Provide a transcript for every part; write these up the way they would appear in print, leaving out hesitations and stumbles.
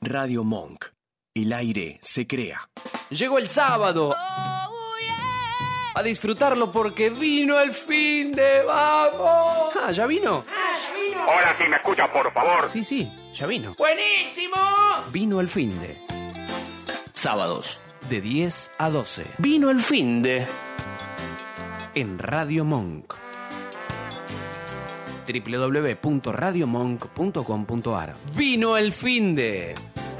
Radio Monk. El aire se crea. Llegó el sábado. A disfrutarlo porque vino el fin de ¡vamos! Ah, ¿ya vino? Hola, si me escucha, por favor. Sí, ya vino. ¡Buenísimo! Vino el fin de. Sábados, de 10 a 12. Vino el fin de. En Radio Monk. www.radiomonk.com.ar. Vino el fin de.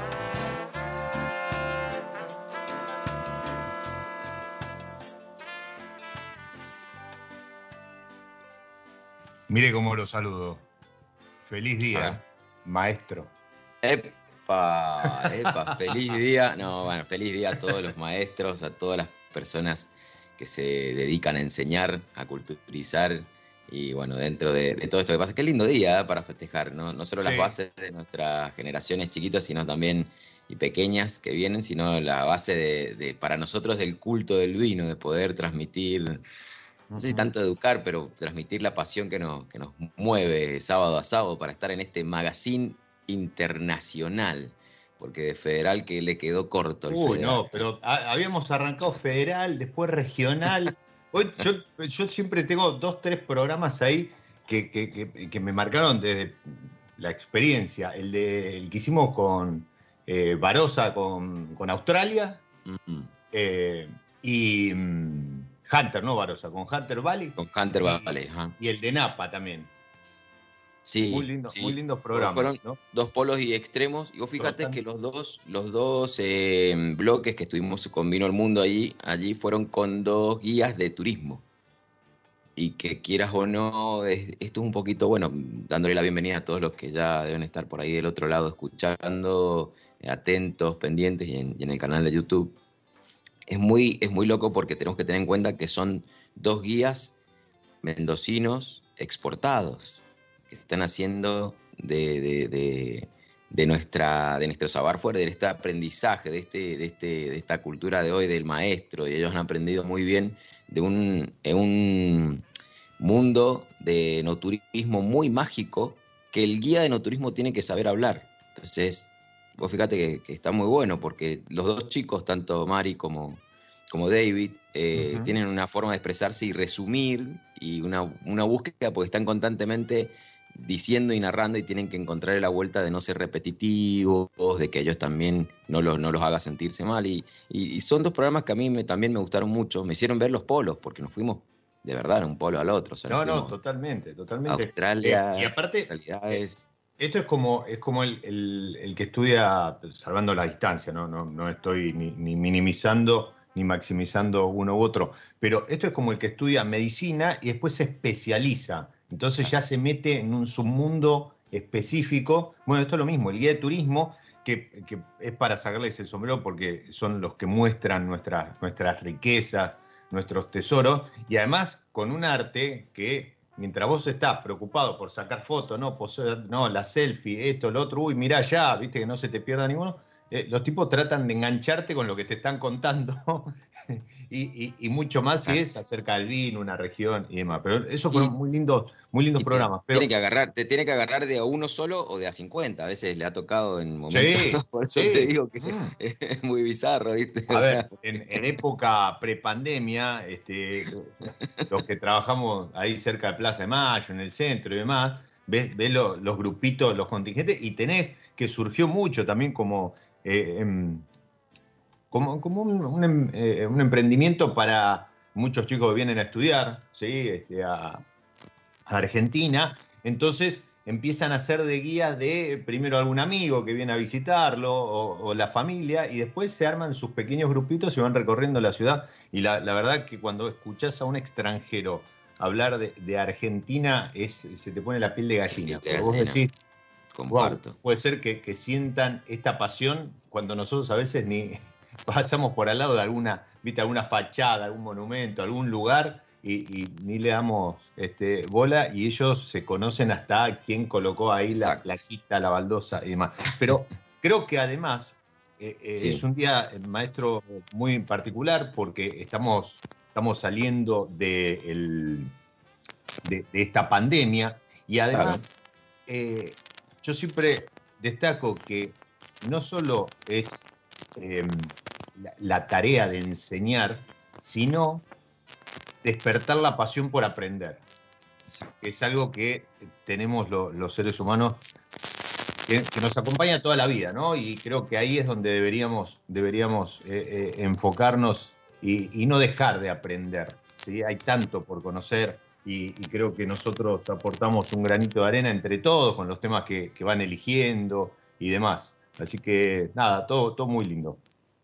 Mire cómo lo saludo. Feliz día, maestro. Epa, feliz día. No, bueno, feliz día a todos los maestros, a todas las personas que se dedican a enseñar, a culturizar. Y bueno, dentro de todo esto que pasa, qué lindo día para festejar, ¿no? No solo las bases de nuestras generaciones chiquitas, sino también y pequeñas que vienen, sino la base de para nosotros del culto del vino, de poder transmitir. No sé si tanto educar, pero transmitir la pasión que nos mueve sábado a sábado para estar en este magazine internacional, porque de federal que le quedó corto el federal. No, pero habíamos arrancado federal, después regional. Hoy yo siempre tengo 2-3 programas ahí que me marcaron desde la experiencia. El que hicimos con Barossa, con Australia, y Hunter, no Barossa, con Hunter Valley. Con Hunter Valley, ajá. Y el de Napa también. Sí, muy lindos programas. Fueron, ¿no? Dos polos y extremos. Y vos fíjate que los dos bloques que estuvimos con Vino al Mundo allí fueron con 2 guías de turismo. Y que quieras o no, esto es un poquito, bueno, dándole la bienvenida a todos los que ya deben estar por ahí del otro lado escuchando, atentos, pendientes y en el canal de YouTube. Es muy loco porque tenemos que tener en cuenta que son 2 guías mendocinos exportados que están haciendo de nuestro saber fuera, de este aprendizaje, de esta cultura de hoy del maestro, y ellos han aprendido muy bien de un mundo de enoturismo muy mágico que el guía de enoturismo tiene que saber hablar. Entonces, vos fíjate que está muy bueno porque los 2 chicos, tanto Mari como David, tienen una forma de expresarse y resumir y una búsqueda porque están constantemente diciendo y narrando y tienen que encontrar la vuelta de no ser repetitivos, de que ellos también no los haga sentirse mal. Y son 2 programas que a mí también me gustaron mucho. Me hicieron ver los polos porque nos fuimos de verdad de un polo al otro. O sea, no, totalmente. Australia, y aparte, realidades. Esto es como el que estudia salvando la distancia, no estoy ni minimizando ni maximizando uno u otro, pero esto es como el que estudia medicina y después se especializa, entonces ya se mete en un submundo específico. Bueno, esto es lo mismo, el guía de turismo, que es para sacarles el sombrero porque son los que muestran nuestras riquezas, nuestros tesoros, y además con un arte que mientras vos estás preocupado por sacar fotos, no, la selfie, esto, lo otro, uy, mirá allá, viste que no se te pierda ninguno, los tipos tratan de engancharte con lo que te están contando y mucho más si es acerca del vino, una región y demás. Pero esos fueron muy lindos programas. Pero te tiene que agarrar de a uno solo o de a 50. A veces le ha tocado en momentos. Sí, por eso te digo que es muy bizarro, ¿viste? A ver, en época prepandemia, los que trabajamos ahí cerca de Plaza de Mayo, en el centro y demás, ves los grupitos, los contingentes, y tenés que surgió mucho también como un emprendimiento para muchos chicos que vienen a estudiar, ¿sí? A Argentina. Entonces empiezan a ser de guía de primero algún amigo que viene a visitarlo o la familia, y después se arman sus pequeños grupitos y van recorriendo la ciudad. Y la verdad que cuando escuchás a un extranjero hablar de Argentina, se te pone la piel de gallina. Vos decís, comparto. Wow, puede ser que sientan esta pasión cuando nosotros a veces ni pasamos por al lado de alguna fachada, algún monumento, algún lugar, y ni le damos bola, y ellos se conocen hasta quién colocó ahí la plaquita, la baldosa y demás. Pero creo que además es un día, maestro, muy particular porque estamos saliendo de esta pandemia, y además yo siempre destaco que no solo es la tarea de enseñar, sino despertar la pasión por aprender. Que es algo que tenemos los seres humanos que nos acompaña toda la vida, ¿no? Y creo que ahí es donde deberíamos enfocarnos y no dejar de aprender, ¿sí? Hay tanto por conocer y creo que nosotros aportamos un granito de arena entre todos con los temas que van eligiendo y demás. Así que nada, todo muy lindo.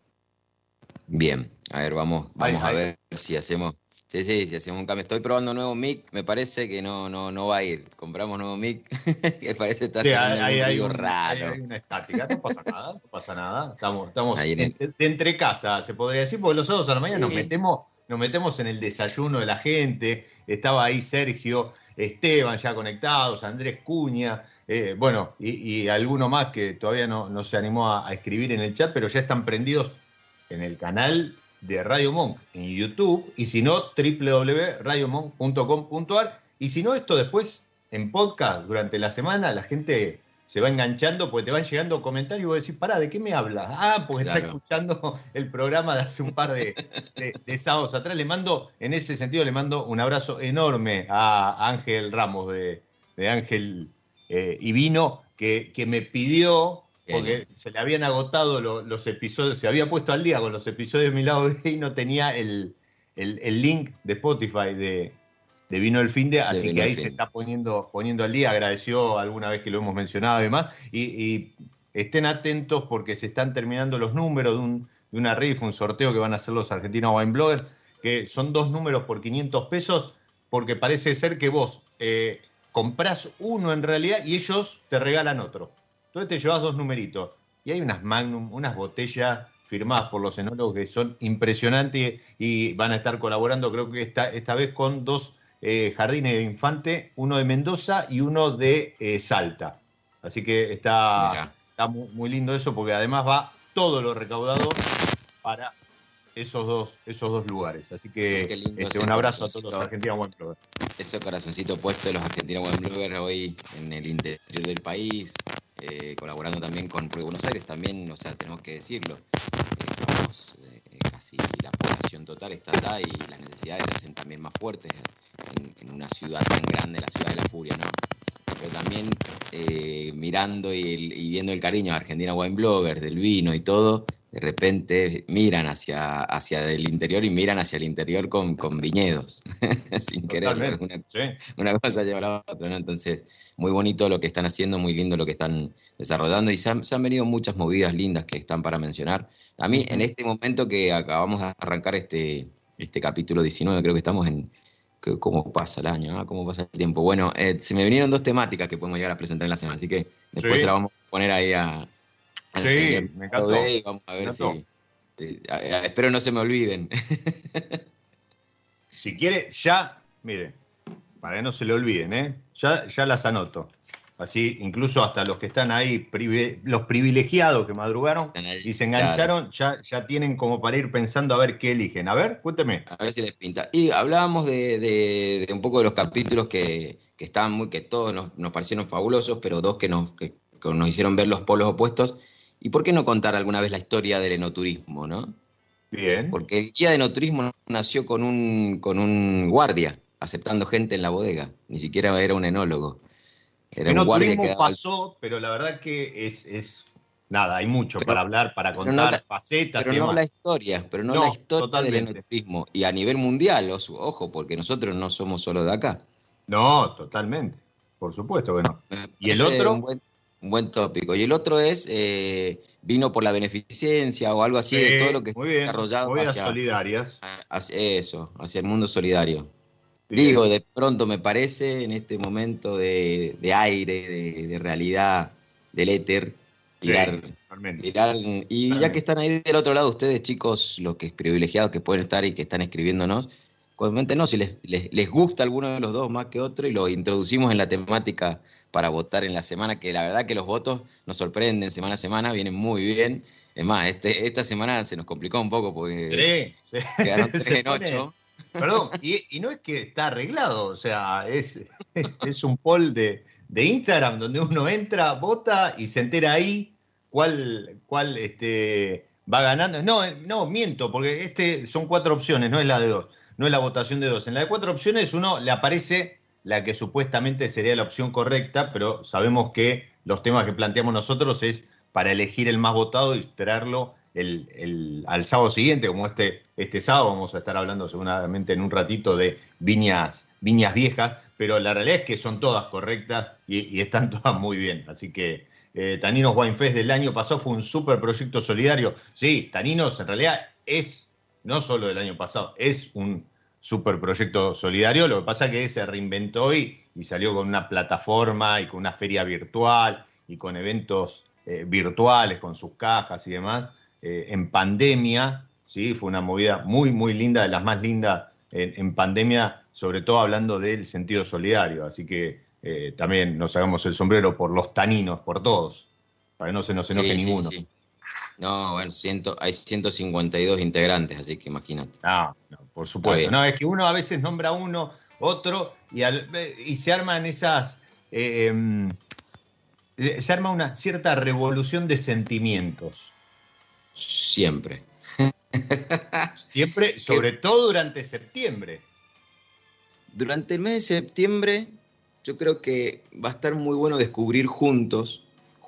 Bien, a ver, vamos a ver si hacemos... Sí, hacemos un cambio. Estoy probando un nuevo mic, me parece que no va a ir. Compramos nuevo mic, que parece que está haciendo un ruido raro. Hay una estática, no pasa nada. Estamos de entre casa, se podría decir, porque los sábados a la mañana nos metemos en el desayuno de la gente. Estaba ahí Sergio, Esteban ya conectados, Andrés Cuña, bueno, y alguno más que todavía no se animó a escribir en el chat, pero ya están prendidos en el canal de Radio Monk en YouTube, y si no, www.radiomonk.com.ar, y si no, esto después en podcast durante la semana, la gente se va enganchando porque te van llegando comentarios y vos decís, pará, ¿de qué me hablas? Porque claro, está escuchando el programa de hace un par de sábados atrás. En ese sentido, le mando un abrazo enorme a Ángel Ramos de Ángel y Vino, que me pidió, porque se le habían agotado los episodios, se había puesto al día con los episodios de Mi Lado B y no tenía el link de Spotify de Vino el Finde, así que ahí se está poniendo al día. Agradeció alguna vez que lo hemos mencionado y demás. Y estén atentos porque se están terminando los números de una rifa, un sorteo que van a hacer los Argentinos Wine Bloggers, que son 2 números por 500 pesos, porque parece ser que vos comprás uno en realidad y ellos te regalan otro. Entonces te llevas 2 numeritos. Y hay unas Magnum, unas botellas firmadas por los enólogos que son impresionantes y van a estar colaborando, creo que esta vez con 2 jardines de infante, uno de Mendoza y uno de Salta. Así que está muy lindo eso, porque además va todo lo recaudado para esos dos lugares. Así que un abrazo a todos los Argentinos Wine Bloggers. Ese corazoncito puesto de los Argentinos Wine Bloggers hoy en el interior del país, colaborando también con Buenos Aires, también, o sea, tenemos que decirlo, estamos casi la población total está acá y las necesidades se hacen también más fuertes en una ciudad tan grande, la ciudad de la furia, ¿no? Pero también mirando y viendo el cariño de Argentina Wine Bloggers, del vino y todo, de repente miran hacia el interior y miran hacia el interior con viñedos, sin querer. Una cosa lleva a la otra, ¿no? Entonces, muy bonito lo que están haciendo, muy lindo lo que están desarrollando, y se han venido muchas movidas lindas que están para mencionar. A mí, en este momento que acabamos de arrancar este capítulo 19, creo que estamos en... ¿Cómo pasa el año? ¿Cómo pasa el tiempo? Bueno, se me vinieron 2 temáticas que podemos llegar a presentar en la semana, así que después se la vamos a poner ahí a me encantó. Y vamos a ver si... espero no se me olviden. Si quiere, mire, para que no se le olviden, ya las anoto. Así, incluso hasta los que están ahí, los privilegiados que madrugaron y se engancharon, claro, ya tienen como para ir pensando a ver qué eligen. A ver, cuénteme. A ver si les pinta. Y hablábamos de un poco de los capítulos que estaban que todos nos parecieron fabulosos, pero 2 que nos hicieron ver los polos opuestos. ¿Y por qué no contar alguna vez la historia del enoturismo, no? Bien. Porque el guía de enoturismo nació con un guardia, aceptando gente en la bodega. Ni siquiera era un enólogo. El enoturismo pasó, pero la verdad que es nada, hay mucho para hablar, para contar, facetas y demás. La historia del enoturismo. Y a nivel mundial, ojo, porque nosotros no somos solo de acá. No, totalmente. Por supuesto que no. Y el otro... Un buen tópico. Y el otro es vino por la beneficencia o algo así, de todo lo que está desarrollado hacia solidarias. Hacia el mundo solidario. Bien. Digo, de pronto me parece, en este momento de aire, de realidad, del éter, tirar, y ya que están ahí del otro lado, ustedes chicos, los que privilegiados que pueden estar y que están escribiéndonos, coméntenos si les gusta alguno de los 2 más que otro y lo introducimos en la temática para votar en la semana, que la verdad que los votos nos sorprenden semana a semana, vienen muy bien. Es más, esta semana se nos complicó un poco porque quedaron 3 en 8. Perdón, y no es que está arreglado, o sea, es un poll de Instagram donde uno entra, vota y se entera ahí cuál va ganando. No, miento, porque son 4 opciones, no es la de 2, no es la votación de 2. En la de 4 opciones uno le aparece la que supuestamente sería la opción correcta, pero sabemos que los temas que planteamos nosotros es para elegir el más votado y traerlo al sábado siguiente, como este sábado. Vamos a estar hablando seguramente en un ratito de viñas viejas, pero la realidad es que son todas correctas y están todas muy bien. Así que Taninos Wine Fest del año pasado fue un súper proyecto solidario. Sí, Taninos en realidad no solo del año pasado, es un súper proyecto solidario. Lo que pasa es que se reinventó y salió con una plataforma y con una feria virtual y con eventos virtuales, con sus cajas y demás, en pandemia. Sí, fue una movida muy, muy linda, de las más lindas en pandemia, sobre todo hablando del sentido solidario. Así que también nos hagamos el sombrero por los taninos, por todos, para que no se nos enoje ninguno. Sí. No, bueno, hay 152 integrantes, así que imagínate. No, por supuesto. No, es que uno a veces nombra uno, otro, y se arman esas... se arma una cierta revolución de sentimientos. Siempre. Siempre, sobre todo durante septiembre. Durante el mes de septiembre, yo creo que va a estar muy bueno descubrir juntos,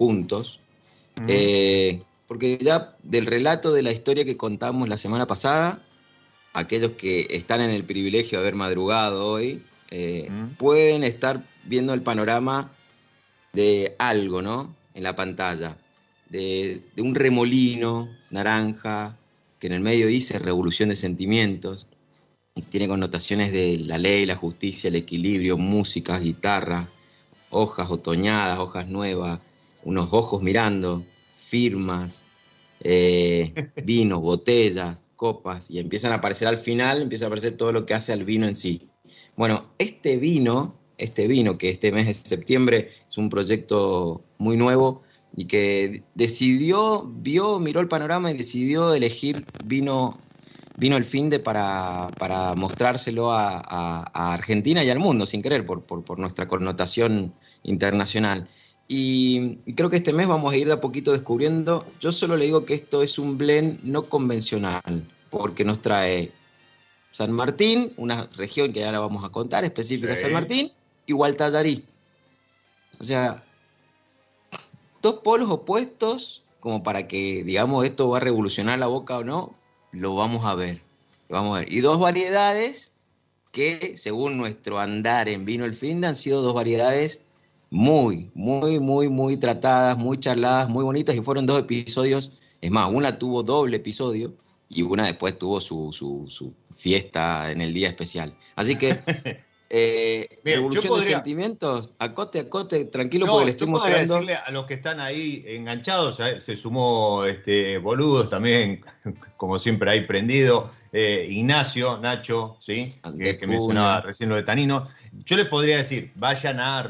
porque ya del relato de la historia que contamos la semana pasada, aquellos que están en el privilegio de haber madrugado hoy, pueden estar viendo el panorama de algo, ¿no? En la pantalla, de un remolino naranja, que en el medio dice revolución de sentimientos, y tiene connotaciones de la ley, la justicia, el equilibrio, música, guitarra, hojas otoñadas, hojas nuevas, unos ojos mirando, firmas, vinos, botellas, copas, y empiezan a aparecer al final, empieza a aparecer todo lo que hace al vino en sí. Bueno, este vino que este mes de septiembre es un proyecto muy nuevo y que miró el panorama y decidió elegir vino el Finde para mostrárselo a Argentina y al mundo, sin querer, por nuestra connotación internacional. Y creo que este mes vamos a ir de a poquito descubriendo. Yo solo le digo que esto es un blend no convencional, porque nos trae San Martín, una región que ahora vamos a contar, específica de San Martín, y Gualtallarí. O sea, dos polos opuestos, como para que, digamos, esto va a revolucionar la boca o no, lo vamos a ver. Y dos variedades que, según nuestro andar en Vino el Finde, han sido dos variedades muy, muy, muy, muy tratadas, muy charladas, muy bonitas, y fueron 2 episodios. Es más, una tuvo doble episodio y una después tuvo su fiesta en el día especial. Así que revolución de sentimientos, acote, tranquilo, porque le estoy mostrando. Decirle a los que están ahí enganchados, se sumó Boludos también, como siempre ahí prendido, Ignacio, Nacho, ¿sí? que mencionaba recién lo de Tanino. Yo les podría decir, vayan a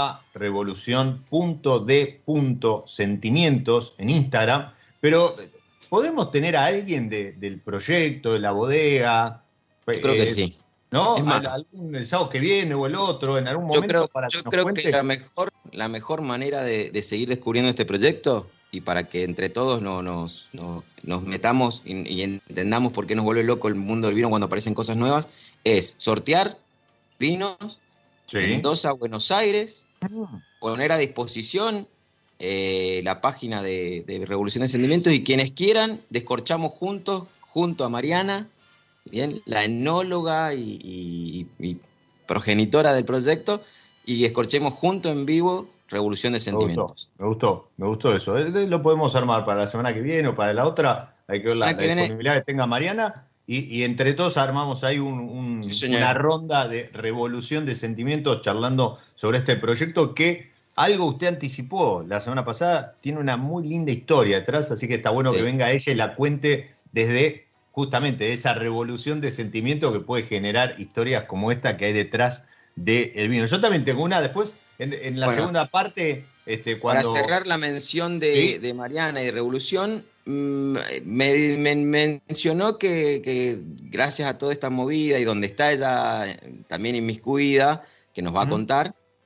@revolucion.de.sentimientos en Instagram, pero ¿podemos tener a alguien del proyecto, de la bodega? Yo creo que sí. ¿No? El sábado que viene o el otro, en algún momento yo creo que la mejor manera de seguir descubriendo este proyecto, y para que entre todos nos metamos y entendamos por qué nos vuelve loco el mundo del vino cuando aparecen cosas nuevas, es sortear vinos, Mendoza, Buenos Aires, poner a disposición la página de Revolución de Sentimientos, y quienes quieran, descorchamos junto a Mariana, bien, la enóloga y progenitora del proyecto, y escorchemos junto en vivo Revolución de Sentimientos. Me gustó eso. Lo podemos armar para la semana que viene o para la otra. Hay que ver la disponibilidad que tenga Mariana, y entre todos armamos ahí una ronda de Revolución de Sentimientos, charlando sobre este proyecto que algo usted anticipó la semana pasada. Tiene una muy linda historia detrás, así que está bueno que venga ella y la cuente desde justamente esa revolución de sentimientos que puede generar historias como esta que hay detrás del vino. Yo también tengo una después, en la segunda parte, cuando... Para cerrar la mención de Mariana y de Revolución, me mencionó que gracias a toda esta movida, y donde está ella también inmiscuida, que nos va a contar,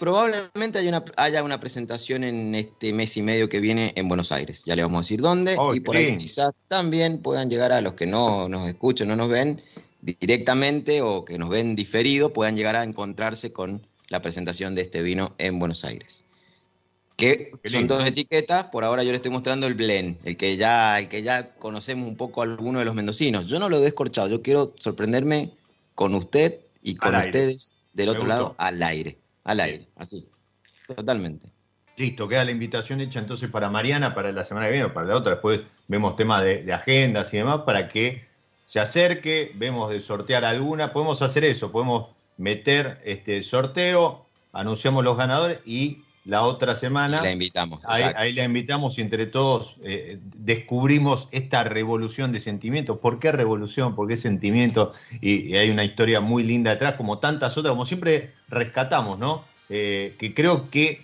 probablemente haya una presentación en este mes y medio que viene en Buenos Aires. Ya le vamos a decir dónde. Oh, y por ahí quizás también puedan llegar a los que no nos escuchan, no nos ven directamente o que nos ven diferido, puedan llegar a encontrarse con la presentación de este vino en Buenos Aires. Que son 2 etiquetas, por ahora yo le estoy mostrando el blend, el que ya conocemos un poco a alguno de los mendocinos. Yo no lo he descorchado, yo quiero sorprenderme con usted y con ustedes del otro lado al aire, así, totalmente. Listo, queda la invitación hecha entonces para Mariana, para la semana que viene o para la otra. Después vemos temas de agendas y demás para que se acerque, vemos de sortear alguna. Podemos hacer eso, podemos meter sorteo, anunciamos los ganadores y la otra semana la invitamos. Ahí la invitamos y entre todos descubrimos esta revolución de sentimientos. ¿Por qué revolución? ¿Por qué sentimiento? Y hay una historia muy linda detrás, como tantas otras, como siempre rescatamos, ¿no? Que creo que,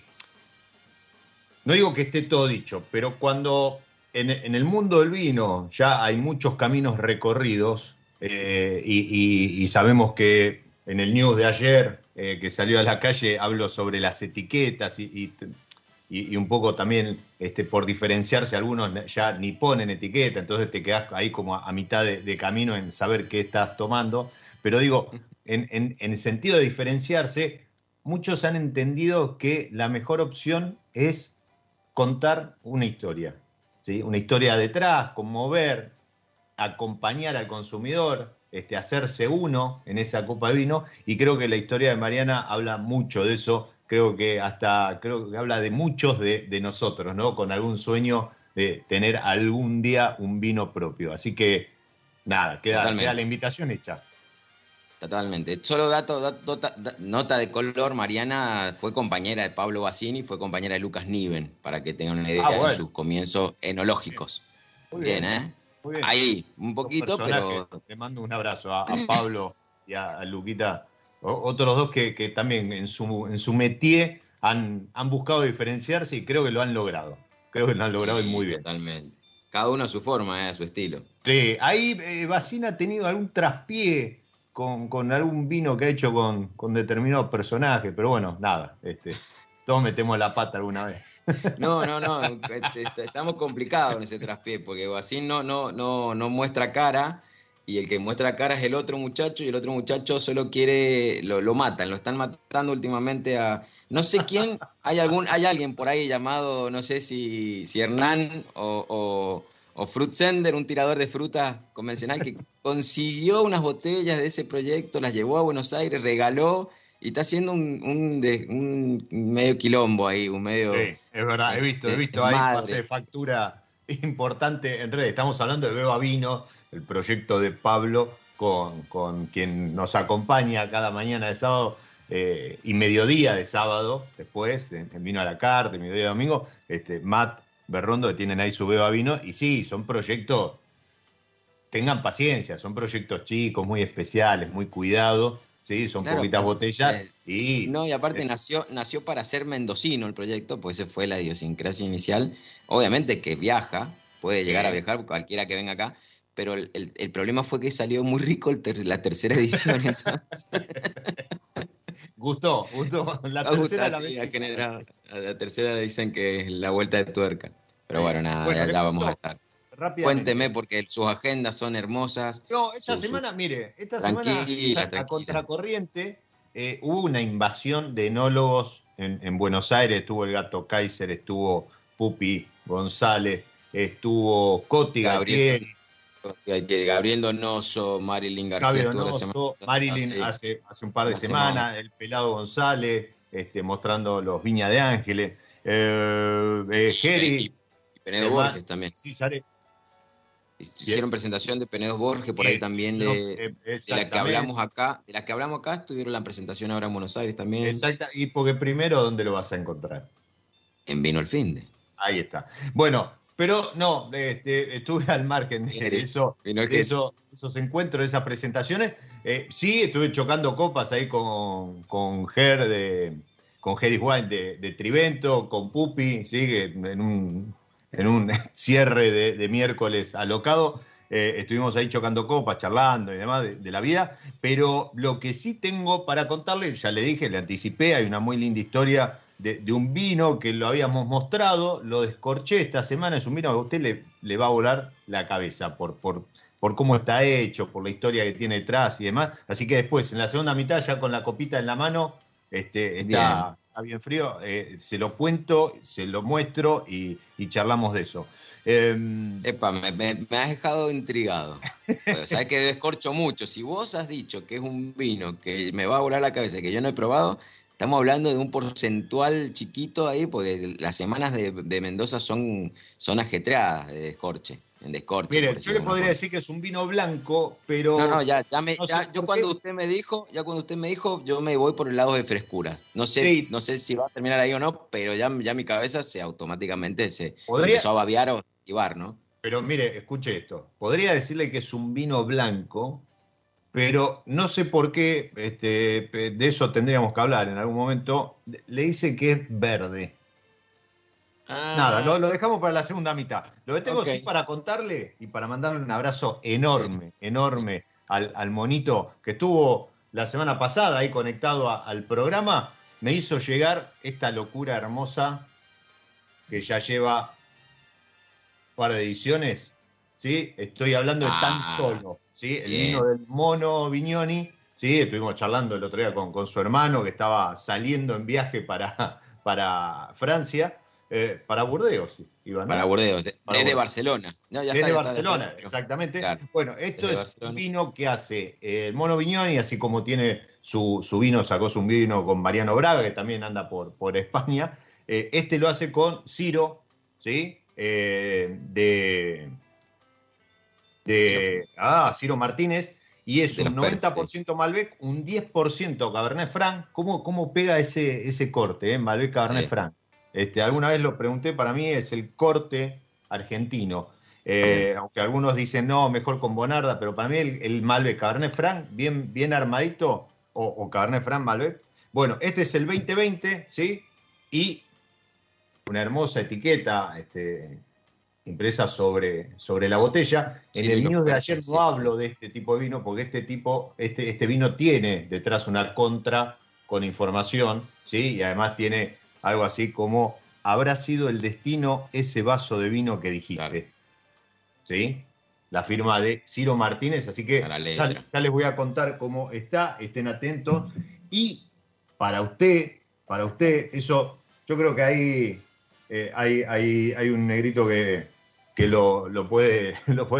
no digo que esté todo dicho, pero cuando en el mundo del vino ya hay muchos caminos recorridos y sabemos que en el news de ayer que salió a la calle hablo sobre las etiquetas y un poco también por diferenciarse algunos ya ni ponen etiqueta, entonces te quedás ahí como a mitad de camino en saber qué estás tomando, pero digo, en el sentido de diferenciarse, muchos han entendido que la mejor opción es contar una historia, ¿sí? Una historia detrás, conmover, acompañar al consumidor, hacerse uno en esa copa de vino, y creo que la historia de Mariana habla mucho de eso, creo que habla de muchos de nosotros, ¿no? Con algún sueño de tener algún día un vino propio. Así que, nada, queda la invitación hecha. Totalmente. Solo nota de color, Mariana fue compañera de Pablo Bassini, fue compañera de Lucas Niven, para que tengan una idea de sus comienzos enológicos. Muy bien, ¿eh? Muy bien. Ahí, un poquito, pero... Le mando un abrazo a Pablo y a Luquita, otros dos que también en su métier han buscado diferenciarse y creo que lo han logrado. Creo que lo han logrado y muy bien. Totalmente. Cada uno a su forma, a su estilo. Sí, ahí Bassini ha tenido algún traspié con algún vino que ha hecho con determinados personajes, pero bueno, nada, todos metemos la pata alguna vez. No, estamos complicados en ese traspié, porque Bassini no muestra cara, y el que muestra cara es el otro muchacho, y el otro muchacho solo quiere, lo matan, lo están matando últimamente a, no sé quién, hay alguien por ahí llamado, no sé si Hernán o Fruit Sender, un tirador de fruta convencional que consiguió unas botellas de ese proyecto, las llevó a Buenos Aires, regaló y está haciendo un medio quilombo ahí, un medio... Sí, es verdad, he visto ahí pase de factura importante en redes. Estamos hablando de Beba Vino, el proyecto de Pablo con quien nos acompaña cada mañana de sábado y mediodía de sábado, después en Vino a la Carta, y mediodía de domingo, Matt Berrondo, que tienen ahí su Beba Vino, y sí, son proyectos, tengan paciencia, son proyectos chicos, muy especiales, muy cuidados, sí, son poquitas botellas. Y aparte nació para ser mendocino el proyecto, pues esa fue la idiosincrasia inicial. Obviamente que viaja, puede llegar a viajar cualquiera que venga acá, pero el problema fue que salió muy rico la tercera edición. Entonces... Gustó. La tercera dicen que es la vuelta de tuerca. Pero bueno, nada, ya vamos a estar. Cuénteme, porque sus agendas son hermosas. No, esta semana a contracorriente hubo una invasión de enólogos en Buenos Aires. Estuvo el Gato Kaiser, estuvo Pupi González, estuvo Coti Gabriel Donoso, Marilyn García. Marilyn hace un par de semanas, el Pelado González, mostrando los Viña de Ángeles, Jerry. Y Penedo Borges también. Sí, Sare. Hicieron presentación de Penedo Borges, por ahí también de la que hablamos acá. De la que hablamos acá, estuvieron la presentación ahora en Buenos Aires también. Exacto, y porque primero, ¿dónde lo vas a encontrar? En Vino el Finde. Ahí está. Bueno, pero no, estuve al margen de esos encuentros, de esas presentaciones. Sí, estuve chocando copas ahí con Jerry Wine de Trivento, con Pupi, sí, en un cierre de miércoles alocado. estuvimos ahí chocando copas, charlando y demás de la vida, pero lo que sí tengo para contarle, ya le dije, le anticipé, hay una muy linda historia de un vino que lo habíamos mostrado, lo descorché esta semana, es un vino que a usted le va a volar la cabeza por cómo está hecho, por la historia que tiene detrás y demás, así que después, en la segunda mitad, ya con la copita en la mano, está bien frío, se lo cuento, se lo muestro y charlamos de eso. Epa, me has dejado intrigado. Sabes que descorcho mucho. Si vos has dicho que es un vino que me va a volar la cabeza, que yo no he probado, estamos hablando de un porcentual chiquito ahí, porque las semanas de Mendoza son ajetreadas de descorche. En descorche. Mire, yo le podría decir que es un vino blanco, pero... No, cuando usted me dijo, yo me voy por el lado de frescura. No sé si va a terminar ahí o no, pero ya mi cabeza automáticamente se empezó a babear o activar, ¿no? Pero mire, escuche esto. Podría decirle que es un vino blanco, pero no sé por qué, de eso tendríamos que hablar en algún momento. Le dice que es verde. Nada, lo dejamos para la segunda mitad. Lo que tengo sí para contarle y para mandarle un abrazo enorme al monito que estuvo la semana pasada ahí conectado al programa, me hizo llegar esta locura hermosa que ya lleva un par de ediciones, ¿sí? Estoy hablando de Tan Solo, ¿sí? El vino del Mono Vignoni, ¿sí? Estuvimos charlando el otro día con su hermano que estaba saliendo en viaje para Francia. Para Burdeos, Iván. Para Burdeos, desde Barcelona. No, desde Barcelona, exactamente. Claro. Bueno, esto es un vino que hace el Mono Vignoni, así como tiene su vino, sacó su vino con Mariano Braga, que también anda por España. Este lo hace con Ciro, ¿sí? Ciro Martínez, y es un 90% Malbec, un 10% Cabernet Franc. ¿Cómo pega ese corte, Malbec Cabernet Franc? Alguna vez lo pregunté, para mí es el corte argentino. Aunque algunos dicen, no, mejor con Bonarda, pero para mí el Malbec Cabernet Franc, bien armadito, o Cabernet Franc Malbec. Bueno, este es el 2020, ¿sí? Y una hermosa etiqueta impresa sobre la botella. En el news de ayer no hablo de este tipo de vino, porque este vino tiene detrás una contra con información, ¿sí? Y además tiene algo así como, habrá sido el destino ese vaso de vino que dijiste. Claro. ¿Sí? La firma de Ciro Martínez, así que ya les voy a contar cómo está, estén atentos. Y para usted, eso, yo creo que ahí hay un negrito que lo puede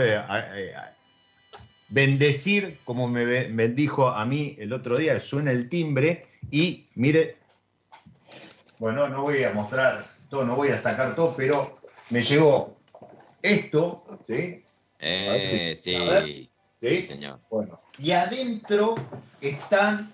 bendecir, como me bendijo a mí el otro día, suena el timbre y mire. Bueno, no voy a mostrar todo, no voy a sacar todo, pero me llegó esto, ¿sí? Sí. ¿Sí? Señor. Bueno, y adentro están...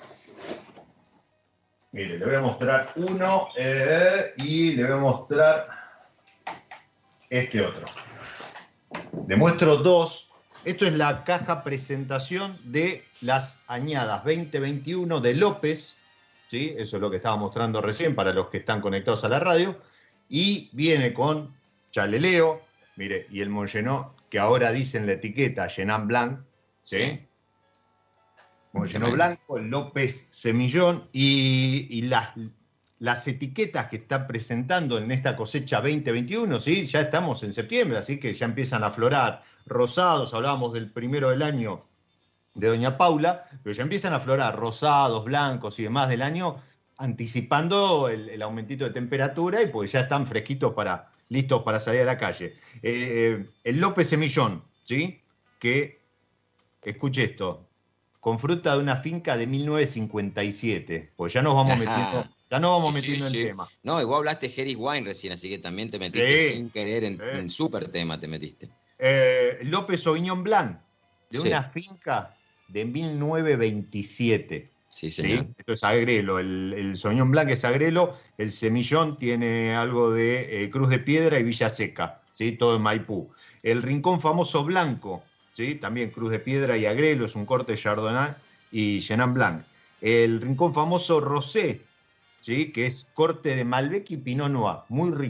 Mire, le voy a mostrar uno y le voy a mostrar este otro. Le muestro dos. Esto es la caja presentación de las añadas 2021 de López. ¿Sí? Eso es lo que estaba mostrando recién para los que están conectados a la radio. Y viene con Chaleleo, mire, y el Montgenot, que ahora dice en la etiqueta Chenin Blanc, ¿sí? Montgenot blanco, López Semillón, y las etiquetas que está presentando en esta cosecha 2021, ¿sí? Ya estamos en septiembre, así que ya empiezan a aflorar rosados, hablábamos del primero del año de Doña Paula, pero ya empiezan a aflorar rosados, blancos y demás del año, anticipando el aumentito de temperatura y pues ya están fresquitos listos para salir a la calle. El López Semillón, ¿sí? Que, escuche esto, con fruta de una finca de 1957, pues ya nos vamos metiendo en tema. No, igual hablaste Harris Wine recién, así que también te metiste sin querer en súper tema, te metiste. López Sauvignon Blanc, de una finca de 1927. Sí, señor. ¿Sí? Esto es Agrelo, el Sauvignon Blanc es Agrelo, el Semillón tiene algo de Cruz de Piedra y Villa Seca, ¿sí? Todo en Maipú. El Rincón Famoso Blanco, ¿sí? También Cruz de Piedra y Agrelo, es un corte Chardonnay y Chenin Blanc. El Rincón Famoso Rosé, ¿sí? Que es corte de Malbec y Pinot Noir, muy rico,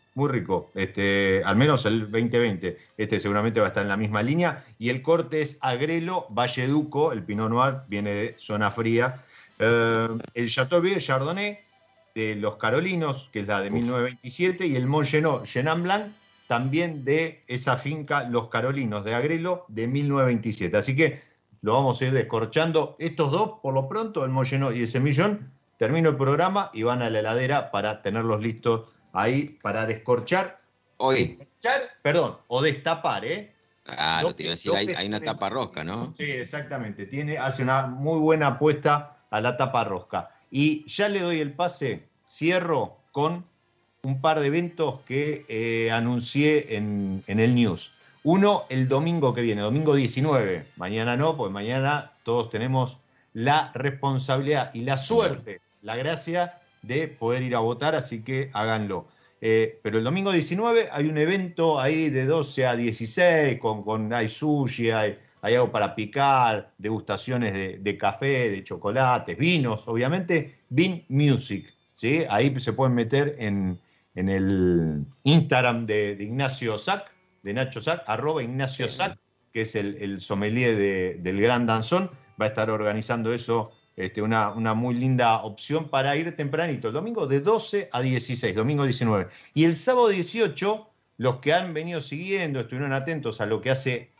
muy rico. Al menos el 2020. Seguramente va a estar en la misma línea. Y el corte es Agrelo Valleduco, el Pinot Noir viene de zona fría. El Chateaubriand Chardonnay de los Carolinos, que es la de 1927, y el Montgenot Chenin Blanc, también de esa finca Los Carolinos de Agrelo de 1927. Así que lo vamos a ir descorchando. Estos dos, por lo pronto, el Montgenot y el Semillón, termino el programa y van a la heladera para tenerlos listos ahí para descorchar. O destapar, Claro, te iba a decir, hay una tapa rosca, ¿no? Sí, exactamente. Hace una muy buena apuesta a la tapa rosca. Y ya le doy el pase, cierro con un par de eventos que anuncié en el news. Uno, el domingo que viene, domingo 19. Mañana no, porque mañana todos tenemos la responsabilidad y la suerte, la gracia de poder ir a votar, así que háganlo. Pero el domingo 19 hay un evento ahí de 12 a 16, hay sushi, hay algo para picar, degustaciones de café, de chocolates, vinos, obviamente, Bean Music, ¿sí? Ahí se pueden meter en el Instagram de Ignacio Sac, de Nacho Sac, @Ignacio Sac, que es el sommelier del Gran Danzón, va a estar organizando eso, una muy linda opción para ir tempranito, el domingo de 12 a 16, domingo 19. Y el sábado 18, los que han venido siguiendo, estuvieron atentos a lo que hace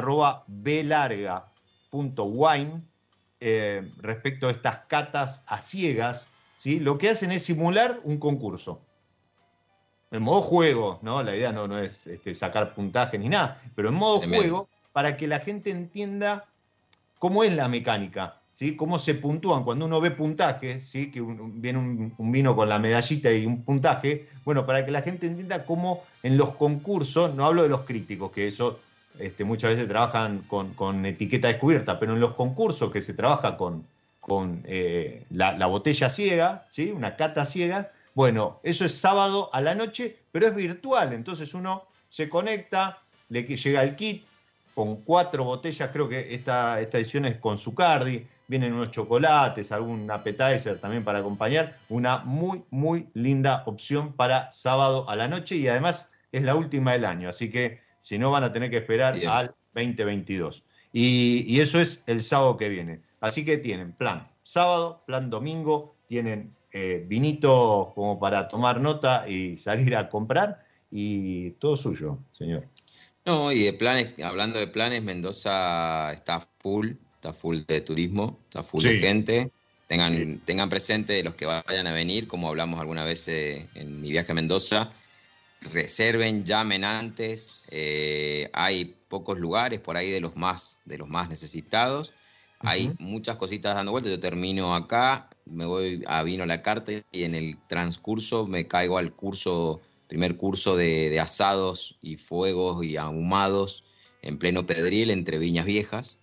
@belarga.wine respecto a estas catas a ciegas, ¿sí? Lo que hacen es simular un concurso. En modo juego, ¿no? La idea no es sacar puntaje ni nada, pero en modo juego, para que la gente entienda cómo es la mecánica, ¿sí? Cómo se puntúan. Cuando uno ve puntaje, ¿sí? Que viene un vino con la medallita y un puntaje, bueno, para que la gente entienda cómo en los concursos, no hablo de los críticos, que eso muchas veces trabajan con etiqueta descubierta, pero en los concursos que se trabaja con la botella ciega, ¿sí? Una cata ciega. Bueno, eso es sábado a la noche, pero es virtual, entonces uno se conecta, le llega el kit con 4 botellas, creo que esta edición es con Zucardi, vienen unos chocolates, algún appetizer también para acompañar, una muy, muy linda opción para sábado a la noche y además es la última del año, así que si no van a tener que esperar al 2022. Y eso es el sábado que viene, así que tienen plan sábado, plan domingo, tienen vinito como para tomar nota y salir a comprar y todo suyo, señor. No, y de planes, hablando de planes, Mendoza está full de turismo, está full de gente. Tengan presente los que vayan a venir, como hablamos alguna vez en mi viaje a Mendoza, reserven, llamen antes, hay pocos lugares por ahí de los más necesitados. Hay muchas cositas dando vueltas. Yo termino acá, me voy a Vino la Carta y en el transcurso me caigo al primer curso de asados y fuegos y ahumados en pleno Pedriel entre Viñas Viejas,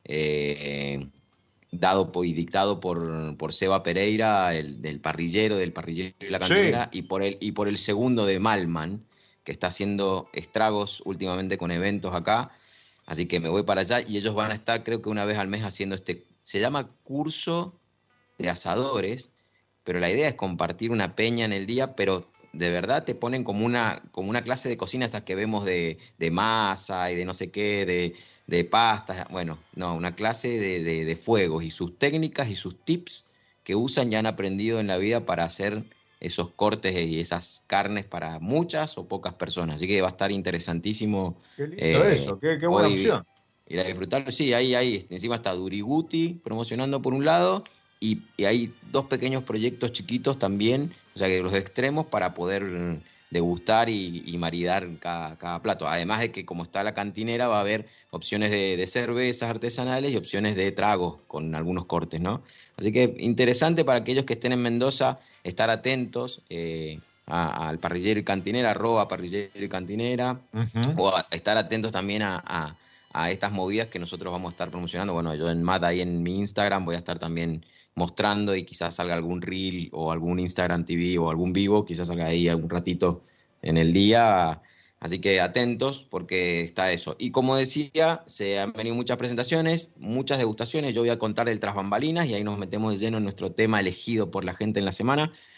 dado y dictado por Seba Pereira, del parrillero y la cantinera, sí. y por el segundo de Malman, que está haciendo estragos últimamente con eventos acá. Así que me voy para allá y ellos van a estar, creo que una vez al mes, haciendo se llama curso de asadores, pero la idea es compartir una peña en el día, pero de verdad te ponen como una clase de cocina, estas que vemos de masa y de no sé qué, de pastas. Bueno, no, una clase de fuegos y sus técnicas y sus tips que usan y han aprendido en la vida para hacer esos cortes y esas carnes para muchas o pocas personas. Así que va a estar interesantísimo. Qué lindo eso, qué buena opción. Ir a disfrutarlo. Sí, ahí encima está Duriguti promocionando por un lado y hay 2 pequeños proyectos chiquitos también, o sea que los extremos para poder degustar y maridar cada plato. Además de que como está la cantinera va a haber opciones de cervezas artesanales y opciones de tragos con algunos cortes, ¿no? Así que interesante para aquellos que estén en Mendoza, estar atentos al Parrillero y Cantinera, @Parrillero y Cantinera, o a estar atentos también a estas movidas que nosotros vamos a estar promocionando. Bueno, yo en Matt, ahí en mi Instagram, voy a estar también mostrando y quizás salga algún reel o algún Instagram TV o algún vivo, quizás salga ahí algún ratito en el día. Así que atentos porque está eso. Y como decía, se han venido muchas presentaciones, muchas degustaciones. Yo voy a contar el tras bambalinas y ahí nos metemos de lleno en nuestro tema elegido por la gente en la semana.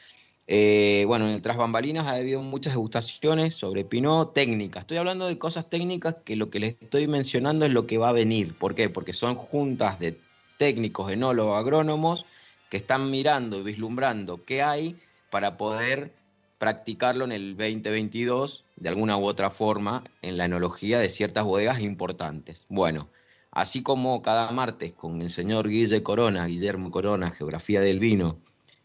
Bueno, en el Tras Bambalinas ha habido muchas degustaciones sobre Pinot técnicas. Estoy hablando de cosas técnicas que lo que les estoy mencionando es lo que va a venir. ¿Por qué? Porque son juntas de técnicos, enólogos, agrónomos que están mirando y vislumbrando qué hay para poder practicarlo en el 2022 de alguna u otra forma en la enología de ciertas bodegas importantes. Bueno, así como cada martes con el señor Guillermo Corona, Geografía del Vino,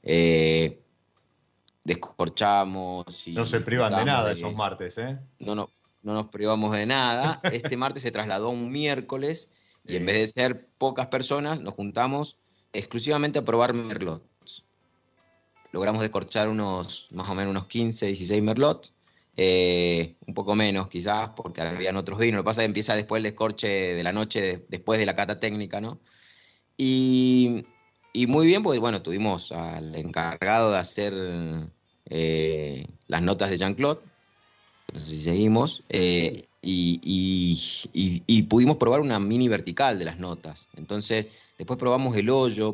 descorchamos y no se privan de nada esos martes, ¿eh? No nos privamos de nada. Este martes se trasladó a un miércoles y en vez de ser pocas personas, nos juntamos exclusivamente a probar merlots. Logramos descorchar más o menos unos 15, 16 merlots, un poco menos quizás, porque habían otros vinos. Lo que pasa es que empieza después el descorche de la noche, después de la cata técnica, ¿no? Y muy bien, porque bueno, tuvimos al encargado de hacer las notas de Jean-Claude, no sé si seguimos, y pudimos probar una mini vertical de las notas. Entonces, después probamos el hoyo,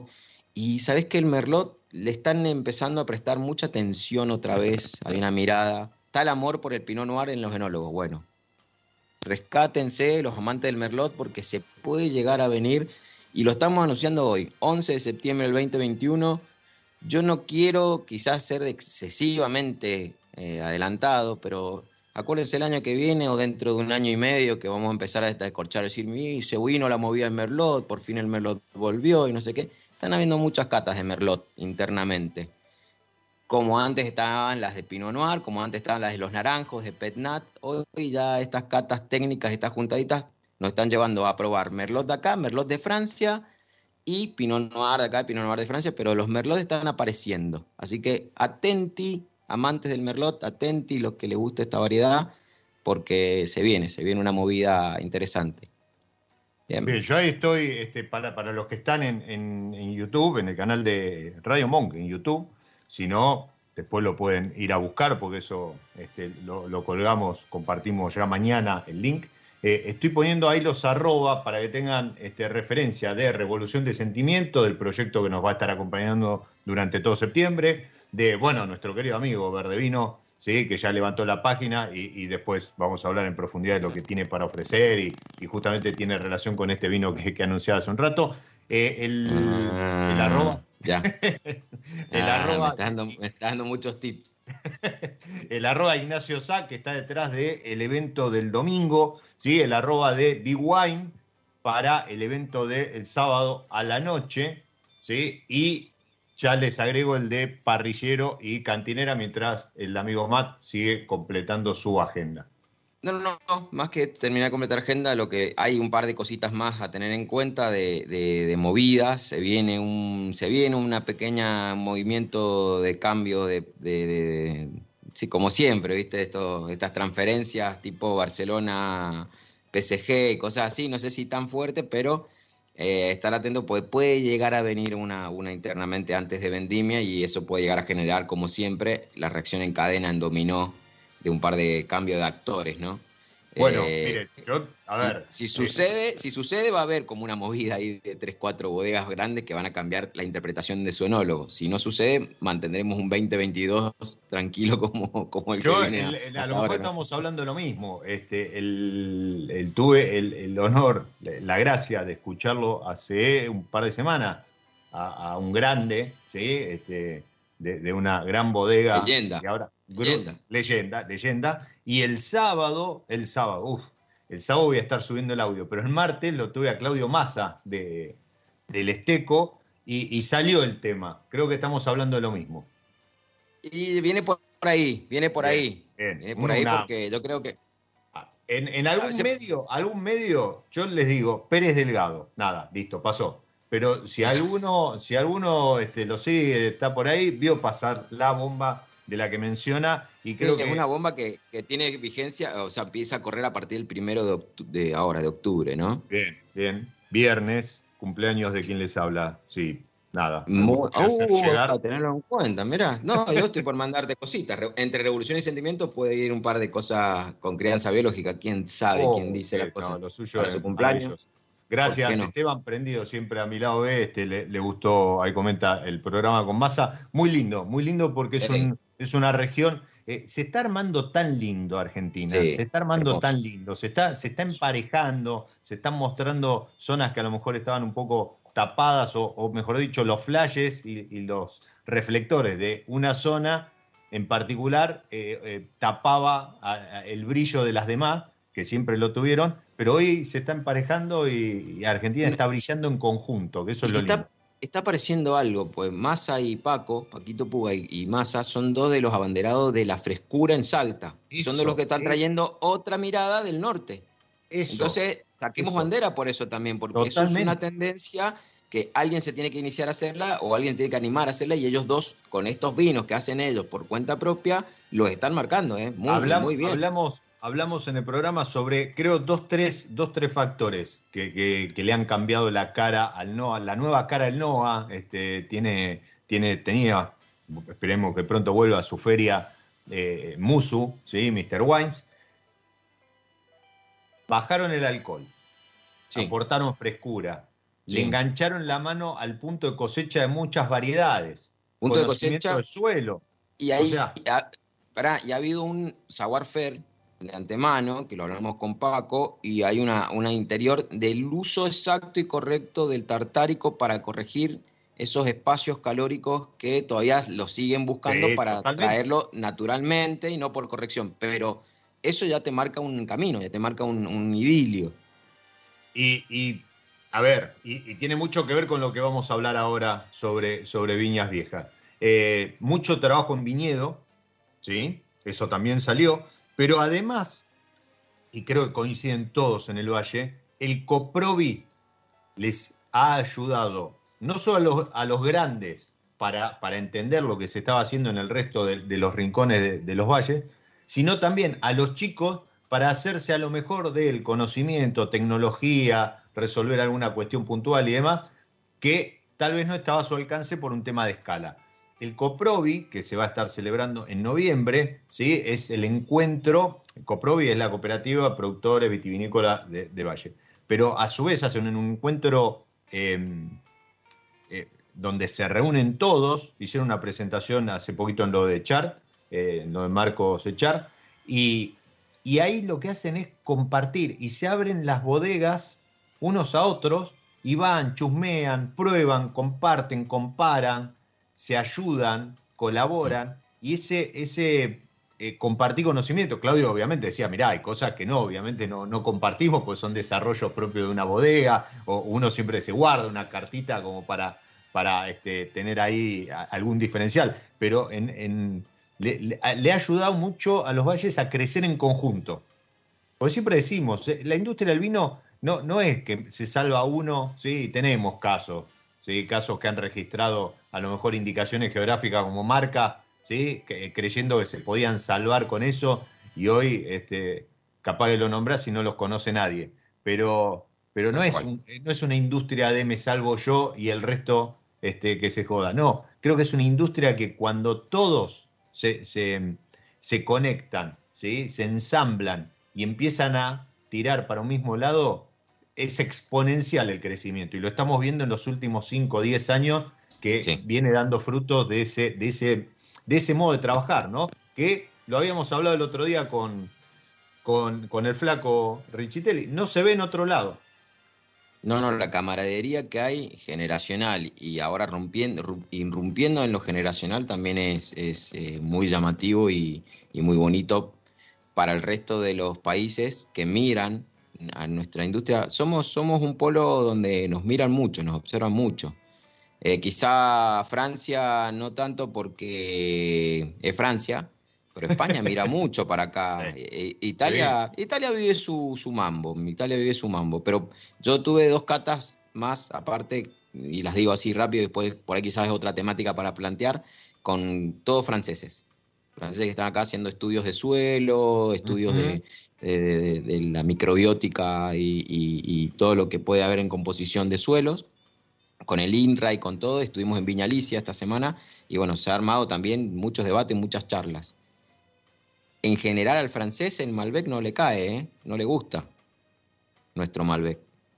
y sabés que el merlot le están empezando a prestar mucha atención otra vez, hay una mirada, está el amor por el Pinot Noir en los enólogos. Bueno, rescátense los amantes del merlot porque se puede llegar a venir, y lo estamos anunciando hoy, 11 de septiembre del 2021. Yo no quiero quizás ser excesivamente adelantado, pero acuérdense el año que viene o dentro de un año y medio que vamos a empezar a descorchar, decir, se vino la movida del merlot, por fin el merlot volvió y no sé qué. Están habiendo muchas catas de merlot internamente. Como antes estaban las de Pinot Noir, como antes estaban las de los naranjos, de Pet Nat, hoy ya estas catas técnicas, estas juntaditas, nos están llevando a probar merlot de acá, merlot de Francia y Pinot Noir de acá, Pinot Noir de Francia, pero los merlots están apareciendo. Así que atenti, amantes del merlot, atenti los que les guste esta variedad, porque se viene una movida interesante. Bien, yo ahí estoy, para los que están en YouTube, en el canal de Radio Monk en YouTube, si no, después lo pueden ir a buscar, porque eso lo colgamos, compartimos ya mañana el link. Estoy poniendo ahí los arroba para que tengan referencia de Revolución de Sentimiento, del proyecto que nos va a estar acompañando durante todo septiembre, de, bueno, nuestro querido amigo Verde Vino, ¿sí? Que ya levantó la página y después vamos a hablar en profundidad de lo que tiene para ofrecer y justamente tiene relación con este vino que anunciaba hace un rato. El arroba... Ya. arroba... Me está dando muchos tips. El arroba Ignacio Sá, que está detrás del evento del domingo, ¿sí? El arroba de Big Wine para el evento del sábado a la noche, ¿sí? Y ya les agrego el de parrillero y cantinera mientras el amigo Matt sigue completando su agenda. No, más que terminar de completar agenda, lo que hay un par de cositas más a tener en cuenta de movidas. Se viene una pequeña movimiento de cambio sí, como siempre, ¿viste? Estas transferencias tipo Barcelona, PSG y cosas así, no sé si tan fuerte, pero estar atento, pues puede llegar a venir una internamente antes de vendimia y eso puede llegar a generar, como siempre, la reacción en cadena, en dominó, de un par de cambios de actores, ¿no? Bueno, mire, a ver. Si sucede, va a haber como una movida ahí de 3-4 bodegas grandes que van a cambiar la interpretación de su enólogo. Si no sucede, mantendremos un 2022 tranquilo como el que viene. A lo mejor estamos hablando de lo mismo. Tuve el honor, la gracia de escucharlo hace un par de semanas a un grande, ¿sí? De una gran bodega. Leyenda. Que ahora, leyenda. Y el sábado voy a estar subiendo el audio, pero el martes lo tuve a Claudio Massa del Esteco y salió el tema. Creo que estamos hablando de lo mismo. Y viene por ahí. Viene por ahí porque yo creo que... En algún medio, yo les digo, Pérez Delgado. Nada, listo, pasó. Pero si alguno lo sigue, está por ahí, vio pasar la bomba de la que menciona y creo que es una bomba que tiene vigencia, o sea, empieza a correr a partir del 1 de octubre, ¿no? Bien. Viernes, cumpleaños de quien les habla. Sí, nada. A tenerlo en cuenta, mirá. No, yo estoy por mandarte cositas. Entre Revolución y Sentimiento puede ir un par de cosas con crianza biológica. ¿Quién sabe? ¿Quién dice las cosas? Lo suyo para su cumpleaños? Gracias, no? Esteban, prendido siempre a mi lado B, le gustó, ahí comenta, el programa con Massa. Muy lindo porque es una región, se está armando tan lindo Argentina, se está armando tan lindo, se está emparejando, se están mostrando zonas que a lo mejor estaban un poco tapadas, o mejor dicho, los flashes y los reflectores de una zona en particular tapaba el brillo de las demás, que siempre lo tuvieron, pero hoy se está emparejando y Argentina está brillando en conjunto, que eso es lo lindo. Está apareciendo algo, pues Massa y Paquito Puga y Massa son dos de los abanderados de la frescura en Salta. Son de los que están trayendo otra mirada del norte. Entonces, saquemos bandera por eso también, porque Totalmente. Eso es una tendencia que alguien se tiene que iniciar a hacerla o alguien tiene que animar a hacerla, y ellos dos, con estos vinos que hacen ellos por cuenta propia, los están marcando, muy bien. Hablamos en el programa sobre, creo, dos, tres factores que le han cambiado la cara al NOA, la nueva cara del NOA. Tenía, esperemos que pronto vuelva a su feria Musu, ¿sí? Mr. Wines. Bajaron el alcohol, aportaron frescura, le engancharon la mano al punto de cosecha de muchas variedades, punto conocimiento de cosecha de suelo. Y ahí ha habido un savoir-faire de antemano, que lo hablamos con Paco, y hay una interior del uso exacto y correcto del tartárico para corregir esos espacios calóricos que todavía lo siguen buscando para traerlo naturalmente y no por corrección, pero eso ya te marca un camino, ya te marca un idilio. Y tiene mucho que ver con lo que vamos a hablar ahora sobre Viñas Viejas. Mucho trabajo en viñedo, ¿sí? Eso también salió. Pero además, y creo que coinciden todos en el Valle, el Coprovi les ha ayudado no solo a los grandes para entender lo que se estaba haciendo en el resto de los rincones de los valles, sino también a los chicos para hacerse a lo mejor del conocimiento, tecnología, resolver alguna cuestión puntual y demás, que tal vez no estaba a su alcance por un tema de escala. El Coprovi, que se va a estar celebrando en noviembre, ¿sí? Es el encuentro. Coprovi es la cooperativa productora vitivinícola de Valle. Pero a su vez hacen un encuentro donde se reúnen todos. Hicieron una presentación hace poquito en lo de Echar, en lo de Marcos Echar. Y ahí lo que hacen es compartir y se abren las bodegas unos a otros y van, chusmean, prueban, comparten, comparan, se ayudan, colaboran, y ese compartir conocimiento. Claudio obviamente decía, mirá, hay cosas que obviamente no compartimos, pues son desarrollos propios de una bodega, o uno siempre se guarda una cartita como para tener ahí algún diferencial, pero le ha ayudado mucho a los valles a crecer en conjunto. Porque siempre decimos, la industria del vino no es que se salva uno, sí, tenemos casos, ¿sí? Casos que han registrado a lo mejor indicaciones geográficas como marca, ¿sí? Creyendo que se podían salvar con eso, y hoy capaz que lo nombrás y no los conoce nadie. Pero no es una industria de me salvo yo y el resto que se joda. No, creo que es una industria que cuando todos se conectan, ¿sí? Se ensamblan y empiezan a tirar para un mismo lado, es exponencial el crecimiento. Y lo estamos viendo en los últimos 5 o 10 años, que viene dando frutos de ese modo de trabajar, ¿no? Que lo habíamos hablado el otro día con el flaco Richitelli. No se ve en otro lado. No, la camaradería que hay generacional y ahora irrumpiendo en lo generacional también es muy llamativo y muy bonito para el resto de los países que miran a nuestra industria. Somos un polo donde nos miran mucho, nos observan mucho. Quizá Francia no tanto porque es Francia, pero España mira mucho para acá. Italia vive su mambo. Pero yo tuve 2 catas más aparte, y las digo así rápido, después por ahí quizás es otra temática para plantear, con todos franceses que están acá haciendo estudios de suelo, estudios de la microbiótica y todo lo que puede haber en composición de suelos. Con el INRA y con todo, estuvimos en Viña Alicia esta semana y bueno, se ha armado también muchos debates, muchas charlas. En general al francés el Malbec no le cae, no le gusta nuestro Malbec.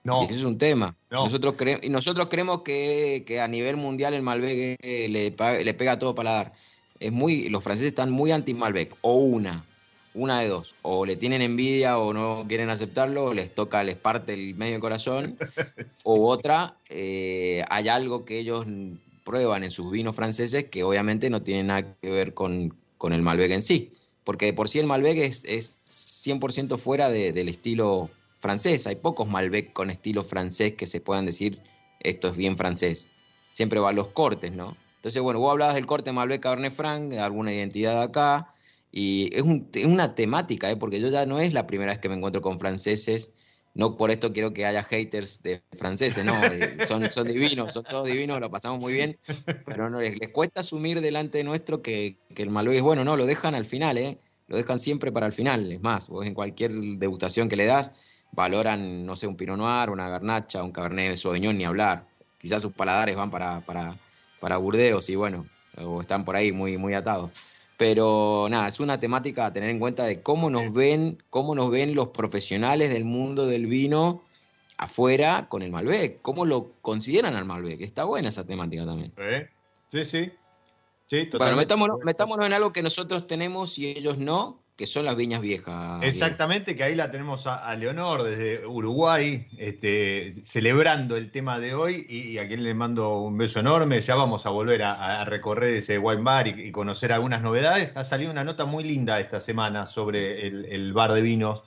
No. Y ese es un tema. No. Nosotros creemos que a nivel mundial el Malbec le pega a todo paladar. Los franceses están muy anti-Malbec. O una de dos. O le tienen envidia o no quieren aceptarlo, o les parte el medio corazón. Sí. O otra, hay algo que ellos prueban en sus vinos franceses que obviamente no tiene nada que ver con el Malbec en sí. Porque de por sí el Malbec es 100% fuera del estilo francés. Hay pocos Malbec con estilo francés que se puedan decir esto es bien francés. Siempre van los cortes, ¿no? Entonces, bueno, vos hablabas del corte Malbec Cabernet Franc, de alguna identidad acá, y es una temática, porque yo ya no es la primera vez que me encuentro con franceses. No por esto quiero que haya haters de franceses, no, son divinos, son todos divinos, lo pasamos muy bien, pero no les cuesta asumir delante de nuestro que el Malbec es bueno, no, lo dejan al final, lo dejan siempre para el final. Es más, vos en cualquier degustación que le das, valoran, no sé, un Pinot Noir, una Garnacha, un Cabernet Sauvignon, ni hablar. Quizás sus paladares van para Burdeos y bueno, o están por ahí muy, muy atados. Pero nada, es una temática a tener en cuenta de cómo nos ven los profesionales del mundo del vino afuera con el Malbec, cómo lo consideran al Malbec. Está buena esa temática también. Sí, bueno, metámonos en algo que nosotros tenemos y ellos no, que son las viñas viejas. Exactamente, Diego. Que ahí la tenemos a Leonor desde Uruguay, celebrando el tema de hoy, y a quien le mando un beso enorme. Ya vamos a volver a recorrer ese wine bar y conocer algunas novedades. Ha salido una nota muy linda esta semana sobre el bar de vinos,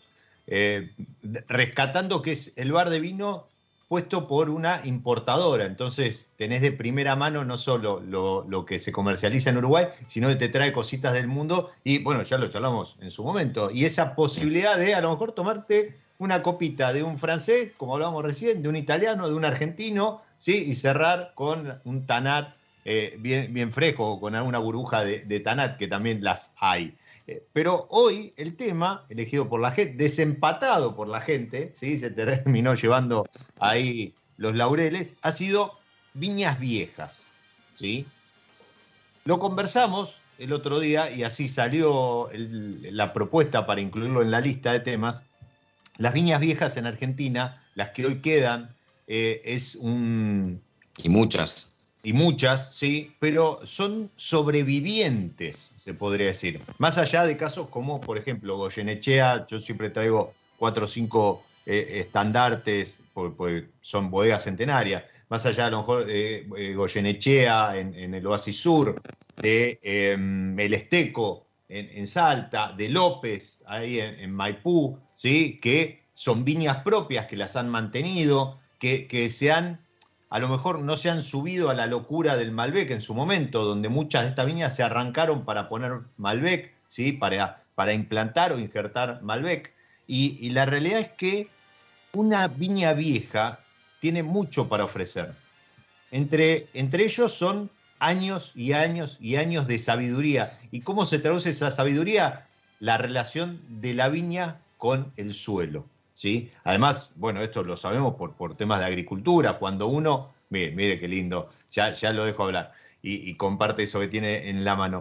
rescatando que es el bar de vino puesto por una importadora. Entonces tenés de primera mano no solo lo que se comercializa en Uruguay, sino que te trae cositas del mundo, y bueno, ya lo charlamos en su momento, y esa posibilidad de a lo mejor tomarte una copita de un francés, como hablábamos recién, de un italiano, de un argentino, ¿sí? Y cerrar con un Tanat bien fresco, con alguna burbuja de Tanat, que también las hay. Pero hoy el tema, elegido por la gente, desempatado por la gente, ¿sí? Se terminó llevando ahí los laureles, ha sido viñas viejas, ¿sí? Lo conversamos el otro día y así salió la propuesta para incluirlo en la lista de temas. Las viñas viejas en Argentina, las que hoy quedan, Y muchas, sí, pero son sobrevivientes, se podría decir. Más allá de casos como, por ejemplo, Goyenechea, yo siempre traigo 4 o 5 estandartes, porque son bodegas centenarias. Más allá, a lo mejor, de Goyenechea en el Oasis Sur, de El Esteco en Salta, de López, ahí en Maipú, ¿sí? Que son viñas propias que las han mantenido, que se han... A lo mejor no se han subido a la locura del Malbec en su momento, donde muchas de estas viñas se arrancaron para poner Malbec, ¿sí? Para implantar o injertar Malbec. Y la realidad es que una viña vieja tiene mucho para ofrecer. Entre ellos son años y años y años de sabiduría. ¿Y cómo se traduce esa sabiduría? La relación de la viña con el suelo, ¿sí? Además, bueno, esto lo sabemos por temas de agricultura. Cuando uno, mire qué lindo, ya lo dejo hablar, y comparte eso que tiene en la mano.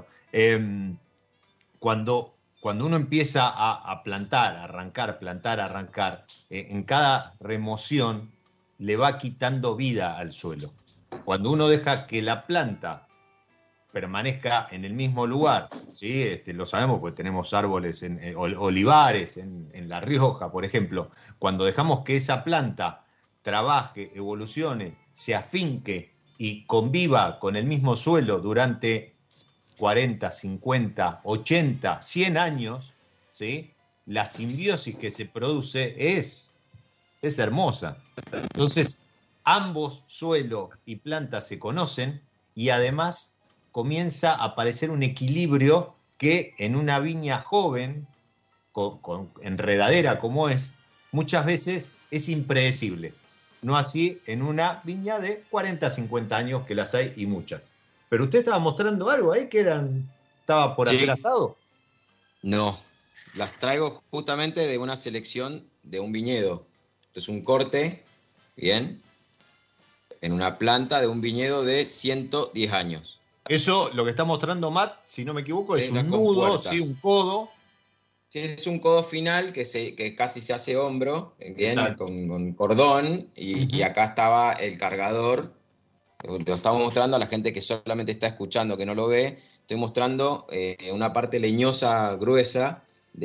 Cuando uno empieza a plantar, arrancar, en cada remoción le va quitando vida al suelo. Cuando uno deja que la planta permanezca en el mismo lugar, ¿sí? Lo sabemos porque tenemos árboles, olivares en La Rioja, por ejemplo. Cuando dejamos que esa planta trabaje, evolucione, se afinque y conviva con el mismo suelo durante 40, 50, 80, 100 años, ¿sí? La simbiosis que se produce es hermosa. Entonces, ambos, suelo y planta, se conocen, y además comienza a aparecer un equilibrio que en una viña joven, con enredadera como es, muchas veces es impredecible. No así en una viña de 40, 50 años, que las hay y muchas. Pero usted estaba mostrando algo ahí que estaba por hacer asado. No, las traigo justamente de una selección de un viñedo. Esto es un corte, bien, en una planta de un viñedo de 110 años. Eso, lo que está mostrando Matt, si no me equivoco, es un nudo, ¿sí? Un codo. Que es un codo final que casi se hace hombro, bien, con cordón, y acá estaba el cargador. Lo estamos mostrando a la gente que solamente está escuchando, que no lo ve. Estoy mostrando una parte leñosa gruesa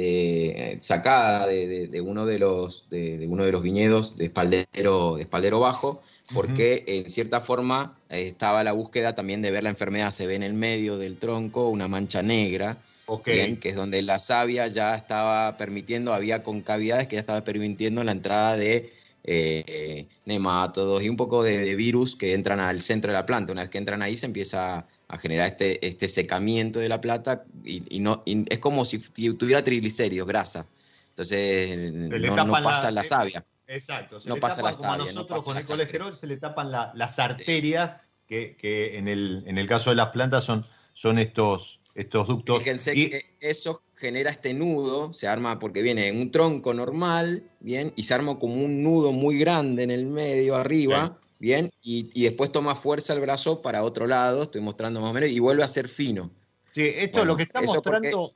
sacada de uno de los viñedos de espaldero bajo, porque en cierta forma estaba la búsqueda también de ver la enfermedad. Se ve en el medio del tronco una mancha negra, bien, que es donde la savia ya estaba permitiendo, había concavidades que ya estaba permitiendo la entrada de nematodos y un poco de virus que entran al centro de la planta. Una vez que entran ahí se empieza a generar este secamiento de la planta y es como si tuviera triglicéridos, grasa. Entonces no pasa la savia. Exacto, no pasa la savia. Como a nosotros con el colesterol se le tapan las arterias que en el caso de las plantas son estos ductos. Fíjense que eso genera este nudo, se arma porque viene en un tronco normal, bien, y se arma como un nudo muy grande en el medio, arriba, bien, y después toma fuerza el brazo para otro lado, estoy mostrando más o menos, y vuelve a ser fino. Sí, lo que está mostrando,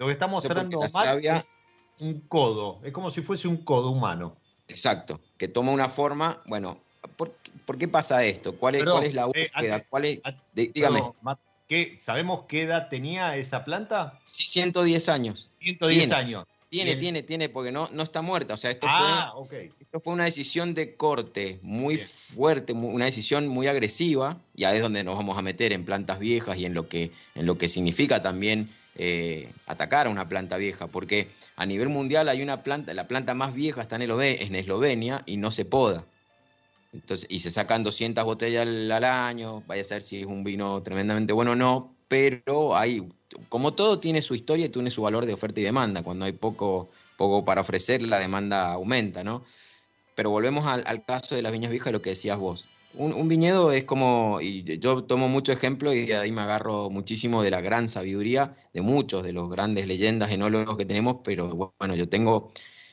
Matt, es un codo, es como si fuese un codo humano. Exacto, que toma una forma, bueno, ¿por qué pasa esto? ¿Cuál es la búsqueda? Dígame. Perdón, Matt, ¿sabemos qué edad tenía esa planta? Sí, 110 años. 110 años. Tiene, porque no está muerta. O sea, esto fue una decisión de corte muy fuerte, una decisión muy agresiva, y ahí es donde nos vamos a meter en plantas viejas y en lo que significa también atacar a una planta vieja, porque a nivel mundial hay una planta, la planta más vieja está en Eslovenia y no se poda. Entonces, y se sacan 200 botellas al año, vaya a saber si es un vino tremendamente bueno o no, pero como todo tiene su historia y tiene su valor de oferta y demanda. Cuando hay poco para ofrecer, la demanda aumenta, ¿no? Pero volvemos al caso de las viñas viejas, lo que decías vos. Un viñedo es como, y yo tomo mucho ejemplo y de ahí me agarro muchísimo de la gran sabiduría de muchos de los grandes leyendas enólogos que tenemos, pero bueno, yo tengo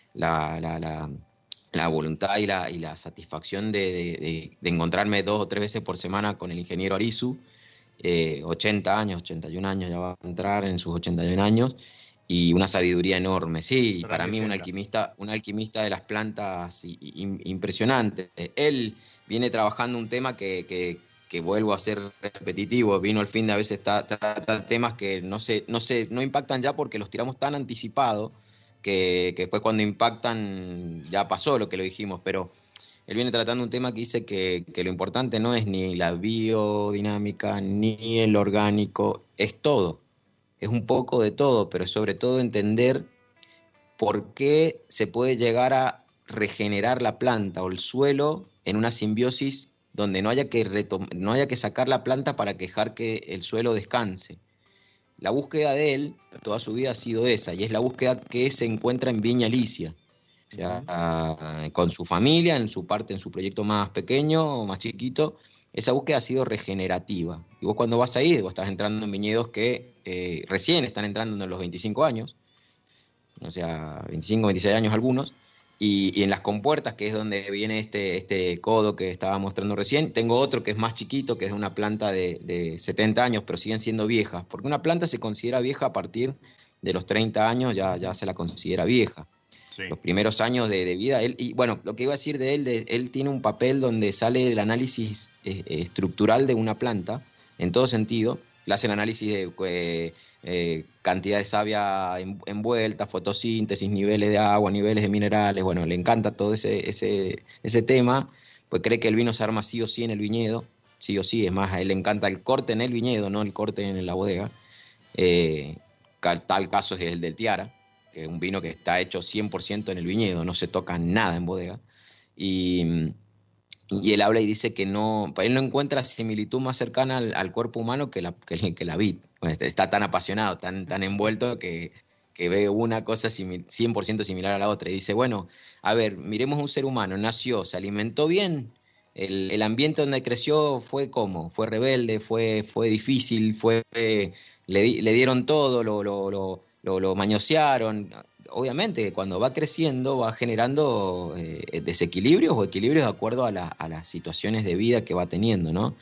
la voluntad y la satisfacción de encontrarme 2 o 3 veces por semana con el ingeniero Arizu, 80 años, 81 años, ya va a entrar en sus 81 años, y una sabiduría enorme, sí, para mí un alquimista de las plantas impresionante. Él viene trabajando un tema que vuelvo a ser repetitivo, vino el fin de a veces trata temas que no impactan ya porque los tiramos tan anticipados, que después cuando impactan ya pasó lo que lo dijimos, pero él viene tratando un tema que dice que lo importante no es ni la biodinámica ni el orgánico, es todo, es un poco de todo, pero sobre todo entender por qué se puede llegar a regenerar la planta o el suelo en una simbiosis donde no haya que sacar la planta para dejar que el suelo descanse. La búsqueda de él toda su vida ha sido esa, y es la búsqueda que se encuentra en Viña Alicia, con su familia, en su proyecto más pequeño o más chiquito. Esa búsqueda ha sido regenerativa. Y vos cuando vas ahí, vos estás entrando en viñedos que recién están entrando en los 25 años, o sea, 25, 26 años algunos, y en las compuertas, que es donde viene este codo que estaba mostrando recién, tengo otro que es más chiquito, que es una planta de 70 años, pero siguen siendo viejas, porque una planta se considera vieja a partir de los 30 años, ya se la considera vieja. Sí. Los primeros años de vida, y bueno, lo que iba a decir de él tiene un papel donde sale el análisis estructural de una planta, en todo sentido. Le hace el análisis de cantidad de savia envuelta, fotosíntesis, niveles de agua, niveles de minerales. Bueno, le encanta todo ese tema, pues cree que el vino se arma sí o sí en el viñedo, sí o sí. Es más, a él le encanta el corte en el viñedo, no el corte en la bodega. Tal caso es el del Tiara, que es un vino que está hecho 100% en el viñedo, no se toca nada en bodega. Y él habla y dice que él no encuentra similitud más cercana al cuerpo humano que la vid. Está tan apasionado, tan envuelto que ve una cosa 100% similar a la otra. Y dice, bueno, a ver, miremos un ser humano, nació, se alimentó bien, el ambiente donde creció fue ¿cómo? Fue rebelde, fue difícil, le dieron todo, lo mañosearon. Obviamente, cuando va creciendo, va generando desequilibrios o equilibrios de acuerdo a las situaciones de vida que va teniendo, ¿no?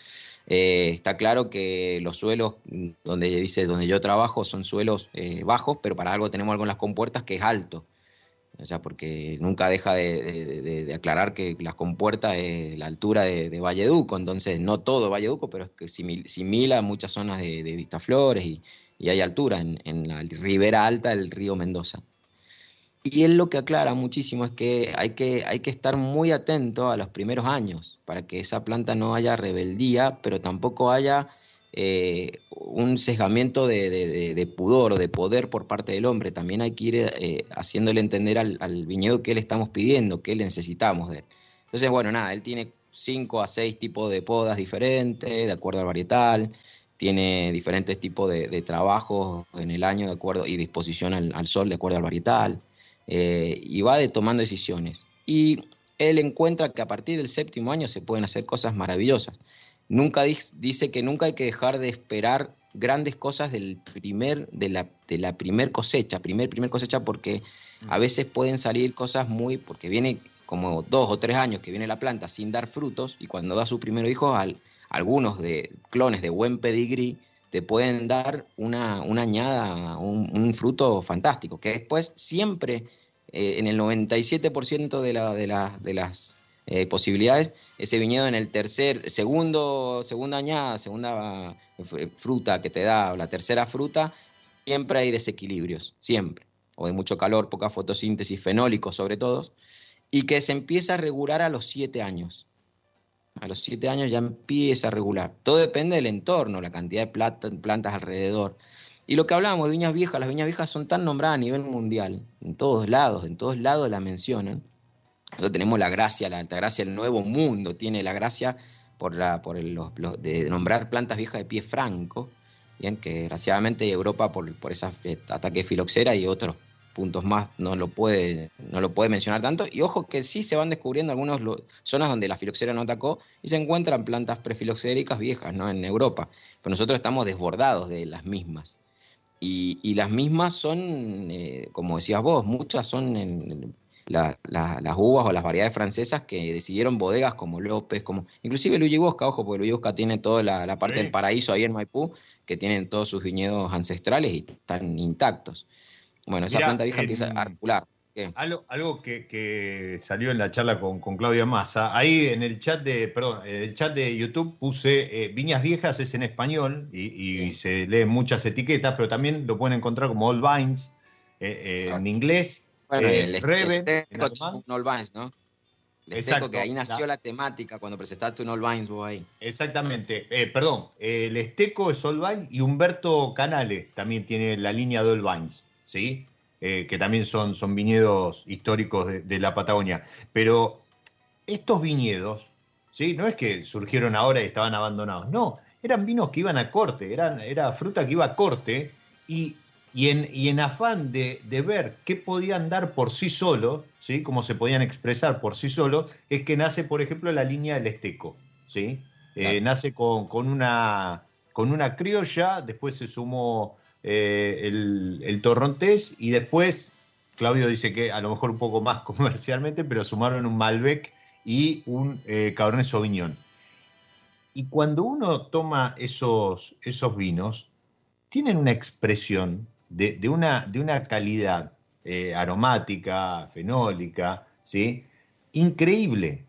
Está claro que los suelos donde yo trabajo son suelos bajos, pero para algo tenemos algo en las compuertas que es alto. O sea, porque nunca deja de aclarar que las compuertas es la altura de Valleduco, entonces no todo Valleduco, pero es que simila muchas zonas de Vistaflores y hay altura en la ribera alta del río Mendoza. Y él lo que aclara muchísimo es que hay que estar muy atento a los primeros años para que esa planta no haya rebeldía, pero tampoco haya un sesgamiento de pudor o de poder por parte del hombre. También hay que ir haciéndole entender al viñedo qué le estamos pidiendo, qué le necesitamos de él. Entonces, bueno, nada, él tiene 5 a 6 tipos de podas diferentes, de acuerdo al varietal, tiene diferentes tipos de trabajos en el año de acuerdo y disposición al sol de acuerdo al varietal. Y va tomando decisiones. Y él encuentra que a partir del 7º año se pueden hacer cosas maravillosas. Dice que nunca hay que dejar de esperar grandes cosas de la primer cosecha, primer cosecha, porque a veces pueden salir cosas porque viene como 2 o 3 años que viene la planta sin dar frutos, y cuando da sus primeros hijos, algunos de clones de buen pedigrí te pueden dar una añada, un fruto fantástico, que después siempre, en el 97% de las posibilidades, ese viñedo en el segunda añada, segunda fruta que te da, o la tercera fruta, siempre hay desequilibrios, siempre, o de mucho calor, poca fotosíntesis, fenólicos sobre todo, y que se empieza a regular a los 7 años. A los 7 años ya empieza a regular. Todo depende del entorno, la cantidad de plantas alrededor. Y lo que hablábamos de viñas viejas, las viñas viejas son tan nombradas a nivel mundial, en todos lados la mencionan. Nosotros tenemos la gracia, la Altagracia, el Nuevo Mundo tiene la gracia de nombrar plantas viejas de pie franco, bien, que desgraciadamente Europa por esos ataques de filoxera y otros puntos más no lo puede mencionar tanto. Y ojo que sí se van descubriendo algunas zonas donde la filoxera no atacó y se encuentran plantas prefiloxéricas viejas, ¿no?, en Europa. Pero nosotros estamos desbordados de las mismas. Y las mismas son, como decías vos, muchas son las uvas o las variedades francesas que decidieron bodegas como López, inclusive Luigi Bosca, ojo, porque Luigi Bosca tiene toda la parte del paraíso ahí en Maipú, que tienen todos sus viñedos ancestrales y están intactos. Bueno, esa planta vieja empieza a articular. Algo que salió en la charla con Claudia Massa, ahí en el chat de YouTube puse viñas viejas, es en español y se leen muchas etiquetas, pero también lo pueden encontrar como Old Vines en inglés. Bueno, el Reben, un Old Vines, ¿no? Exacto, que ahí nació la temática cuando presentaste un Old Vines vos ahí. Exactamente. El Esteco es Old Vines y Humberto Canale también tiene la línea de Old Vines, ¿sí? Que también son viñedos históricos de la Patagonia. Pero estos viñedos, ¿sí?, no es que surgieron ahora y estaban abandonados, no, eran vinos que iban a corte, era fruta que iba a corte y en afán de ver qué podían dar por sí solos, ¿sí?, cómo se podían expresar por sí solos, es que nace, por ejemplo, la línea del Esteco, ¿sí? Claro. Nace con una criolla, después se sumó el torrontés y después, Claudio dice que a lo mejor un poco más comercialmente, pero sumaron un Malbec y un Cabernet Sauvignon. Y cuando uno toma esos vinos, tienen una expresión de una calidad aromática, fenólica, ¿sí?, increíble.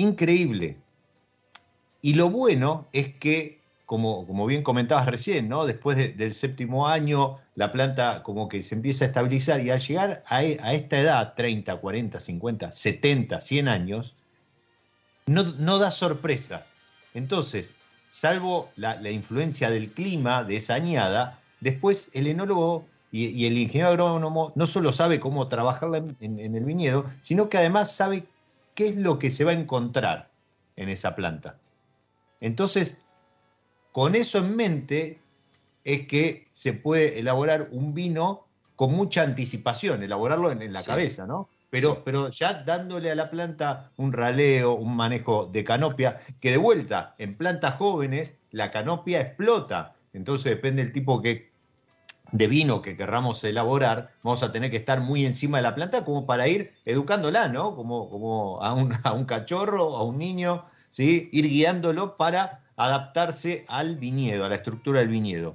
Y lo bueno es que, como bien comentabas recién, ¿no?, después del 7º año la planta como que se empieza a estabilizar y al llegar a esta edad, 30, 40, 50, 70, 100 años, no da sorpresas. Entonces, salvo la influencia del clima de esa añada, después el enólogo y el ingeniero agrónomo no solo sabe cómo trabajarla en el viñedo, sino que además sabe qué es lo que se va a encontrar en esa planta. Entonces, con eso en mente es que se puede elaborar un vino con mucha anticipación, elaborarlo en la cabeza, ¿no? Pero ya dándole a la planta un raleo, un manejo de canopia, que de vuelta, en plantas jóvenes, la canopia explota. Entonces depende del tipo de vino que querramos elaborar, vamos a tener que estar muy encima de la planta como para ir educándola, ¿no? Como a un cachorro, a un niño, ¿sí?, ir guiándolo para adaptarse al viñedo, a la estructura del viñedo.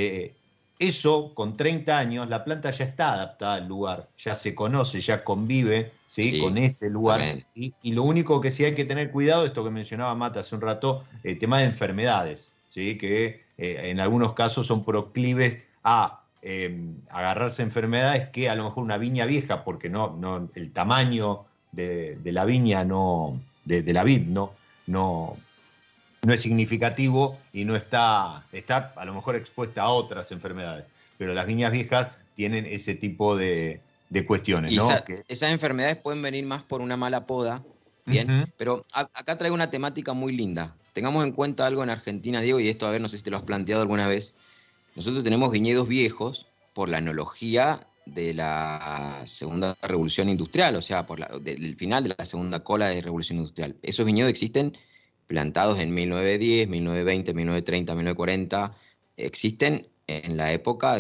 Eso, con 30 años, la planta ya está adaptada al lugar, ya se conoce, ya convive, ¿sí? Con ese lugar. Y lo único que sí hay que tener cuidado, esto que mencionaba Mata hace un rato, el tema de enfermedades, ¿sí? Que en algunos casos son proclives a agarrarse enfermedades que a lo mejor una viña vieja, porque no el tamaño de la viña, de la vid, no es significativo y no está a lo mejor expuesta a otras enfermedades. Pero las viñas viejas tienen ese tipo de cuestiones, ¿no? Esas enfermedades pueden venir más por una mala poda, bien, pero acá traigo una temática muy linda. Tengamos en cuenta algo en Argentina, Diego, y esto, a ver, no sé si te lo has planteado alguna vez. Nosotros tenemos viñedos viejos por la analogía de la segunda revolución industrial, o sea, del final de la segunda cola de revolución industrial. Esos viñedos existen plantados en 1910, 1920, 1930, 1940, existen en la época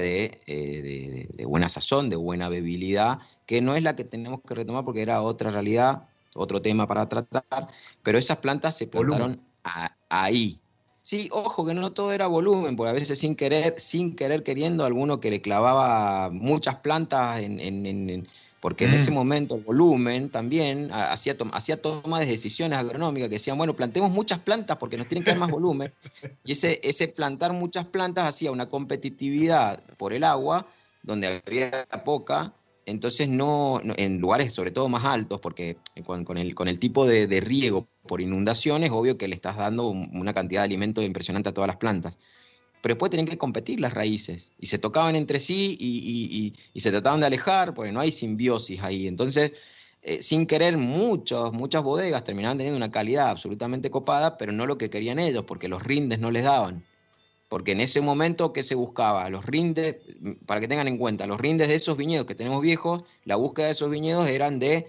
de buena sazón, de buena bebilidad, que no es la que tenemos que retomar porque era otra realidad, otro tema para tratar, pero esas plantas se plantaron ahí. Sí, ojo, que no todo era volumen, porque a veces sin querer queriendo, alguno que le clavaba muchas plantas porque en ese momento el volumen también hacía toma de decisiones agronómicas que decían, bueno, plantemos muchas plantas porque nos tienen que dar más volumen. Y ese plantar muchas plantas hacía una competitividad por el agua, donde había poca, entonces no en lugares sobre todo más altos, porque con el tipo de riego por inundaciones, obvio que le estás dando una cantidad de alimento impresionante a todas las plantas. Pero después tenían que competir las raíces, y se tocaban entre sí y se trataban de alejar, porque no hay simbiosis ahí. Entonces, sin querer, muchas bodegas terminaban teniendo una calidad absolutamente copada, pero no lo que querían ellos, porque los rindes no les daban. Porque en ese momento, ¿qué se buscaba? Los rindes, para que tengan en cuenta, los rindes de esos viñedos que tenemos viejos, la búsqueda de esos viñedos eran de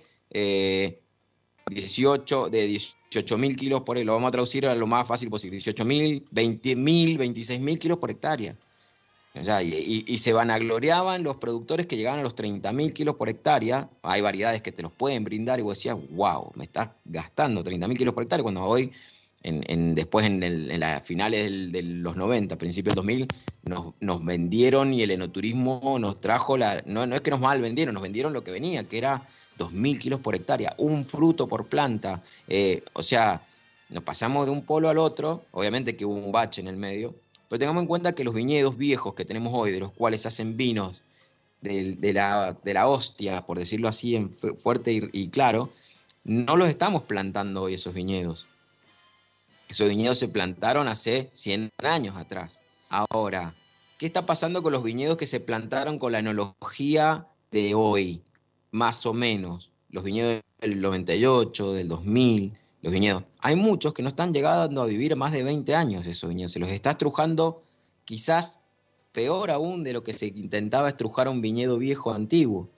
18.000 kilos por hectárea, lo vamos a traducir a lo más fácil posible, 18.000, 20.000, 26.000 kilos por hectárea. O sea, y se vanagloriaban los productores que llegaban a los 30.000 kilos por hectárea. Hay variedades que te los pueden brindar y vos decías, wow, me estás gastando 30.000 kilos por hectárea, cuando hoy, después en las finales de los 90, principios del 2000, nos vendieron, y el enoturismo nos trajo, no es que nos mal vendieron, nos vendieron lo que venía, que era 2.000 kilos por hectárea, un fruto por planta. O sea, nos pasamos de un polo al otro, obviamente que hubo un bache en el medio, pero tengamos en cuenta que los viñedos viejos que tenemos hoy, de los cuales se hacen vinos de la hostia, por decirlo así, en fuerte y claro, no los estamos plantando hoy esos viñedos. Esos viñedos se plantaron hace 100 años atrás. Ahora, ¿qué está pasando con los viñedos que se plantaron con la enología de hoy? Más o menos, los viñedos del 98, del 2000, los viñedos. Hay muchos que no están llegando a vivir más de 20 años esos viñedos. Se los está estrujando quizás peor aún de lo que se intentaba estrujar un viñedo viejo antiguo.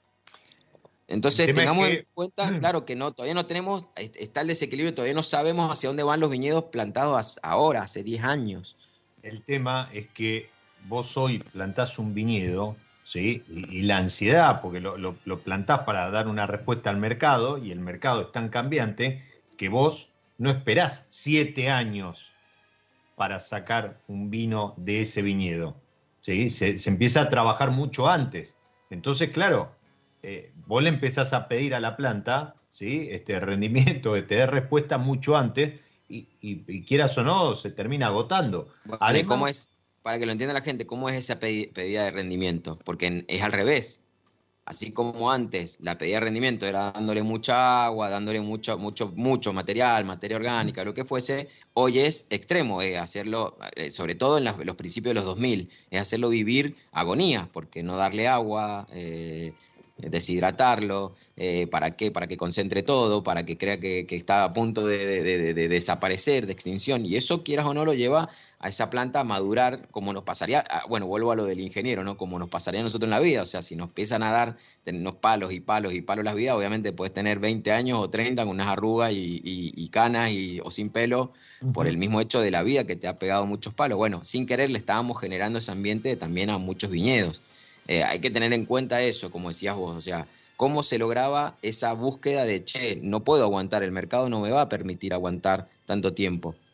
Entonces tengamos en cuenta, claro, que todavía no tenemos, está el desequilibrio, todavía no sabemos hacia dónde van los viñedos plantados ahora, hace 10 años. El tema es que vos hoy plantás un viñedo, ¿sí? Y la ansiedad, porque lo plantás para dar una respuesta al mercado, y el mercado es tan cambiante que vos no esperás 7 años para sacar un vino de ese viñedo, ¿sí? Se empieza a trabajar mucho antes. Entonces, claro, vos le empezás a pedir a la planta, ¿sí? Rendimiento, que te dé respuesta mucho antes, y quieras o no, se termina agotando. Bueno, además, ¿cómo es? Para que lo entienda la gente, ¿cómo es esa pedida de rendimiento? Porque es al revés. Así como antes la pedida de rendimiento era dándole mucha agua, dándole mucho material, materia orgánica, lo que fuese, hoy es extremo, es hacerlo, sobre todo en los principios de los 2000, es hacerlo vivir agonía, porque no darle agua, deshidratarlo, ¿para qué? Para que concentre todo, para que crea que está a punto de desaparecer, de extinción, y eso, quieras o no, lo lleva a esa planta a madurar, como nos pasaría, bueno, vuelvo a lo del ingeniero, ¿no? Como nos pasaría a nosotros en la vida. O sea, si nos empiezan a dar unos palos y palos y palos las vidas, obviamente puedes tener 20 años o 30 con unas arrugas y canas o sin pelo, por el mismo hecho de la vida que te ha pegado muchos palos. Bueno, sin querer le estábamos generando ese ambiente también a muchos viñedos. Hay que tener en cuenta eso, como decías vos, o sea, cómo se lograba esa búsqueda de, no puedo aguantar, el mercado no me va a permitir aguantar tanto tiempo.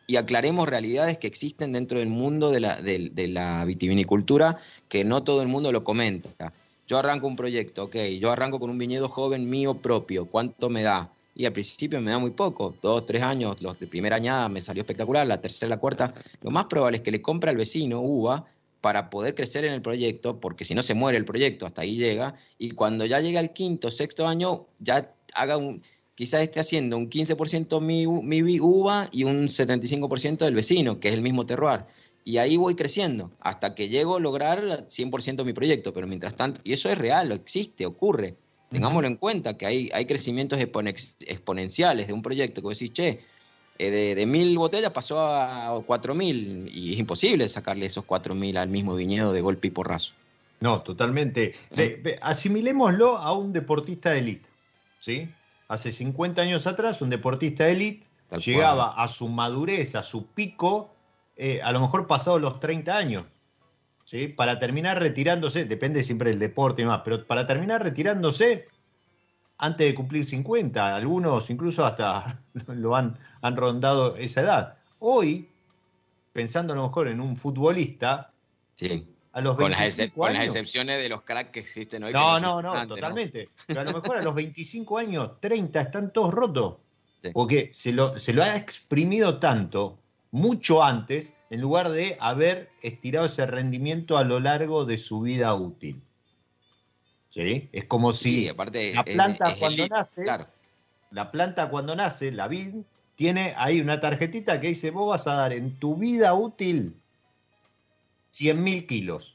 y aclaremos realidades que existen dentro del mundo de la vitivinicultura, que no todo el mundo lo comenta. Yo arranco un proyecto, ok, yo arranco con un viñedo joven mío propio, ¿cuánto me da? Y al principio me da muy poco, 2, 3 años, los de primera añada me salió espectacular, la tercera, la cuarta, lo más probable es que le compre al vecino uva para poder crecer en el proyecto, porque si no se muere el proyecto, hasta ahí llega, y cuando ya llega al quinto, sexto año, ya quizás esté haciendo un 15% mi uva y un 75% del vecino, que es el mismo terroir. Y ahí voy creciendo, hasta que llego a lograr 100% mi proyecto, pero mientras tanto, y eso es real, existe, ocurre. Tengámoslo en cuenta, que hay crecimientos exponenciales de un proyecto que vos decís, che, de 1.000 botellas pasó a 4.000, y es imposible sacarle esos 4.000 al mismo viñedo de golpe y porrazo. No, totalmente. Asimilémoslo a un deportista de élite, ¿sí? Hace 50 años atrás, un deportista de élite llegaba a su madurez, a su pico, a lo mejor pasados los 30 años, ¿sí? Para terminar retirándose, depende siempre del deporte y más, pero para terminar retirándose antes de cumplir 50, algunos incluso hasta lo han rondado esa edad. Hoy, pensando a lo mejor en un futbolista, sí, a los 25 con años... las excepciones de los cracks que existen hoy. No, totalmente. ¿No? Pero a lo mejor a los 25 años, 30, están todos rotos. Sí. Porque se lo ha exprimido tanto, mucho antes, en lugar de haber estirado ese rendimiento a lo largo de su vida útil. ¿Sí? Es como si aparte la planta cuando nace, claro. La planta cuando nace, la vid, tiene ahí una tarjetita que dice, vos vas a dar en tu vida útil 100.000 kilos.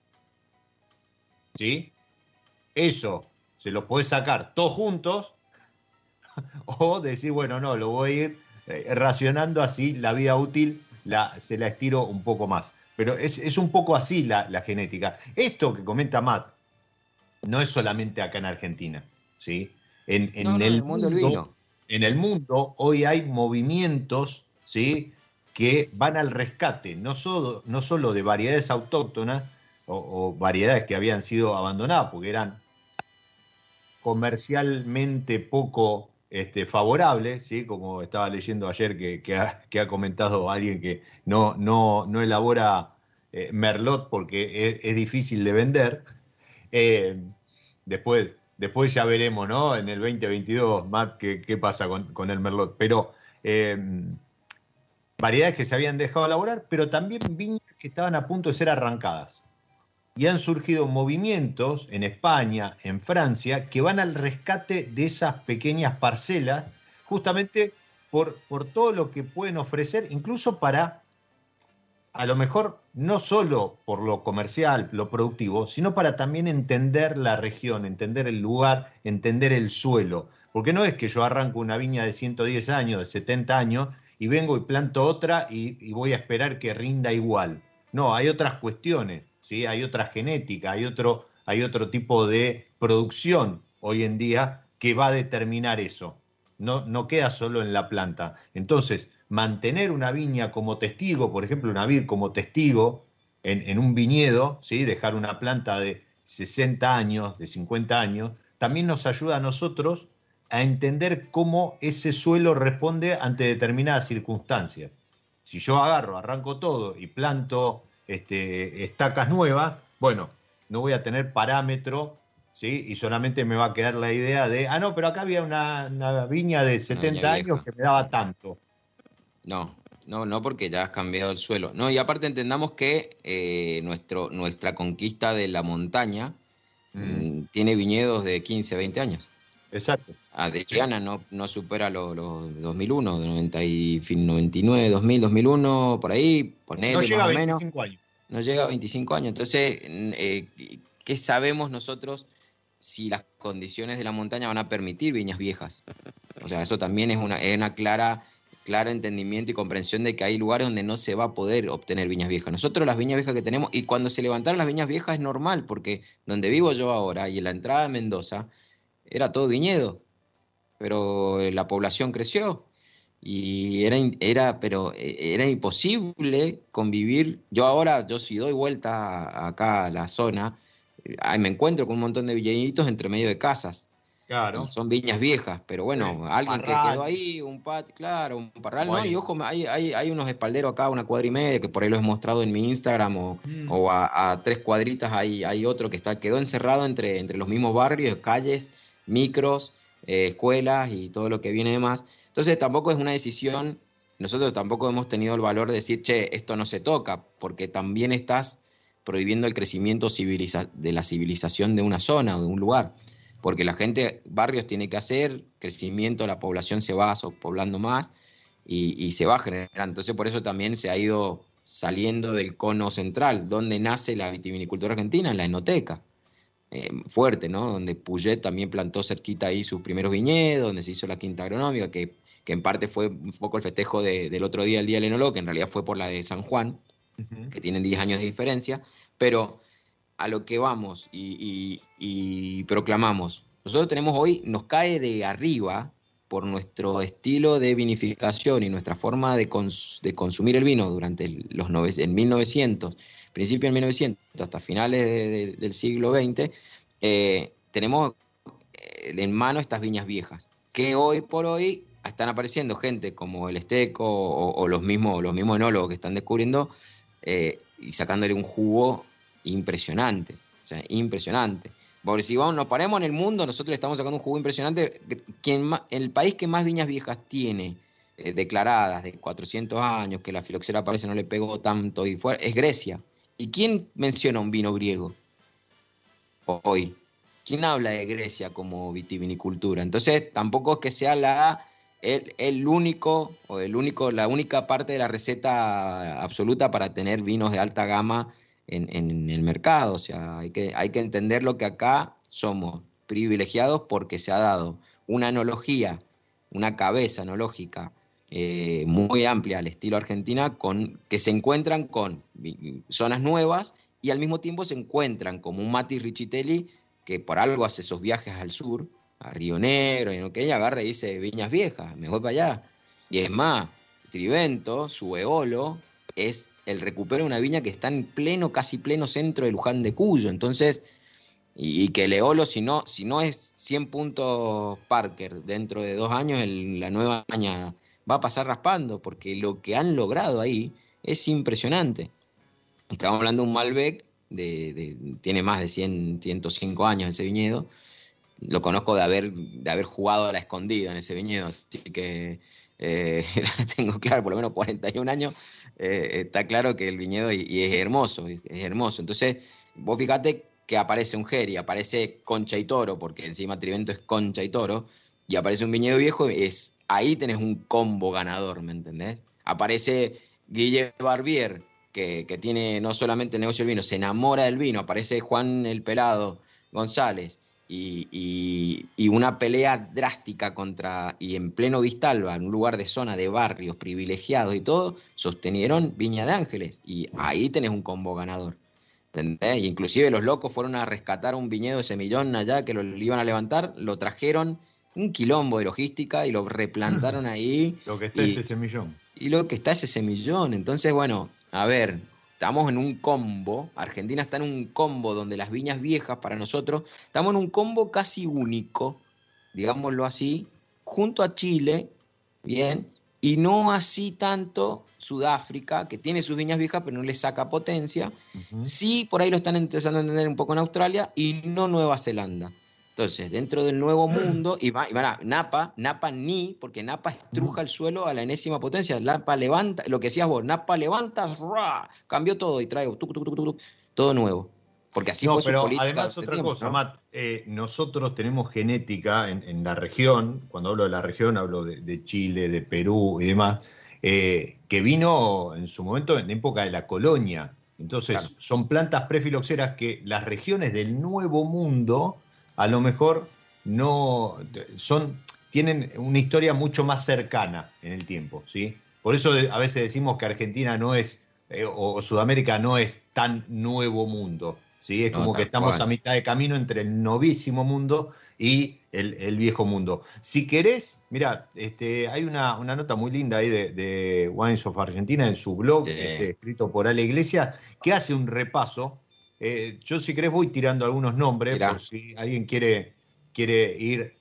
¿Sí? Eso se lo podés sacar todos juntos o decir, bueno, no, lo voy a ir racionando así, la vida útil se la estiro un poco más. Pero es un poco así la genética. Esto que comenta Matt no es solamente acá en Argentina, ¿sí? En el mundo hoy hay movimientos, ¿sí?, que van al rescate, no solo de variedades autóctonas o variedades que habían sido abandonadas porque eran comercialmente poco favorables, ¿sí? Como estaba leyendo ayer que ha comentado alguien que no elabora Merlot porque es difícil de vender. Después ya veremos, ¿no? En el 2022, Matt, qué pasa con el Merlot. Pero variedades que se habían dejado elaborar, pero también viñas que estaban a punto de ser arrancadas. Y han surgido movimientos en España, en Francia, que van al rescate de esas pequeñas parcelas, justamente por todo lo que pueden ofrecer, incluso para, a lo mejor, no solo por lo comercial, lo productivo, sino para también entender la región, entender el lugar, entender el suelo. Porque no es que yo arranco una viña de 110 años, de 70 años, y vengo y planto otra y voy a esperar que rinda igual. No, hay otras cuestiones, ¿sí? Hay otra genética, hay otro tipo de producción hoy en día que va a determinar eso. No queda solo en la planta. Entonces, mantener una viña como testigo, por ejemplo, una vid como testigo en un viñedo, ¿sí?, dejar una planta de 60 años, de 50 años, también nos ayuda a nosotros a entender cómo ese suelo responde ante determinadas circunstancias. Si yo arranco todo y planto estacas nuevas, bueno, no voy a tener parámetro, ¿sí? Y solamente me va a quedar la idea de, no, pero acá había una viña de 70 años que me daba tanto. No, porque ya has cambiado el suelo. No, y aparte entendamos que nuestra conquista de la montaña tiene viñedos de 15, 20 años. Exacto. De Chiana no supera los 2001, de 99, 2000, 2001, por ahí, ponele no llega más a 25 años. No llega a 25 años. Entonces, ¿qué sabemos nosotros si las condiciones de la montaña van a permitir viñas viejas? O sea, eso también es una clara entendimiento y comprensión de que hay lugares donde no se va a poder obtener viñas viejas. Nosotros las viñas viejas que tenemos, y cuando se levantaron las viñas viejas es normal, porque donde vivo yo ahora y en la entrada de Mendoza era todo viñedo, pero la población creció y era imposible convivir. Yo si doy vuelta acá a la zona, me encuentro con un montón de viñeditos entre medio de casas. Claro. Y son viñas viejas, pero bueno, Sí, alguien parral. que quedó ahí, un claro, un parral, Bueno. ¿no? Y ojo, hay unos espalderos acá, 1,5 cuadras, que por ahí los he mostrado en mi Instagram, o a 3 cuadritas hay otro que quedó encerrado entre los mismos barrios, calles, micros, escuelas y todo lo que viene de más. Entonces tampoco es una decisión, nosotros tampoco hemos tenido el valor de decir, che, esto no se toca, porque también estás prohibiendo el crecimiento de la civilización de una zona o de un lugar. Porque la gente, barrios tiene que hacer, crecimiento, la población se va poblando más y se va generando. Entonces por eso también se ha ido saliendo del cono central, donde nace la vitivinicultura argentina, en la enoteca. Fuerte, ¿no? Donde Puget también plantó cerquita ahí sus primeros viñedos, donde se hizo la quinta agronómica, que en parte fue un poco el festejo del otro día, el Día del Enólogo, que en realidad fue por la de San Juan, que tienen 10 años de diferencia, pero a lo que vamos y proclamamos. Nosotros tenemos hoy, nos cae de arriba por nuestro estilo de vinificación y nuestra forma de consumir el vino durante el 1900, principio del 1900 hasta finales del siglo XX, tenemos en mano estas viñas viejas, que hoy por hoy están apareciendo gente como el Esteco o los mismos enólogos que están descubriendo y sacándole un jugo impresionante, o sea, impresionante. Porque si nos paremos en el mundo, nosotros le estamos sacando un jugo impresionante. El país que más viñas viejas tiene declaradas de 400 años, que la filoxera parece no le pegó tanto y fue, es Grecia. ¿Y quién menciona un vino griego hoy? ¿Quién habla de Grecia como vitivinicultura? Entonces tampoco es que sea la única parte de la receta absoluta para tener vinos de alta gama en el mercado. O sea, hay que entender lo que acá somos privilegiados porque se ha dado una enología, una cabeza enológica muy amplia al estilo Argentina, que se encuentran con zonas nuevas y al mismo tiempo se encuentran como un Mati Richitelli que por algo hace esos viajes al sur, a Río Negro, y que ella agarra y dice viñas viejas, me voy para allá. Y es más, Trivento, su eolo, es el recupero de una viña que está en casi pleno centro de Luján de Cuyo. Entonces, y que el eolo, si no es 100 puntos Parker dentro de 2 años, la nueva añada va a pasar raspando, porque lo que han logrado ahí es impresionante. Estamos hablando de un Malbec, tiene más de 105 años ese viñedo. Lo conozco de haber jugado a la escondida en ese viñedo, así que tengo claro, por lo menos 41 años, está claro que el viñedo y es hermoso, Entonces, vos fíjate que aparece un Geri, aparece Concha y Toro, porque encima Trivento es Concha y Toro, y aparece un viñedo viejo, ahí tenés un combo ganador, ¿me entendés? Aparece Guille Barbier, que tiene no solamente el negocio del vino, se enamora del vino, aparece Juan el Pelado González, y una pelea drástica y en pleno Vistalba, en un lugar de zona de barrios privilegiados y todo, sostenieron Viña de Ángeles, y ahí tenés un combo ganador, ¿entendés? Y inclusive los locos fueron a rescatar un viñedo de semillón allá, que lo iban a levantar, lo trajeron, un quilombo de logística, y lo replantaron ahí. Lo que está es ese semillón. Y lo que está es ese semillón. Entonces, bueno, a ver, estamos en un combo, Argentina está en un combo donde las viñas viejas para nosotros, estamos en un combo casi único, digámoslo así, junto a Chile, bien, y no así tanto Sudáfrica, que tiene sus viñas viejas pero no le saca potencia. Sí, por ahí lo están empezando a entender un poco en Australia, y no Nueva Zelanda. Entonces, dentro del nuevo mundo, Napa, porque Napa estruja el suelo a la enésima potencia. Napa levanta, lo que decías vos, Napa levanta, cambió todo y trae todo nuevo. Porque así fue su política. Además, otra cosa, Matt, nosotros tenemos genética en la región, cuando hablo de la región hablo de Chile, de Perú y demás, que vino en su momento en época de la colonia. Entonces, claro, son plantas prefiloxeras que las regiones del Nuevo Mundo a lo mejor tienen una historia mucho más cercana en el tiempo, ¿sí? Por eso a veces decimos que Argentina no es, o Sudamérica no es tan Nuevo Mundo, ¿sí? Es como que estamos a mitad de camino entre el novísimo mundo y el viejo mundo. Si querés, mirá, hay una nota muy linda ahí de Wines of Argentina en su blog, sí, escrito por Ale Iglesias, que hace un repaso. Yo, si querés, voy tirando algunos nombres, por si alguien quiere ir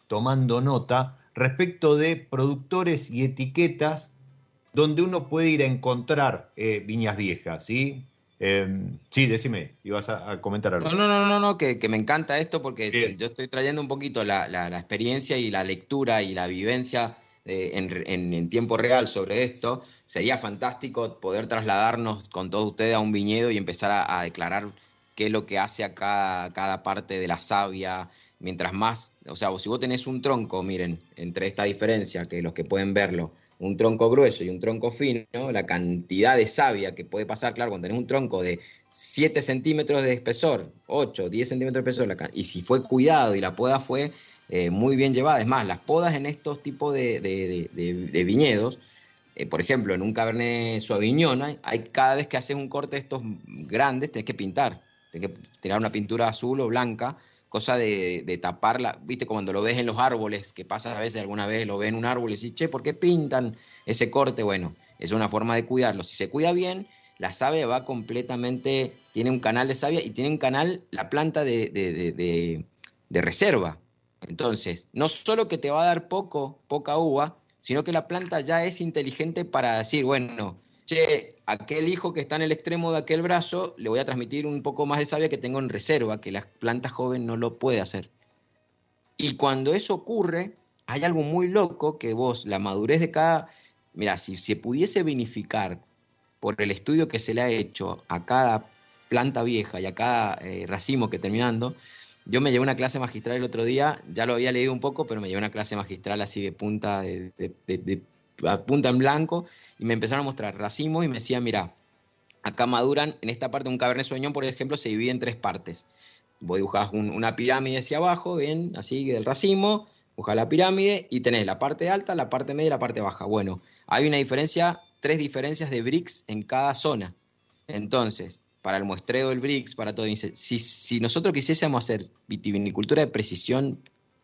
tomando nota respecto de productores y etiquetas donde uno puede ir a encontrar viñas viejas, ¿sí? Sí, decime, ibas a comentar algo. No, que me encanta esto porque Bien. yo estoy trayendo un poquito la experiencia y la lectura y la vivencia en tiempo real sobre esto. Sería fantástico poder trasladarnos con todos ustedes a un viñedo y empezar a declarar qué es lo que hace a cada parte de la savia. Mientras más, o sea, si vos tenés un tronco, miren, entre esta diferencia, que los que pueden verlo, un tronco grueso y un tronco fino, la cantidad de savia que puede pasar, claro, cuando tenés un tronco de 7 centímetros de espesor, 8, 10 centímetros de espesor, y si fue cuidado y la poda fue muy bien llevada, es más, las podas en estos tipos de viñedos, por ejemplo, en un Cabernet Sauvignon, cada vez que haces un corte de estos grandes, tenés que pintar, tenés que tirar una pintura azul o blanca, cosa de taparla, viste, cuando lo ves en los árboles, que pasa a veces, alguna vez lo ves en un árbol y decís, che, ¿por qué pintan ese corte? Bueno, es una forma de cuidarlo. Si se cuida bien, la savia va completamente, tiene un canal de savia y tiene un canal, la planta de reserva. Entonces, no solo que te va a dar poca uva, sino que la planta ya es inteligente para decir, bueno, che, aquel hijo que está en el extremo de aquel brazo, le voy a transmitir un poco más de savia que tengo en reserva, que la planta joven no lo puede hacer. Y cuando eso ocurre, hay algo muy loco que vos, la madurez de cada... Mira, si se pudiese vinificar por el estudio que se le ha hecho a cada planta vieja y a cada racimo que terminando, yo me llevé una clase magistral el otro día, ya lo había leído un poco, pero me llevé una clase magistral así de punta punta en blanco, y me empezaron a mostrar racimos y me decían, mira, acá maduran, en esta parte un Cabernet Sauvignon, por ejemplo, se divide en 3 partes. Vos dibujás una pirámide hacia abajo, bien, así del racimo, dibujás la pirámide y tenés la parte alta, la parte media y la parte baja. Bueno, hay una diferencia, 3 diferencias de Brix en cada zona. Entonces, para el muestreo del Brix, para todo, dice, si nosotros quisiésemos hacer vitivinicultura de precisión,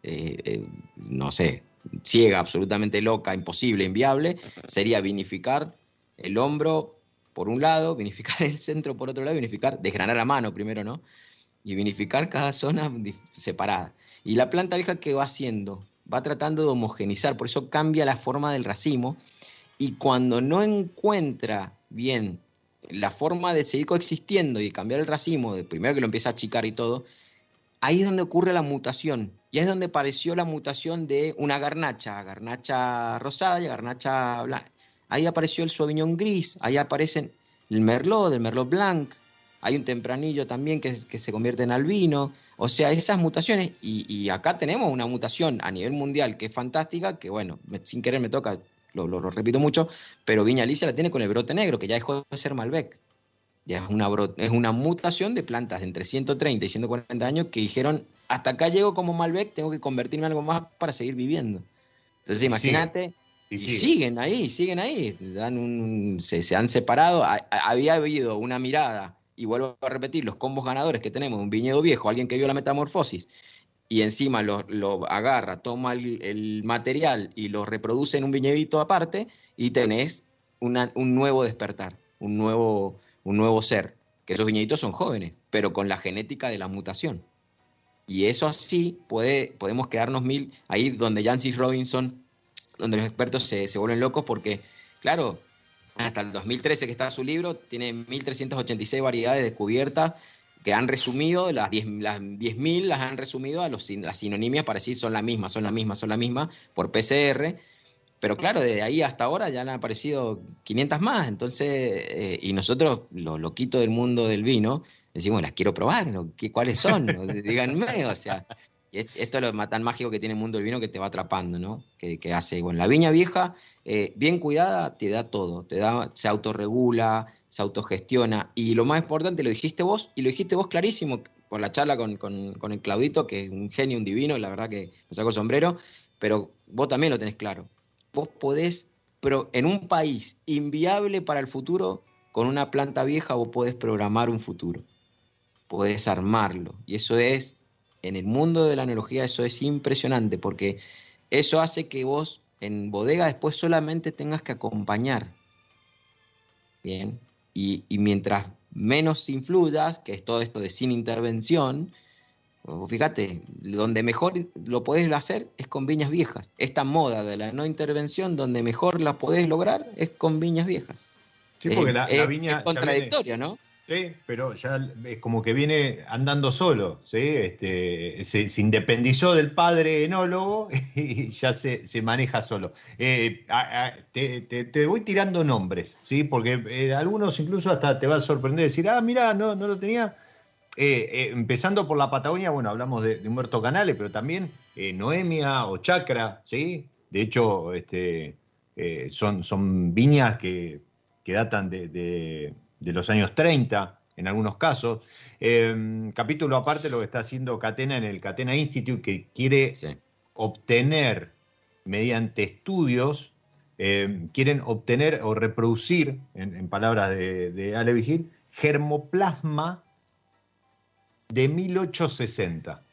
no sé, ciega, absolutamente loca, imposible, inviable, sería vinificar el hombro por un lado, vinificar el centro por otro lado, vinificar, desgranar a mano primero, ¿no? Y vinificar cada zona separada. Y la planta vieja, ¿qué va haciendo? Va tratando de homogenizar, por eso cambia la forma del racimo, y cuando no encuentra bien la forma de seguir coexistiendo y cambiar el racimo, de primero que lo empieza a achicar y todo, ahí es donde ocurre la mutación. Y es donde apareció la mutación de una garnacha rosada y garnacha blanca. Ahí apareció el Sauvignon gris, ahí aparecen el Merlot, del Merlot Blanc. Hay un tempranillo también que se convierte en albino. O sea, esas mutaciones. Y acá tenemos una mutación a nivel mundial que es fantástica, que bueno, sin querer me toca, lo repito mucho, pero Viña Alicia la tiene con el brote negro, que ya dejó de ser Malbec. Ya es una mutación de plantas de entre 130 y 140 años que dijeron, hasta acá llego como Malbec, tengo que convertirme en algo más para seguir viviendo. Entonces imagínate, siguen ahí, se han separado. Había habido una mirada, y vuelvo a repetir, los combos ganadores que tenemos, un viñedo viejo, alguien que vio la metamorfosis, y encima lo agarra, toma el material y lo reproduce en un viñedito aparte, y tenés un nuevo despertar, un nuevo ser, que esos viñeditos son jóvenes, pero con la genética de la mutación. Y eso así podemos quedarnos ahí donde Jancis Robinson, donde los expertos se vuelven locos, porque, claro, hasta el 2013 que está su libro, tiene 1.386 variedades descubiertas que han resumido, las 10.000 las han resumido a las sinonimias para decir son la misma, por PCR. Pero claro, desde ahí hasta ahora ya le han aparecido 500 más. Entonces, y nosotros, los loquitos del mundo del vino, decimos, las quiero probar, ¿no? ¿Cuáles son? Díganme, o sea. Y esto es lo tan mágico que tiene el mundo del vino, que te va atrapando, ¿no? Que hace, bueno, la viña vieja, bien cuidada, te da todo. Se autorregula, se autogestiona. Y lo más importante, lo dijiste vos clarísimo, por la charla con el Claudito, que es un genio, un divino, la verdad que me saco el sombrero, pero vos también lo tenés claro. Vos podés, pero en un país inviable para el futuro, con una planta vieja vos podés programar un futuro, podés armarlo, y eso es, en el mundo de la enología, eso es impresionante, porque eso hace que vos en bodega después solamente tengas que acompañar, ¿bien? Y mientras menos influyas, que es todo esto de sin intervención, Fíjate, donde mejor lo podés hacer es con viñas viejas. Esta moda de la no intervención, donde mejor la podés lograr es con viñas viejas. Sí, porque la viña es contradictorio, ¿no? Sí, pero ya es como que viene andando solo, ¿sí? Se independizó del padre enólogo y ya se maneja solo. Te voy tirando nombres, ¿sí? Porque algunos incluso hasta te va a sorprender decir, mirá, no lo tenía. Empezando por la Patagonia, bueno, hablamos de Humberto Canale, pero también Noemia o Chacra, ¿sí? De hecho, son viñas que datan de los años 30, en algunos casos. Capítulo aparte lo que está haciendo Catena en el Catena Institute, que quiere obtener, mediante estudios, quieren obtener o reproducir, en palabras de Ale Vigil, germoplasma de 1860.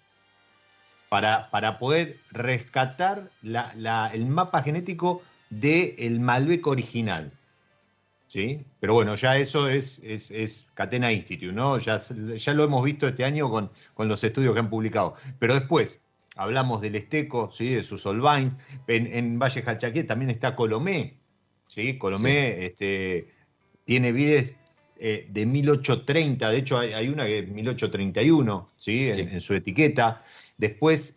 Para poder rescatar el mapa genético del Malbec original. ¿Sí? Pero bueno, ya eso es Catena Institute, ¿no? Ya lo hemos visto este año con los estudios que han publicado. Pero después hablamos del Esteco, ¿sí? De sus Solvines. En Valle Calchaquí también está Colomé, ¿sí? Colomé tiene vides de 1830, de hecho hay una que es 1831, ¿sí? En su etiqueta. Después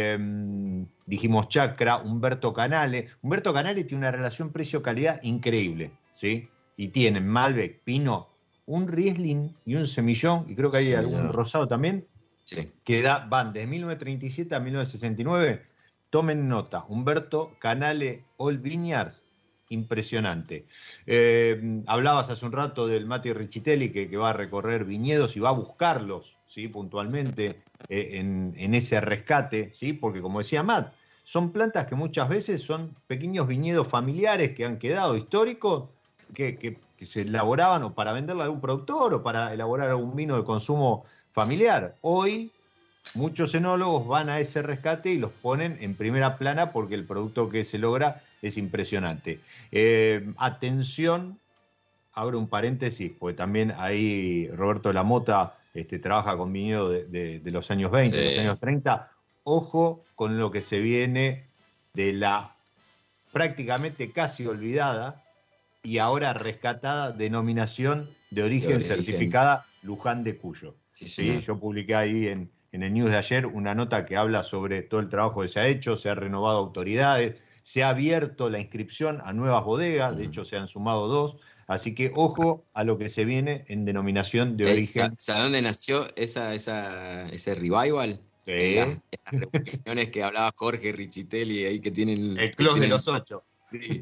dijimos Chacra, Humberto Canale. Humberto Canale tiene una relación precio-calidad increíble, ¿sí? Y tienen Malbec, Pinot, un Riesling y un Semillón, y creo que hay algún rosado también, que van desde 1937 a 1969. Tomen nota, Humberto Canale Old Vineyards, impresionante. Hablabas hace un rato del Mati Richitelli, que va a recorrer viñedos y va a buscarlos, ¿sí? Puntualmente en ese rescate, ¿sí? Porque como decía Matt, son plantas que muchas veces son pequeños viñedos familiares que han quedado históricos, que se elaboraban o para venderle a algún productor o para elaborar algún vino de consumo familiar. Hoy muchos enólogos van a ese rescate y los ponen en primera plana porque el producto que se logra es impresionante. Atención, abro un paréntesis, porque también ahí Roberto Lamota trabaja con viñedo de los años 20, de los años 30. Ojo con lo que se viene de la prácticamente casi olvidada y ahora rescatada denominación de origen certificada Luján de Cuyo. Sí, yo publiqué ahí en el news de ayer una nota que habla sobre todo el trabajo que se ha hecho, se ha renovado autoridades, se ha abierto la inscripción a nuevas bodegas, de hecho se han sumado 2, así que ojo a lo que se viene en denominación de origen. ¿Sabes dónde nació ese revival? En las reuniones que hablaba Jorge Richitelli ahí que tienen... El Clos de los 8. Sí.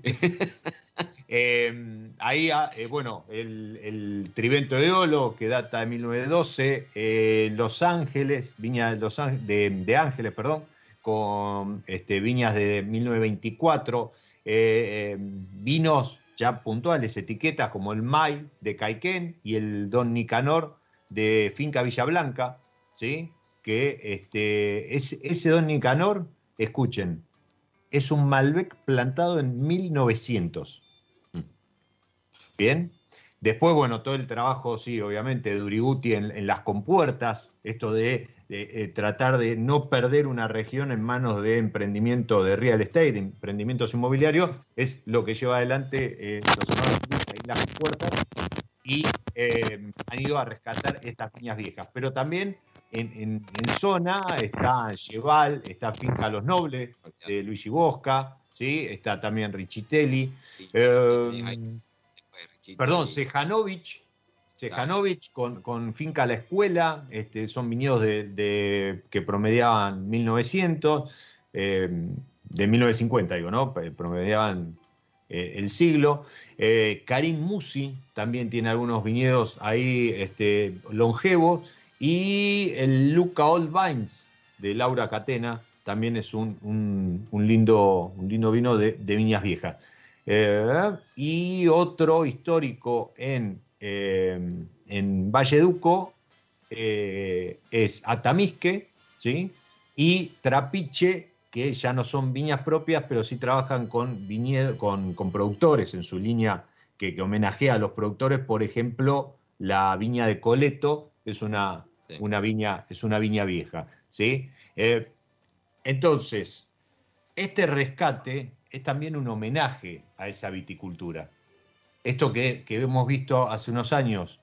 Ahí, bueno, el Trivento de Olo, que data de 1912, Los Ángeles, viña de Ángeles, perdón, con viñas de 1924, vinos ya puntuales, etiquetas como el May de Caiquén y el Don Nicanor de Finca Villa Blanca, ¿sí? Que ese Don Nicanor, escuchen, es un Malbec plantado en 1900. Bien. Después, bueno, todo el trabajo, sí, obviamente, de Uriguti en las compuertas, esto de tratar de no perder una región en manos de emprendimiento de real estate, de emprendimientos inmobiliarios, es lo que lleva adelante los hermanos ahí las compuertas y han ido a rescatar estas viñas viejas. Pero también en zona está Cheval, está Finca Los Nobles de Luigi Bosca, ¿sí? Está también Richitelli. Perdón, Sejanovic con Finca La Escuela, son viñedos que promediaban 1900, de 1950 digo, ¿no? Promediaban el siglo. Karim Musi también tiene algunos viñedos ahí longevos, y el Luca Old Vines de Laura Catena también es un lindo vino de viñas viejas. Y otro histórico en Valleduco es Atamisque, ¿sí? Y Trapiche, que ya no son viñas propias, pero sí trabajan con productores en su línea que homenajea a los productores. Por ejemplo, la viña de Coleto es una una viña vieja, ¿sí? Entonces, este rescate es también un homenaje a esa viticultura. Esto que hemos visto hace unos años,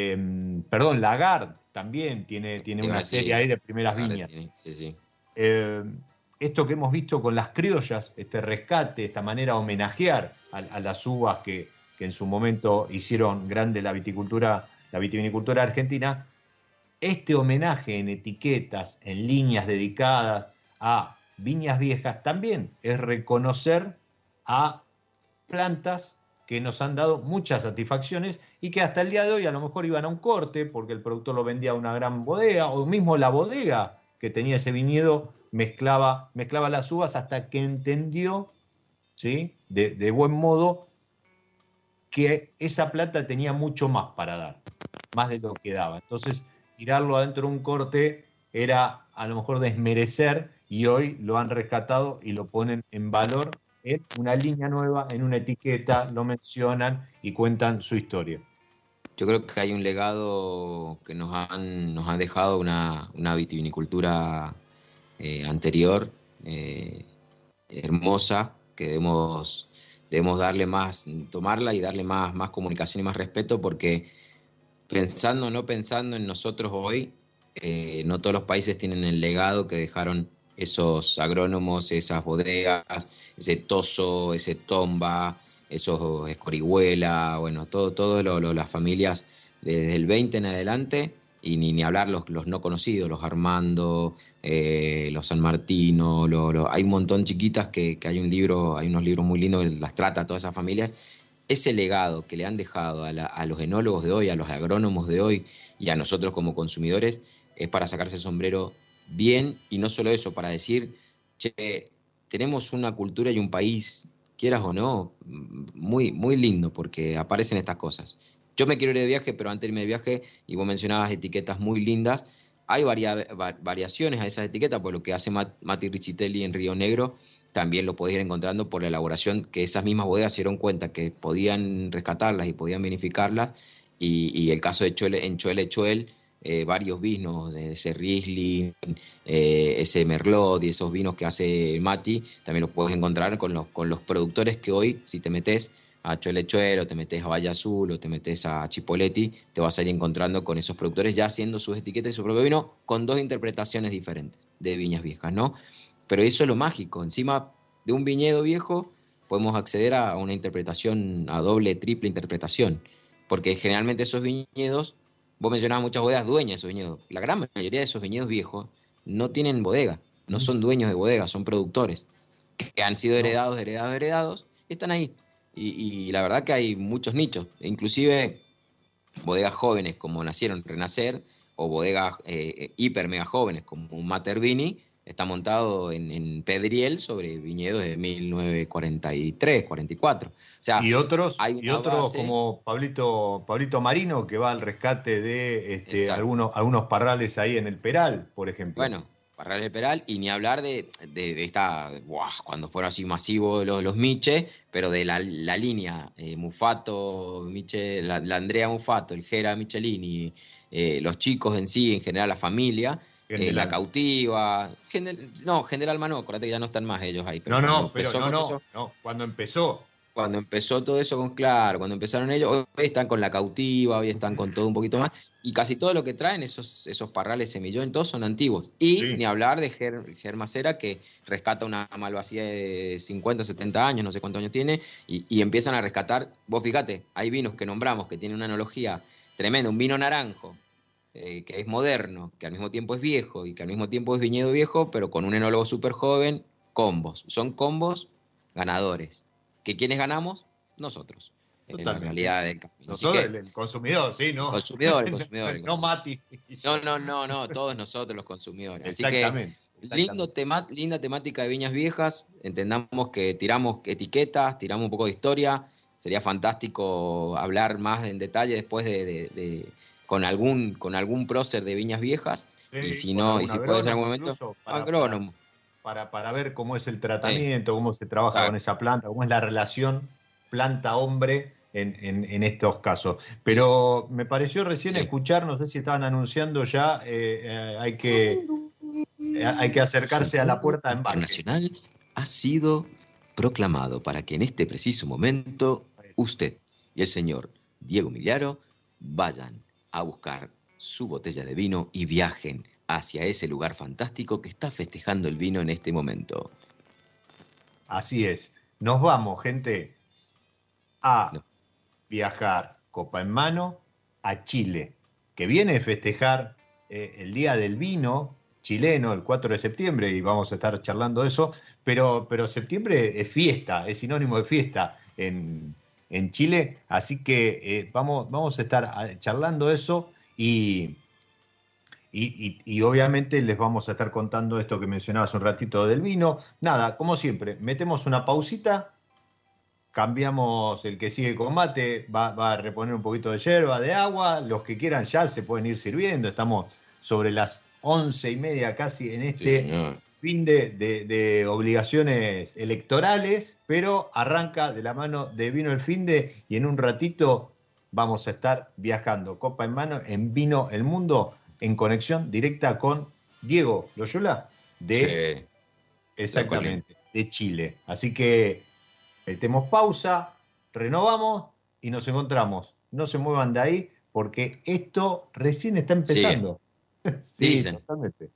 Lagarde también tiene una serie ahí de primeras viñas. Sí. Esto que hemos visto con las criollas, este rescate, esta manera de homenajear a las uvas que en su momento hicieron grande la vitivinicultura argentina, este homenaje en etiquetas, en líneas dedicadas a viñas viejas, también es reconocer a plantas que nos han dado muchas satisfacciones y que hasta el día de hoy a lo mejor iban a un corte porque el productor lo vendía a una gran bodega, o mismo la bodega que tenía ese viñedo mezclaba las uvas hasta que entendió, ¿sí?, de buen modo que esa planta tenía mucho más para dar, más de lo que daba. Entonces, tirarlo adentro de un corte era a lo mejor desmerecer, y hoy lo han rescatado y lo ponen en valor en una línea nueva, en una etiqueta, lo mencionan y cuentan su historia. Yo creo que hay un legado que nos ha dejado una vitivinicultura anterior, hermosa, que debemos darle más, tomarla y darle más comunicación y más respeto, porque no pensando en nosotros hoy, no todos los países tienen el legado que dejaron esos agrónomos, esas bodegas, ese Toso, ese Tomba, esos Escorihuela, bueno, todo las familias desde el 20 en adelante, y ni hablar los no conocidos, los Armando, los San Martino, hay un montón chiquitas que hay unos libros muy lindos que las trata a todas esas familias. Ese legado que le han dejado a los enólogos de hoy, a los agrónomos de hoy y a nosotros como consumidores, es para sacarse el sombrero bien, y no solo eso, para decir, che, tenemos una cultura y un país, quieras o no, muy, muy lindo, porque aparecen estas cosas. Yo me quiero ir de viaje, pero antes de irme de viaje, y vos mencionabas etiquetas muy lindas, hay variaciones a esas etiquetas, por lo que hace Mati Riccitelli en Río Negro, también lo podés ir encontrando por la elaboración, que esas mismas bodegas se dieron cuenta que podían rescatarlas y podían vinificarlas, y el caso de Choel, varios vinos, ese Riesling, ese Merlot y esos vinos que hace Mati, también los puedes encontrar con los productores que hoy, si te metes a Choel o te metes a Valle Azul o te metes a Chipoletti, te vas a ir encontrando con esos productores ya haciendo sus etiquetas y su propio vino con dos interpretaciones diferentes de viñas viejas, ¿no? Pero eso es lo mágico. Encima de un viñedo viejo podemos acceder a una interpretación, a doble, triple interpretación, porque generalmente esos viñedos, vos mencionabas muchas bodegas dueñas de esos viñedos, la gran mayoría de esos viñedos viejos no tienen bodega, no son dueños de bodega, son productores que han sido heredados, y están ahí. Y la verdad que hay muchos nichos, inclusive bodegas jóvenes como nacieron Renacer, o bodegas hiper mega jóvenes como un Mater Vini, está montado en Pedriel sobre viñedos de 1943, 44. O sea, y otros base, como Pablito Marino, que va al rescate de algunos parrales ahí en el Peral, por ejemplo. Bueno, Parral del Peral, y ni hablar de esta, cuando fueron así masivos los Miche, pero de la línea Mufato, Miche, la Andrea Mufato, el Gera Michelini, los chicos en sí, en general la familia, la Cautiva, General Mano, acuérdate que ya no están más ellos ahí. Pero cuando empezó. Cuando empezó todo eso cuando empezaron ellos, hoy están con la Cautiva, hoy están con todo un poquito más, y casi todo lo que traen esos parrales Semillón, todos son antiguos. Y ni hablar de Germacera, que rescata una malvasía de 50, 70 años, no sé cuántos años tiene, y empiezan a rescatar. Vos fíjate, hay vinos que nombramos que tienen una enología tremenda, un vino naranjo, que es moderno, que al mismo tiempo es viejo, y que al mismo tiempo es viñedo viejo, pero con un enólogo súper joven, combos. Son combos ganadores. ¿Que quiénes ganamos? Nosotros. Totalmente. En la realidad del camino. Nosotros, el consumidor, sí, ¿no? Consumidor. No Mati. No, todos nosotros los consumidores. Exactamente. Así que linda temática de viñas viejas. Entendamos que tiramos etiquetas, tiramos un poco de historia. Sería fantástico hablar más en detalle después con algún prócer de viñas viejas. Sí, y si puede ser en algún momento, agrónomo. Para ver cómo es el tratamiento, cómo se trabaja con esa planta, cómo es la relación planta-hombre en estos casos. Pero me pareció recién escuchar, no sé si estaban anunciando ya, hay que acercarse a la puerta de embarque. Internacional ha sido proclamado para que en este preciso momento usted y el señor Diego Millaro vayan a buscar su botella de vino y viajen hacia ese lugar fantástico que está festejando el vino en este momento. Así es. Nos vamos, gente, a viajar copa en mano a Chile, que viene a festejar el Día del Vino chileno, el 4 de septiembre, y vamos a estar charlando de eso, pero septiembre es fiesta, es sinónimo de fiesta en Chile, así que vamos a estar charlando eso y obviamente les vamos a estar contando esto que mencionaba hace un ratito del vino. Nada, como siempre, metemos una pausita, cambiamos el que sigue con mate, va a reponer un poquito de yerba, de agua, los que quieran ya se pueden ir sirviendo, estamos sobre las 11:30 casi en este fin de obligaciones electorales, pero arranca de la mano de Vino el Finde y en un ratito vamos a estar viajando copa en mano en Vino el Mundo en conexión directa con Diego Loyola exactamente, de Chile. Así que metemos pausa, renovamos y nos encontramos. No se muevan de ahí porque esto recién está empezando. Sí, totalmente.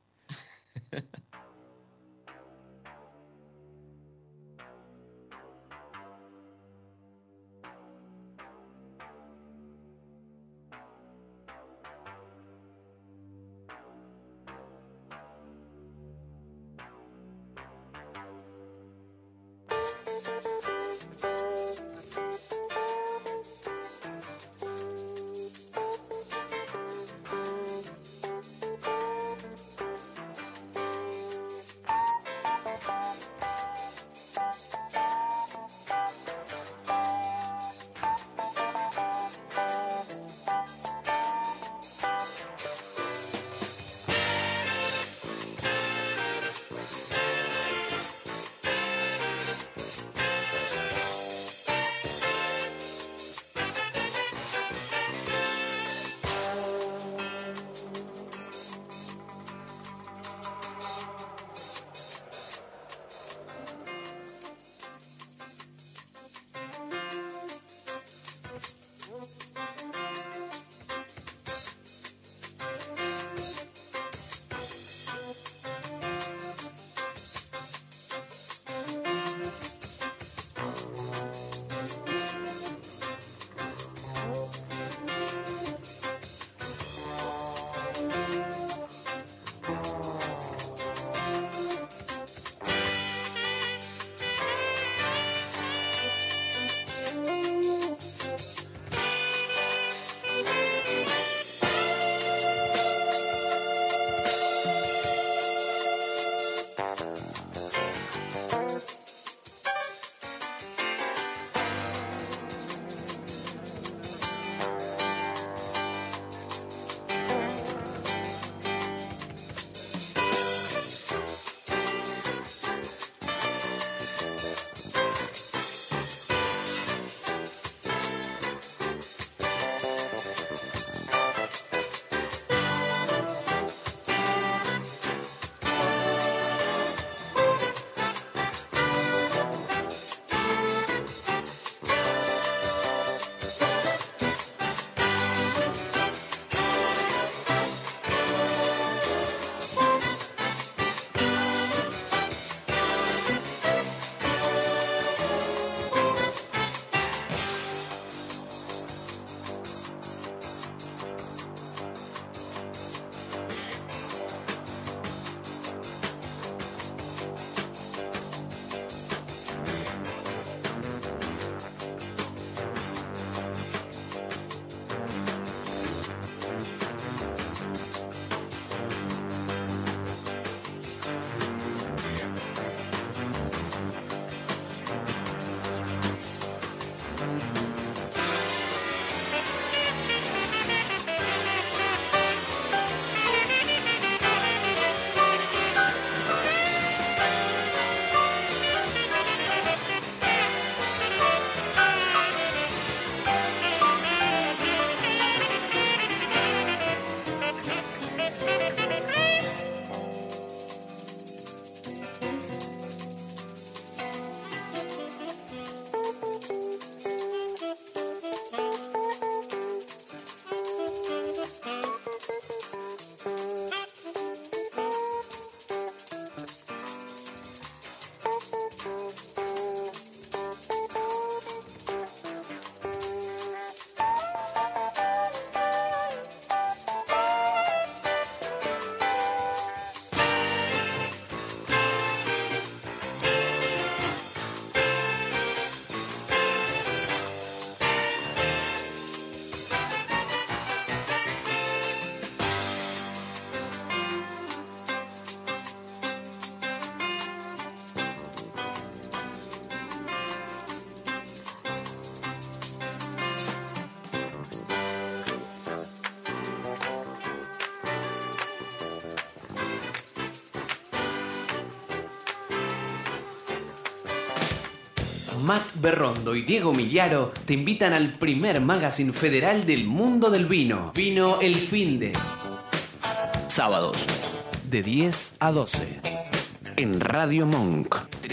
Matt Berrondo y Diego Miliaro te invitan al primer magazine federal del mundo del vino. Vino El Finde. Sábados, de 10 a 12. En Radio Monk.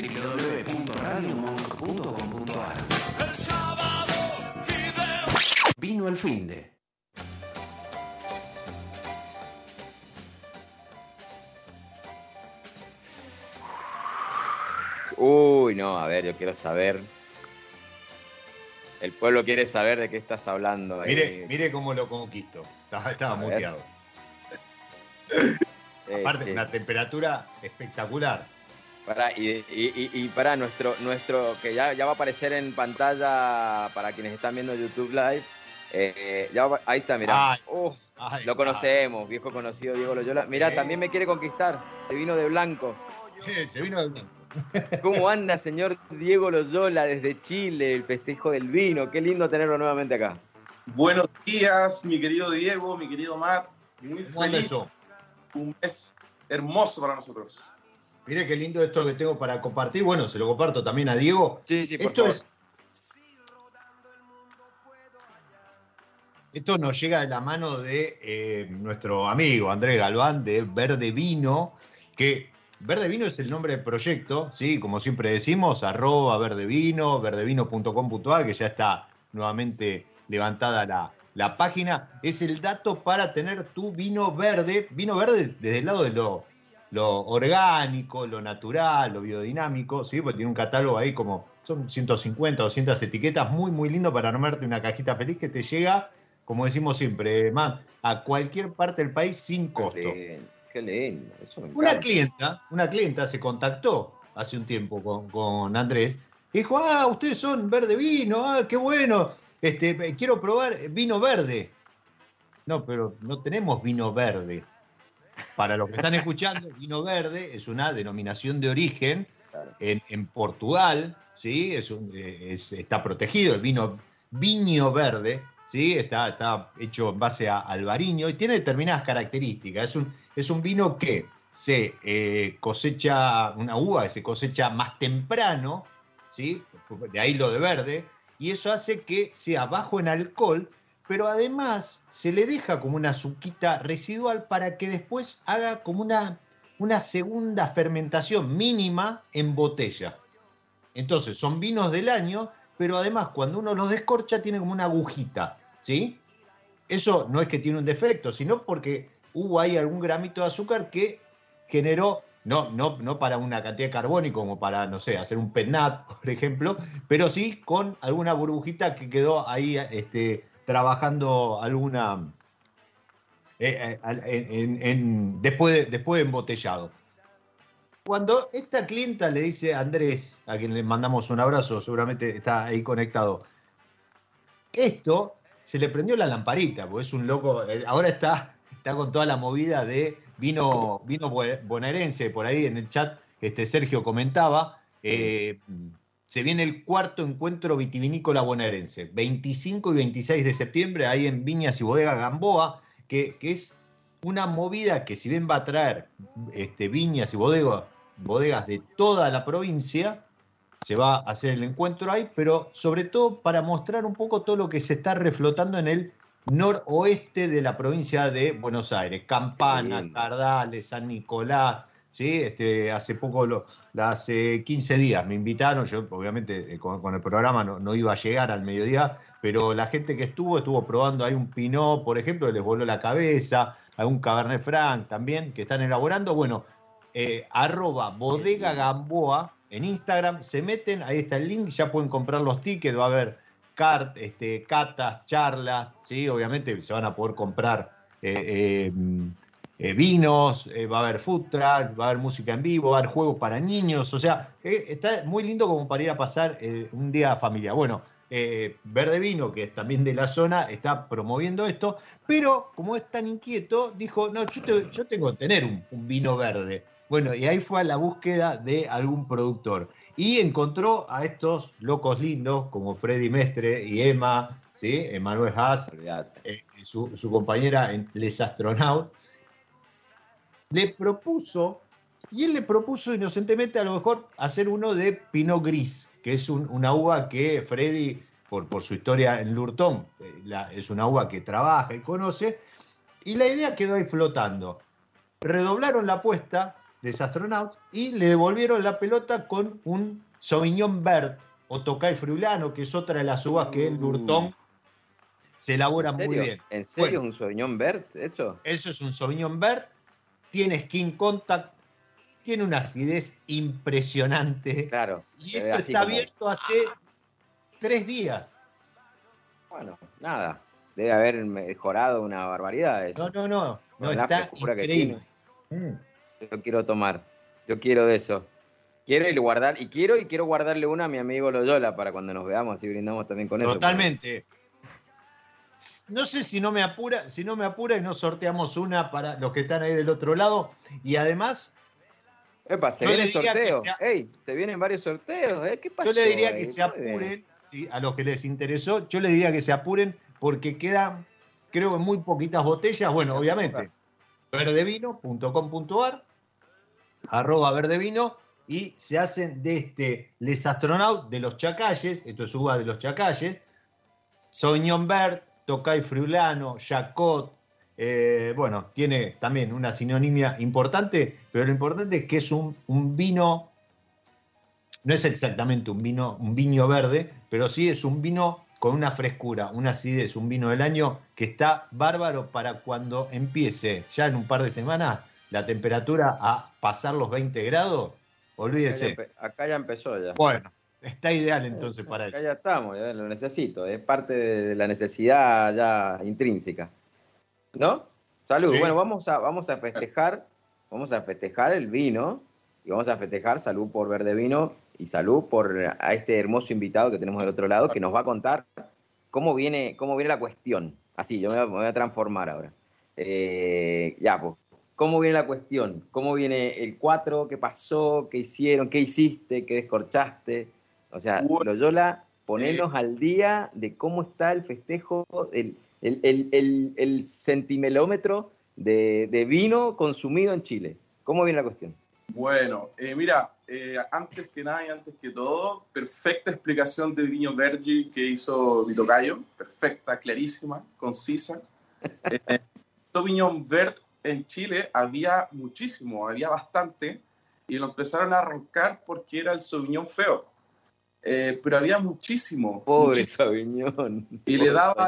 www.radiomonk.com.ar. Vino El Finde. Uy, no, a ver, yo quiero saber. El pueblo quiere saber de qué estás hablando. Mire cómo lo conquisto. Estaba muteado. Aparte, una temperatura espectacular. Para nuestro que ya va a aparecer en pantalla para quienes están viendo YouTube Live. Ahí está, mirá. Lo conocemos, viejo conocido Diego Loyola. Mirá, también me quiere conquistar. Se vino de blanco. Se vino de blanco. ¿Cómo anda, señor Diego Loyola, desde Chile, el festejo del vino? Qué lindo tenerlo nuevamente acá. Buenos días, mi querido Diego, mi querido Matt. Muy feliz. Un mes hermoso para nosotros. Mire qué lindo esto que tengo para compartir. Bueno, se lo comparto también a Diego. Sí, por favor. Esto nos llega de la mano de nuestro amigo Andrés Galván de Verde Vino, que Verde Vino es el nombre del proyecto, ¿sí? Como siempre decimos, @verdevino, verdevino.com.ar, que ya está nuevamente levantada la página. Es el dato para tener tu vino verde desde el lado de lo orgánico, lo natural, lo biodinámico, ¿sí? Porque tiene un catálogo ahí como, son 150, 200 etiquetas, muy, muy lindo para armarte una cajita feliz que te llega, como decimos siempre, a cualquier parte del país sin costo. Qué lindo, eso me encanta. Una clienta se contactó hace un tiempo con Andrés y dijo, ustedes son Verde Vino, qué bueno, quiero probar vino verde. No, pero no tenemos vino verde. Para los que están escuchando, vino verde es una denominación de origen en Portugal, ¿sí? Está protegido, el viño verde, ¿sí? Está hecho en base a albariño y tiene determinadas características. Es un vino que se cosecha, una uva que se cosecha más temprano, ¿sí? De ahí lo de verde, y eso hace que sea bajo en alcohol, pero además se le deja como una azuquita residual para que después haga como una segunda fermentación mínima en botella. Entonces son vinos del año, pero además cuando uno los descorcha tiene como una agujita, ¿sí? Eso no es que tiene un defecto, sino porque hubo ahí algún gramito de azúcar que generó, no para una cantidad de carbónico como para, no sé, hacer un pennat, por ejemplo, pero sí con alguna burbujita que quedó ahí trabajando alguna después de embotellado. Cuando esta clienta le dice a Andrés, a quien le mandamos un abrazo, seguramente está ahí conectado, esto se le prendió la lamparita, porque es un loco, ahora está con toda la movida de vino bonaerense, por ahí en el chat Sergio comentaba, se viene el cuarto encuentro vitivinícola bonaerense, 25 y 26 de septiembre, ahí en Viñas y Bodega Gamboa, que es una movida que si bien va a traer viñas y bodegas de toda la provincia, se va a hacer el encuentro ahí, pero sobre todo para mostrar un poco todo lo que se está reflotando en el noroeste de la provincia de Buenos Aires. Campana, Cardales, San Nicolás, ¿sí? Hace poco, hace 15 días me invitaron, yo obviamente con el programa no iba a llegar al mediodía, pero la gente que estuvo probando ahí un Pinot, por ejemplo, que les voló la cabeza, algún Cabernet Franc también, que están elaborando. Bueno, @bodega Gamboa en Instagram, se meten, ahí está el link, ya pueden comprar los tickets, va a haber catas, charlas, ¿sí? Obviamente se van a poder comprar vinos, va a haber food truck, va a haber música en vivo, va a haber juegos para niños, o sea, está muy lindo como para ir a pasar un día familiar. Bueno, Verde Vino, que es también de la zona, está promoviendo esto, pero como es tan inquieto, dijo, no, yo tengo que tener un vino verde. Bueno, y ahí fue a la búsqueda de algún productor. Y encontró a estos locos lindos como Freddy Mestre y Emma, ¿sí? Emanuel Haas, su compañera en Les Astronautes. Él le propuso inocentemente a lo mejor hacer uno de Pinot Gris, que es una uva que Freddy, por su historia en Lurton, es una uva que trabaja y conoce, y la idea quedó ahí flotando. Redoblaron la apuesta de Astronaut y le devolvieron la pelota con un Sauvignon Vert o Tocay Friulano, que es otra de las uvas que en Lurton se elabora muy bien. ¿En serio es un Sauvignon Vert eso? Eso es un Sauvignon Vert, tiene skin contact, tiene una acidez impresionante. Claro. Y esto está abierto hace 3 días. Bueno, nada. Debe haber mejorado una barbaridad eso. No, está increíble. Yo quiero tomar. Yo quiero de eso. Quiero guardarle una a mi amigo Loyola para cuando nos veamos, así brindamos también con eso. Totalmente. No sé si no me apura y no sorteamos una para los que están ahí del otro lado. Y además... Epa, se viene sorteo. Se vienen varios sorteos. ¿Qué pasó? Yo le diría que se apuren, ¿sí? A los que les interesó, yo les diría que se apuren porque quedan, creo que muy poquitas botellas. Bueno, obviamente, verdevino.com.ar, @verdevino, y se hacen de Les Astronaut de los Chacalles, esto es uva de los Chacalles, Sauvignon Vert, Tocay Friulano, Jacot. Bueno, tiene también una sinonimia importante, pero lo importante es que es un vino, no es exactamente un viño verde, pero sí es un vino con una frescura, una acidez, un vino del año que está bárbaro para cuando empiece ya en un par de semanas la temperatura a pasar los 20 grados, olvídese. Acá ya empezó ya. Bueno, está ideal entonces para acá eso. Ya estamos, ya lo necesito, es parte de la necesidad ya intrínseca. ¿No? Salud. Sí. Bueno, vamos a festejar el vino y vamos a festejar salud por Verdevino y salud por a este hermoso invitado que tenemos del otro lado que nos va a contar cómo viene la cuestión. Así, yo me voy a transformar ahora. Pues, ¿cómo viene la cuestión? ¿Cómo viene el 4? ¿Qué pasó? ¿Qué hicieron? ¿Qué hiciste? ¿Qué descorchaste? O sea, Loyola, ponernos al día de cómo está el festejo, el centimelómetro de vino consumido en Chile. ¿Cómo viene la cuestión? Bueno, mira, antes que nada y antes que todo, perfecta explicación de Viño Vergi que hizo mi tocayo, perfecta, clarísima, concisa. Sauvignon Vert en Chile había muchísimo, había bastante, y lo empezaron a arrancar porque era el Sauvignon feo. Pero había muchísimo. Pobre Sauvignon. Y le daba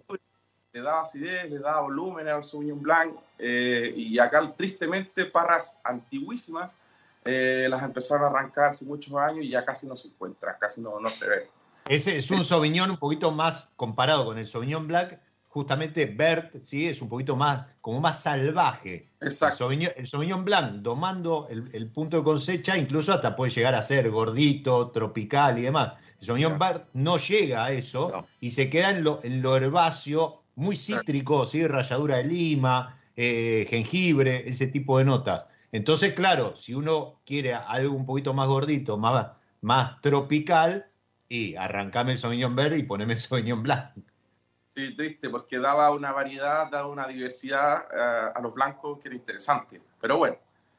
acidez, le daba volumen al Sauvignon Blanc. Y acá, tristemente, parras antiguísimas las empezaron a arrancar hace muchos años y ya casi no se encuentran, casi no se ve. Ese es un Sauvignon un poquito más, comparado con el Sauvignon Blanc, justamente Vert, ¿sí? Es un poquito más, como más salvaje. Exacto. El Sauvignon Blanc, domando el punto de cosecha, incluso hasta puede llegar a ser gordito, tropical y demás. El Sauvignon Vert no llega a eso y se queda en lo herbáceo, muy cítrico, ¿sí? Ralladura de lima, jengibre, ese tipo de notas. Entonces, claro, si uno quiere algo un poquito más gordito, más tropical, y arrancame el Sauvignon Verde y poneme el Sauvignon Blanc. Sí, triste, porque daba una variedad, daba una diversidad a los blancos que era interesante. Pero bueno,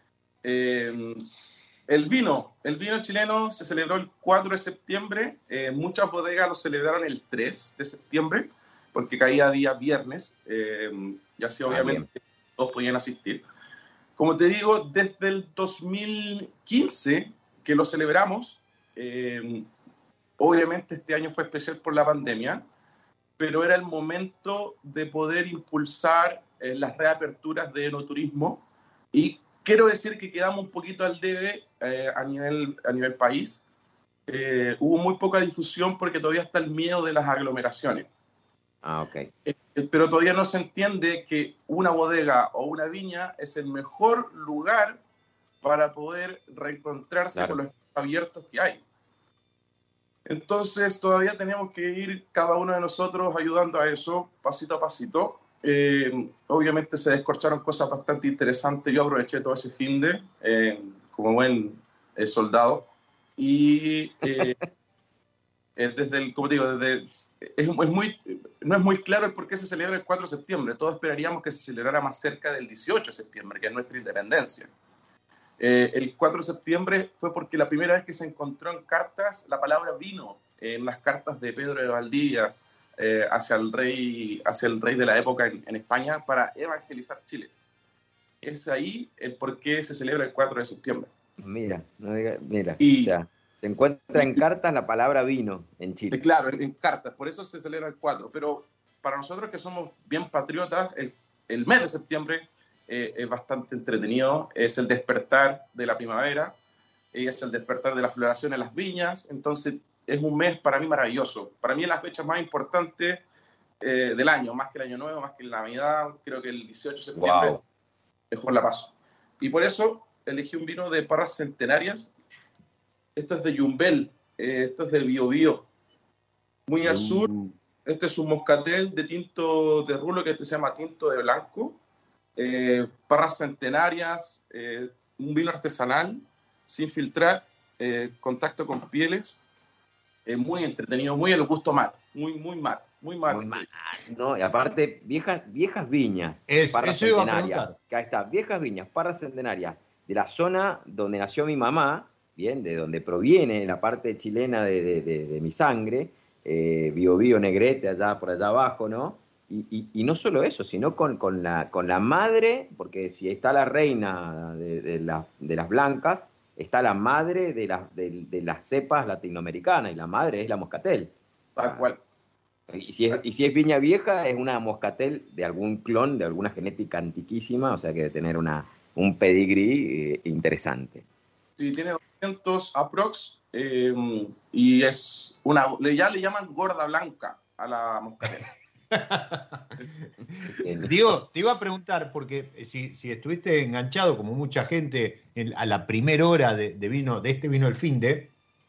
el vino chileno se celebró el 4 de septiembre. Muchas bodegas lo celebraron el 3 de septiembre, porque caía día viernes. Y así obviamente todos podían asistir. Como te digo, desde el 2015 que lo celebramos, obviamente este año fue especial por la pandemia, pero era el momento de poder impulsar las reaperturas de enoturismo, y quiero decir que quedamos un poquito al debe a nivel país. Hubo muy poca difusión porque todavía está el miedo de las aglomeraciones. Pero todavía no se entiende que una bodega o una viña es el mejor lugar para poder reencontrarse con los espacios abiertos que hay. Entonces todavía tenemos que ir cada uno de nosotros ayudando a eso, pasito a pasito. Obviamente se descorcharon cosas bastante interesantes. Yo aproveché todo ese finde como buen soldado. Y como te digo, no es muy claro el por qué se celebra el 4 de septiembre. Todos esperaríamos que se celebrara más cerca del 18 de septiembre, que es nuestra independencia. El 4 de septiembre fue porque la primera vez que se encontró en cartas la palabra vino en las cartas de Pedro de Valdivia hacia el rey de la época en España para evangelizar Chile. Es ahí el por qué se celebra el 4 de septiembre. Mira, mira. Y, o sea, se encuentra en cartas la palabra vino en Chile. Claro, en cartas, por eso se celebra el 4. Pero para nosotros que somos bien patriotas, el mes de septiembre es bastante entretenido. Es el despertar de la primavera, es el despertar de la floración en las viñas. Entonces es un mes para mí maravilloso. Para mí es la fecha más importante del año, más que el Año Nuevo, más que la Navidad. Creo que el 18 de septiembre Wow. mejor la paso. Y por eso elegí un vino de Parras Centenarias. Esto es de Yumbel, esto es de Biobío, muy al sur. Este es un moscatel de tinto de rulo, que este se llama tinto de blanco. Parras Centenarias, un vino artesanal, sin filtrar, contacto con pieles, muy entretenido, muy al gusto mate, muy mate. No, y aparte, viejas viñas, Parras eso iba a Centenarias. preguntar. Que ahí está, viejas viñas, Parras Centenarias, de la zona donde nació mi mamá, bien, de donde proviene la parte chilena de mi sangre, Biobío, Negrete, allá por allá abajo, ¿no? Y no solo eso, sino con la madre, porque si está la reina de las blancas, está la madre de las cepas latinoamericanas, y la madre es la moscatel. Tal cual. Y si es viña vieja, es una moscatel de algún clon, de alguna genética antiquísima, o sea que de tener un pedigrí interesante. Sí, tiene 200 aprox, y es ya le llaman gorda blanca a la moscatel. Diego, te iba a preguntar, porque si estuviste enganchado, como mucha gente, a la primera hora de este vino del finde,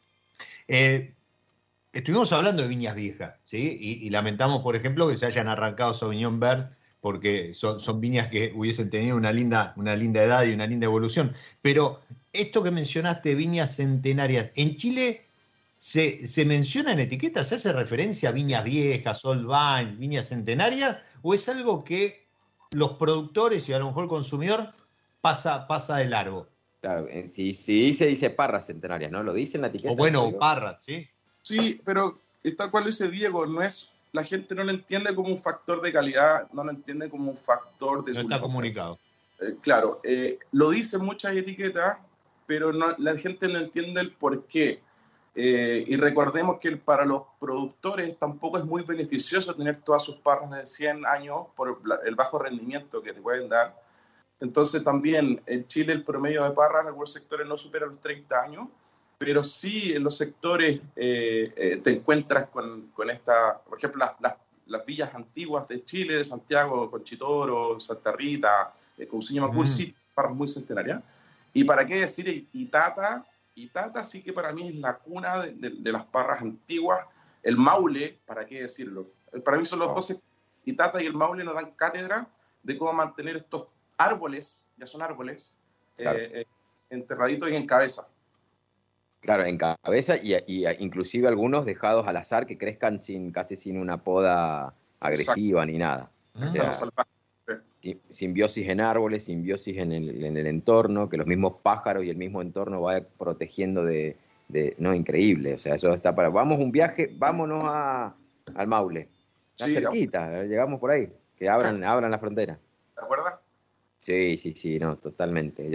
estuvimos hablando de viñas viejas, ¿sí? Y lamentamos, por ejemplo, que se hayan arrancado Sauvignon Vert, porque son viñas que hubiesen tenido una linda edad y una linda evolución. Pero esto que mencionaste, viñas centenarias, ¿en Chile se menciona en etiquetas? ¿Se hace referencia a viñas viejas, old vine, viñas centenarias? ¿O es algo que los productores y a lo mejor el consumidor pasa de largo? Claro, si dice Parras Centenarias, ¿no? Lo dice en la etiqueta. O bueno, o Parras, ¿sí? Sí, pero tal cual lo dice Diego, la gente no lo entiende como un factor de calidad, no lo entiende como un factor de... No está comunicado. Claro, lo dicen muchas etiquetas, pero la gente no entiende el por qué. Y recordemos que para los productores tampoco es muy beneficioso tener todas sus parras de 100 años por el bajo rendimiento que te pueden dar. Entonces también en Chile el promedio de parras en algunos sectores no supera los 30 años, pero sí en los sectores te encuentras con esta, por ejemplo, las villas antiguas de Chile, de Santiago, Conchitoro, Santa Rita, Cousiño Macul, sí, parras muy centenarias. Y para qué decir Itata sí que para mí es la cuna de las parras antiguas. El Maule, para qué decirlo. Para mí son los 12, Itata y el Maule nos dan cátedra de cómo mantener estos árboles, ya son árboles, claro, enterraditos y en cabeza. Claro, en cabeza y inclusive algunos dejados al azar que crezcan casi sin una poda agresiva. Exacto. Ni nada. O sea, simbiosis en árboles, simbiosis en el entorno, que los mismos pájaros y el mismo entorno vaya protegiendo no, increíble. O sea, eso está para... Vamos un viaje, vámonos al Maule. Está cerquita, llegamos por ahí. Que abran la frontera. ¿Te acuerdas? Sí, no, totalmente.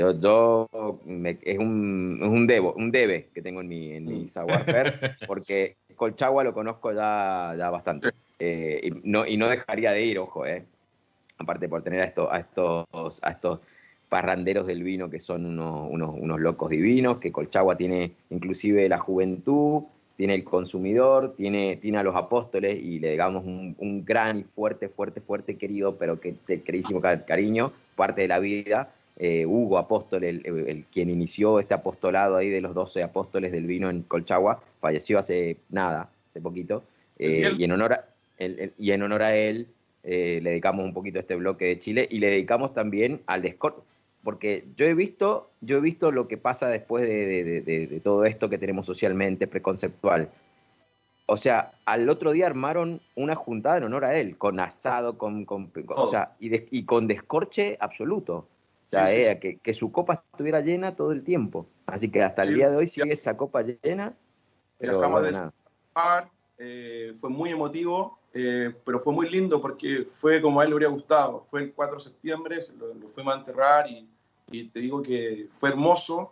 Es un debe que tengo en mi savoir-faire, porque Colchagua lo conozco ya bastante. Y no dejaría de ir, ojo, aparte por tener a estos parranderos del vino que son unos locos divinos, que Colchagua tiene inclusive la juventud, tiene el consumidor, tiene a los apóstoles y le damos un gran y fuerte querido, pero queridísimo cariño, parte de la vida. Hugo Apóstol, el quien inició este apostolado ahí de los 12 apóstoles del vino en Colchagua, falleció hace poquito, y en honor a él le dedicamos un poquito a este bloque de Chile y le dedicamos también al descorche, porque yo he visto lo que pasa después de todo esto que tenemos socialmente, preconceptual. O sea, al otro día armaron una juntada en honor a él, con asado, o sea, y con descorche absoluto. O sea, Sí, sí, que su copa estuviera llena todo el tiempo. Así que hasta el sí. día de hoy sigue esa copa llena, pero Viajamos bueno, de nada. Par, fue muy emotivo, pero fue muy lindo porque fue como a él le hubiera gustado. Fue el 4 de septiembre, lo fuimos a enterrar y te digo que fue hermoso.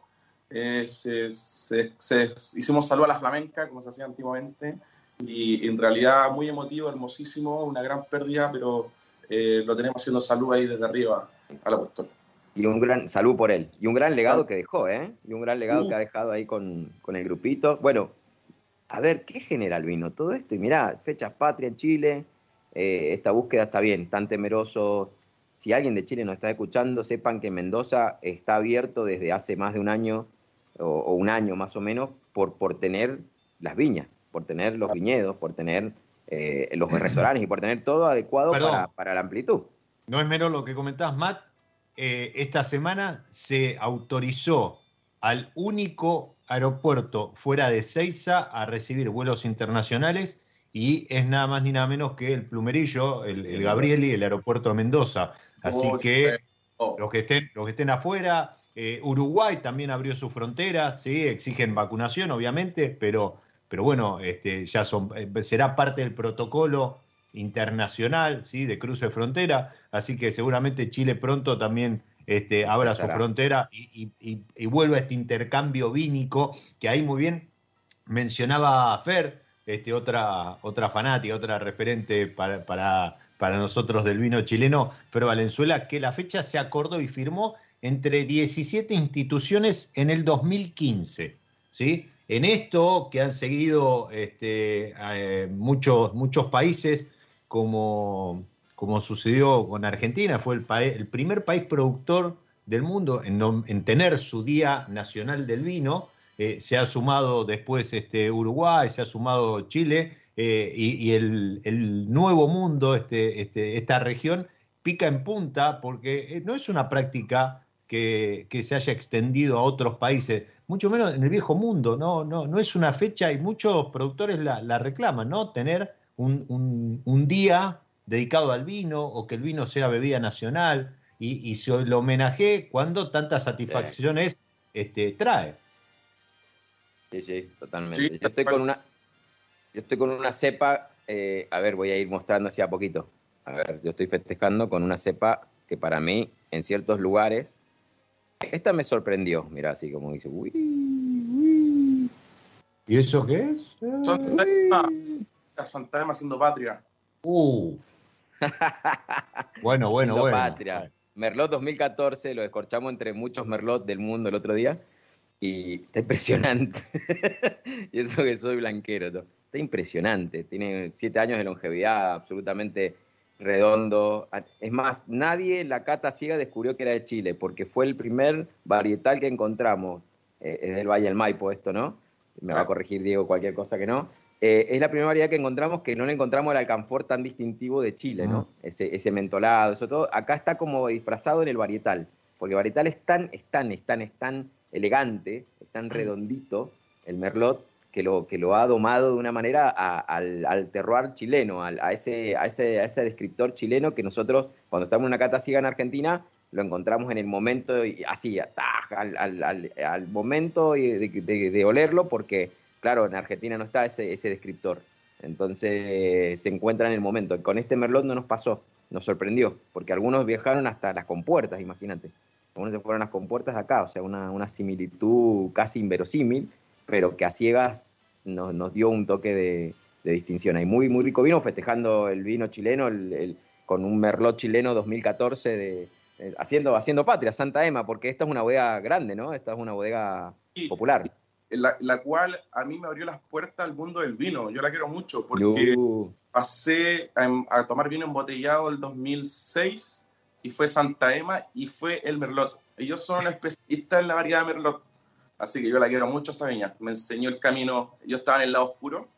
Hicimos salud a la flamenca, como se hacía antiguamente, y en realidad muy emotivo, hermosísimo, una gran pérdida, pero lo tenemos haciendo salud ahí desde arriba al apóstol. Y un gran salud por él. Y un gran legado Ah. que dejó, ¿eh? Y un gran legado que ha dejado ahí con el grupito. Bueno, a ver, ¿qué genera el vino? Todo esto, y mirá, fechas patria en Chile, esta búsqueda está bien, tan temeroso. Si alguien de Chile nos está escuchando, sepan que Mendoza está abierto desde hace más de un año, o un año más o menos, por tener las viñas, por tener los viñedos, por tener los restaurantes y por tener todo adecuado para la amplitud. No es menos lo que comentabas, Matt. Esta semana se autorizó al único aeropuerto fuera de Seiza a recibir vuelos internacionales y es nada más ni nada menos que el Plumerillo, el Gabrieli, el aeropuerto de Mendoza. Así que los que estén afuera, Uruguay también abrió su frontera, ¿sí? Exigen vacunación, obviamente, pero bueno, ya será parte del protocolo internacional, ¿sí? De cruce de frontera, así que seguramente Chile pronto también abra su frontera y vuelva a este intercambio vínico, que ahí muy bien mencionaba Fer, otra fanática, otra referente para nosotros del vino chileno, Fer Valenzuela, que la fecha se acordó y firmó entre 17 instituciones en el 2015, ¿sí? En esto que han seguido muchos países, como sucedió con Argentina, fue el primer país productor del mundo en tener su Día Nacional del Vino. Se ha sumado después Uruguay, se ha sumado Chile, y el nuevo mundo, esta región, pica en punta porque no es una práctica que se haya extendido a otros países, mucho menos en el viejo mundo. No es una fecha y muchos productores la reclaman, ¿no? Tener un día dedicado al vino, o que el vino sea bebida nacional y se lo homenajee cuando tantas satisfacciones trae. Sí, totalmente. Sí, yo estoy con una cepa, a ver, voy a ir mostrando así a poquito. A ver, yo estoy festejando con una cepa que para mí, en ciertos lugares, esta me sorprendió, mirá, así como dice, uy. ¿Y eso qué es? Santa Ema siendo patria. Bueno. Patria. Merlot 2014, lo descorchamos entre muchos Merlot del mundo el otro día, y está impresionante. Y eso que soy blanquero, ¿no? Está impresionante, tiene 7 años de longevidad, absolutamente redondo. Es más, nadie en la cata ciega descubrió que era de Chile, porque fue el primer varietal que encontramos. Es del Valle del Maipo esto, ¿no? Me va a corregir Diego cualquier cosa que no. Es la primera variedad que encontramos que no le encontramos el alcanfor tan distintivo de Chile, ¿no? Ese mentolado, eso todo. Acá está como disfrazado en el varietal, porque el varietal es tan elegante, es tan redondito, el Merlot, que lo ha domado de una manera al terroir chileno, a ese descriptor chileno que nosotros, cuando estamos en una cata ciega en Argentina, lo encontramos en el momento, así, al momento de olerlo, porque, claro, en Argentina no está ese descriptor. Entonces se encuentra en el momento. Con este Merlot no nos pasó, nos sorprendió, porque algunos viajaron hasta las compuertas, imagínate. Algunos se fueron a las compuertas de acá, o sea, una similitud casi inverosímil, pero que a ciegas nos dio un toque de distinción. Hay muy, muy rico vino, festejando el vino chileno, con un Merlot chileno 2014, haciendo patria, Santa Ema, porque esta es una bodega grande, ¿no? Esta es una bodega popular. La cual a mí me abrió las puertas al mundo del vino. Yo la quiero mucho porque pasé a tomar vino embotellado el 2006 y fue Santa Ema y fue el Merlot. Ellos son especialistas en la variedad de Merlot. Así que yo la quiero mucho, esa viña. Me enseñó el camino. Yo estaba en el lado oscuro.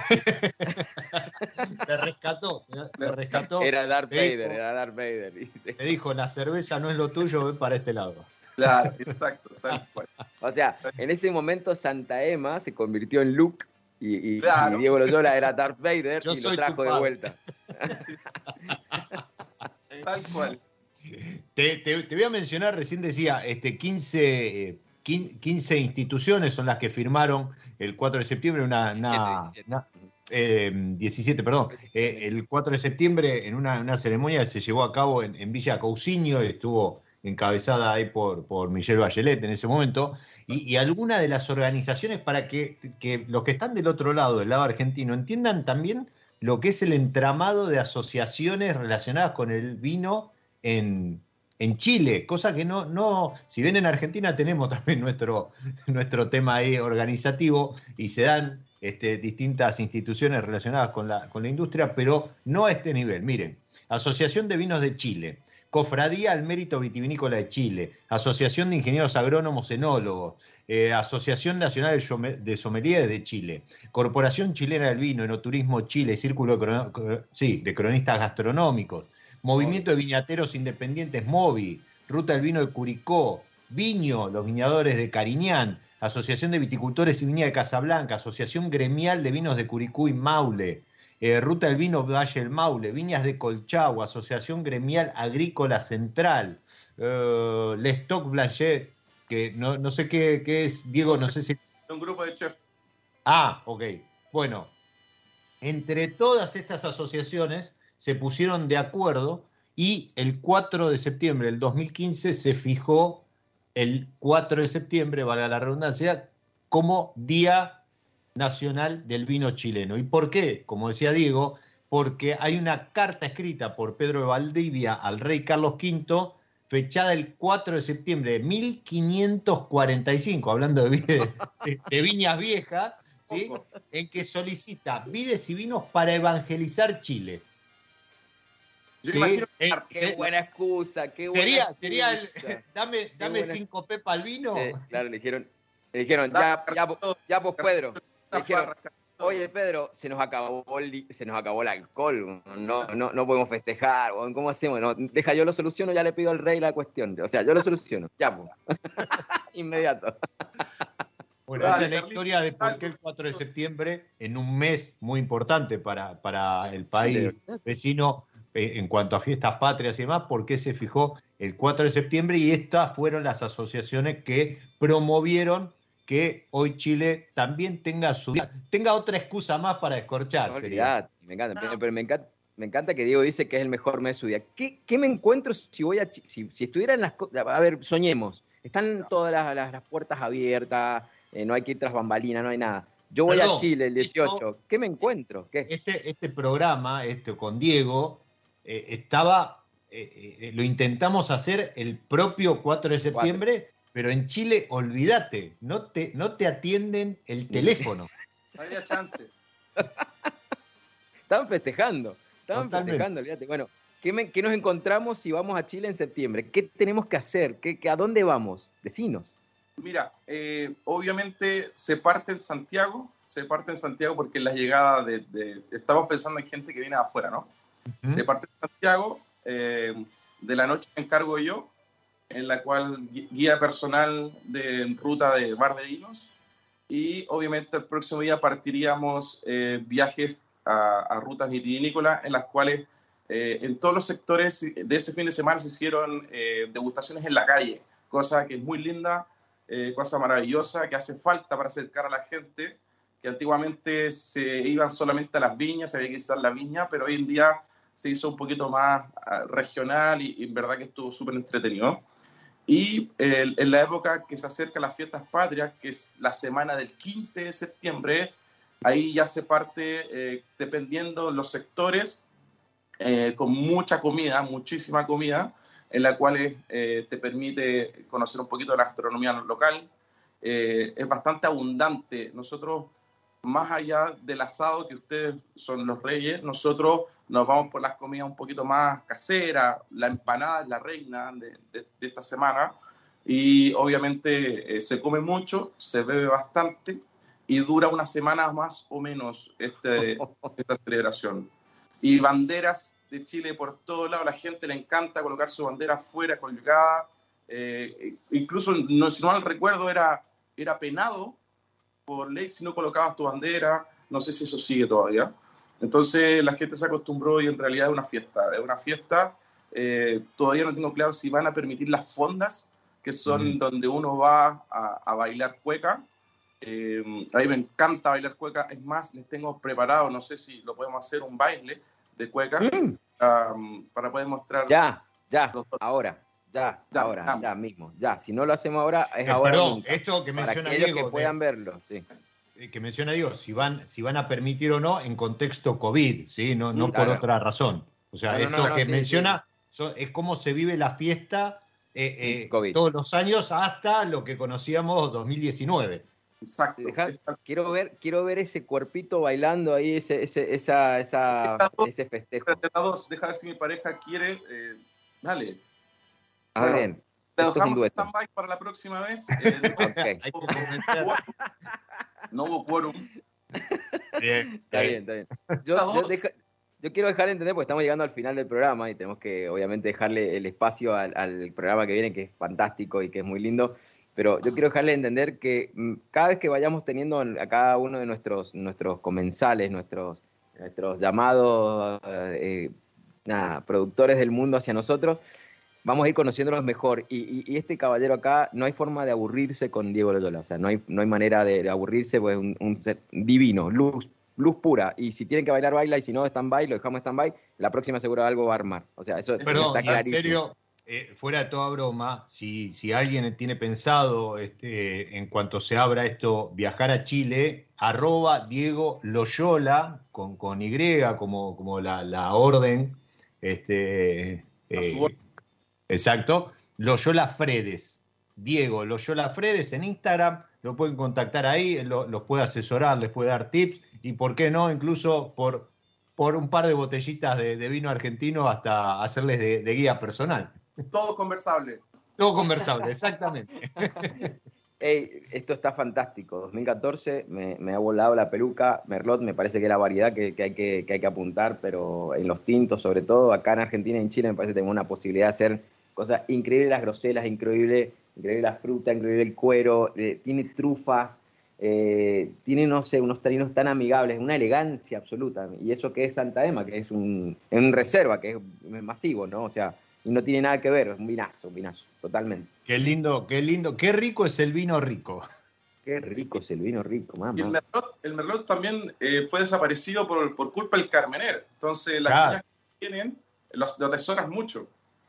Te rescató. Era Darth Vader. Te dijo, la cerveza no es lo tuyo, ven para este lado. Claro, exacto, tal cual. O sea, en ese momento Santa Ema se convirtió en Luke y Claro. Diego Loyola era Darth Vader y lo trajo de vuelta. Tal cual. Te voy a mencionar, recién decía, 15 instituciones son las que firmaron el 4 de septiembre 17, perdón. El 4 de septiembre en una ceremonia que se llevó a cabo en Villa Cousiño, estuvo encabezada ahí por Michelle Bachelet en ese momento, y algunas de las organizaciones para que los que están del otro lado, del lado argentino, entiendan también lo que es el entramado de asociaciones relacionadas con el vino en Chile, cosa que no, si bien en Argentina tenemos también nuestro tema ahí organizativo y se dan distintas instituciones relacionadas con la industria, pero no a este nivel. Miren, Asociación de Vinos de Chile, Cofradía al Mérito Vitivinícola de Chile, Asociación de Ingenieros Agrónomos Enólogos, Asociación Nacional de Sommeliers de Chile, Corporación Chilena del Vino, Enoturismo Chile, Círculo de Cronistas Gastronómicos, Movimiento de Viñateros Independientes MOVI, Ruta del Vino de Curicó, Viño, los viñadores de Cariñán, Asociación de Viticultores y Viña de Casablanca, Asociación Gremial de Vinos de Curicó y Maule, Ruta del Vino Valle del Maule, Viñas de Colchagua, Asociación Gremial Agrícola Central, L'Estoc Blanchet, que no sé qué es, Diego, no sé si... Un grupo de chefs. Ah, ok. Bueno, entre todas estas asociaciones se pusieron de acuerdo y el 4 de septiembre del 2015 se fijó el 4 de septiembre, valga la redundancia, como Día Nacional del Vino Chileno. ¿Y por qué? Como decía Diego, porque hay una carta escrita por Pedro de Valdivia al rey Carlos V, fechada el 4 de septiembre de 1545, hablando de viñas viejas, ¿sí? En que solicita vides y vinos para evangelizar Chile. Qué buena excusa, qué buena sería excusa. Dame 5 pepas al vino. Claro, le dijeron, ya pues Pedro. Le dijeron, oye Pedro, se nos acabó el alcohol, no podemos festejar, ¿cómo hacemos? No, deja, yo lo soluciono, ya le pido al rey la cuestión. O sea, yo lo soluciono, ya pues. Inmediato. Bueno, esa es la historia de por qué el 4 de septiembre, en un mes muy importante para el país vecino, en cuanto a fiestas patrias y demás, por qué se fijó el 4 de septiembre, y estas fueron las asociaciones que promovieron que hoy Chile también tenga otra excusa más para descorcharse. No, me encanta, pero me encanta que Diego dice que es el mejor mes de su vida. ¿Qué me encuentro si estuviera en las... A ver, soñemos, están todas las puertas abiertas, no hay que ir tras bambalinas, no hay nada. Yo voy a Chile el 18, ¿qué me encuentro? ¿Qué? Este programa, con Diego, lo intentamos hacer el propio 4 de septiembre, pero en Chile, olvídate, no te atienden el teléfono. No había chances. Estaban festejando, olvídate. Bueno, ¿qué nos encontramos si vamos a Chile en septiembre? ¿Qué tenemos que hacer? ¿A dónde vamos? Decinos. Mira, obviamente se parte en Santiago porque en la llegada estamos pensando en gente que viene de afuera, ¿no? Uh-huh. Se parte en Santiago, de la noche me encargo yo, en la cual guía personal de ruta de Bar de Vinos, y obviamente el próximo día partiríamos viajes a rutas vitivinícolas, en las cuales en todos los sectores de ese fin de semana se hicieron degustaciones en la calle, cosa que es muy linda, cosa maravillosa, que hace falta para acercar a la gente, que antiguamente se iban solamente a las viñas, se había que visitar la viña, pero hoy en día se hizo un poquito más regional y en verdad que estuvo súper entretenido. Y en la época que se acerca a las fiestas patrias, que es la semana del 15 de septiembre, ahí ya se parte, dependiendo los sectores, con mucha comida, muchísima comida, en la cual te permite conocer un poquito de la gastronomía local. Es bastante abundante. Nosotros, más allá del asado, que ustedes son los reyes, nosotros nos vamos por las comidas un poquito más caseras. La empanada es la reina de esta semana, y obviamente se come mucho, se bebe bastante, y dura una semana más o menos esta celebración. Y banderas de Chile por todos lados, la gente le encanta colocar su bandera afuera colgada, incluso, si no mal recuerdo, era penado por ley si no colocabas tu bandera, no sé si eso sigue todavía. Entonces la gente se acostumbró, y en realidad es una fiesta Todavía no tengo claro si van a permitir las fondas, que son donde uno va a bailar cueca. A mí me encanta bailar cueca. Es más, les tengo preparado, no sé si lo podemos hacer, un baile de cueca para poder mostrar. Ya, ahora. Ya mismo. Ya, si no lo hacemos ahora, es ahora. Perdón, nunca. esto que menciona Para Diego. que puedan verlo, sí. Que menciona Diego, si van a permitir o no en contexto COVID, ¿sí? No Claro. por otra razón. O sea, esto que menciona es cómo se vive la fiesta todos los años hasta lo que conocíamos 2019. Exacto. Quiero ver ese cuerpito bailando ahí, ese festejo. Deja ver si mi pareja quiere. Dale. Bien. Te dejamos stand-by para la próxima vez. Okay. Hay que convencer. No hubo quórum. Está bien. Yo quiero dejar de entender, porque estamos llegando al final del programa y tenemos que, obviamente, dejarle el espacio al programa que viene, que es fantástico y que es muy lindo. Pero yo quiero dejarle de entender que cada vez que vayamos teniendo a cada uno de nuestros comensales, nuestros llamados productores del mundo hacia nosotros, vamos a ir conociéndolos mejor. Y este caballero acá, no hay forma de aburrirse con Diego Loyola. O sea, no hay manera de aburrirse, pues un ser divino, luz pura. Y si tienen que bailar, baila. Y si no, stand-by, lo dejamos stand-by. La próxima seguro algo va a armar. O sea, eso Perdón, está clarísimo. en serio, fuera de toda broma, si alguien tiene pensado, en cuanto se abra esto, viajar a Chile, @Diego Loyola, con Y, como la orden, exacto, Loyola Fredes. Diego Loyola Fredes en Instagram, lo pueden contactar ahí, los puede asesorar, les puede dar tips, y por qué no, incluso por un par de botellitas de vino argentino hasta hacerles de guía personal. Todo conversable. Todo conversable, exactamente. Hey, esto está fantástico. 2014 me ha volado la peluca. Merlot me parece que es la variedad que hay que apuntar, pero en los tintos, sobre todo, acá en Argentina y en Chile, me parece que tenemos una posibilidad de hacer cosas increíbles, las groselas, increíble la fruta, increíble el cuero, tiene trufas, tiene, no sé, unos taninos tan amigables, una elegancia absoluta. Y eso que es Santa Ema, que es un reserva, que es masivo, ¿no? O sea, y no tiene nada que ver, es un vinazo, totalmente. Qué lindo, qué rico es el vino rico. Qué rico es el vino rico, mamá. Y el Merlot también fue desaparecido por culpa del Carmener. Entonces, las Claro. niñas que tienen, lo atesoran mucho.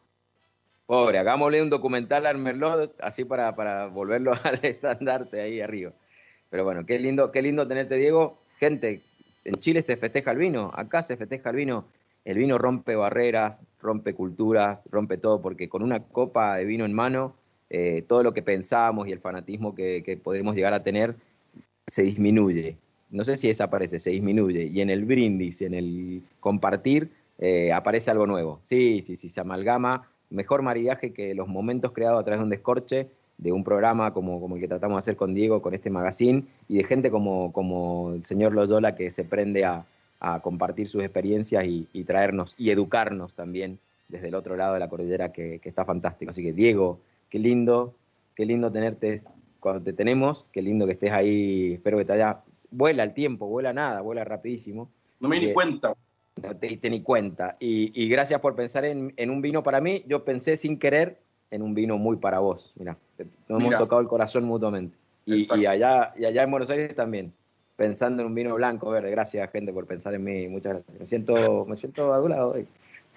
Pobre, hagámosle un documental al Merlot, así para volverlo al estandarte ahí arriba. Pero bueno, qué lindo tenerte, Diego. Gente, en Chile se festeja el vino, acá se festeja el vino. El vino rompe barreras, rompe culturas, rompe todo, porque con una copa de vino en mano, todo lo que pensamos y el fanatismo que podemos llegar a tener se disminuye. No sé si desaparece, se disminuye. Y en el brindis, en el compartir, aparece algo nuevo. Sí, se amalgama. Mejor maridaje que los momentos creados a través de un descorche, de un programa como el que tratamos de hacer con Diego, con este magazine, y de gente como el señor Loyola, que se prende a compartir sus experiencias y traernos y educarnos también desde el otro lado de la cordillera, que está fantástico. Así que, Diego, qué lindo tenerte cuando te tenemos, qué lindo que estés ahí. Espero que te haya... Vuela el tiempo, vuela nada, vuela rapidísimo. No me di ni cuenta. No te diste ni cuenta. Y gracias por pensar en un vino para mí. Yo pensé sin querer en un vino muy para vos. Mirá, nos hemos tocado el corazón mutuamente. Y allá en Buenos Aires también, pensando en un vino blanco, verde. Gracias, gente, por pensar en mí. Muchas gracias. Me siento adulado hoy.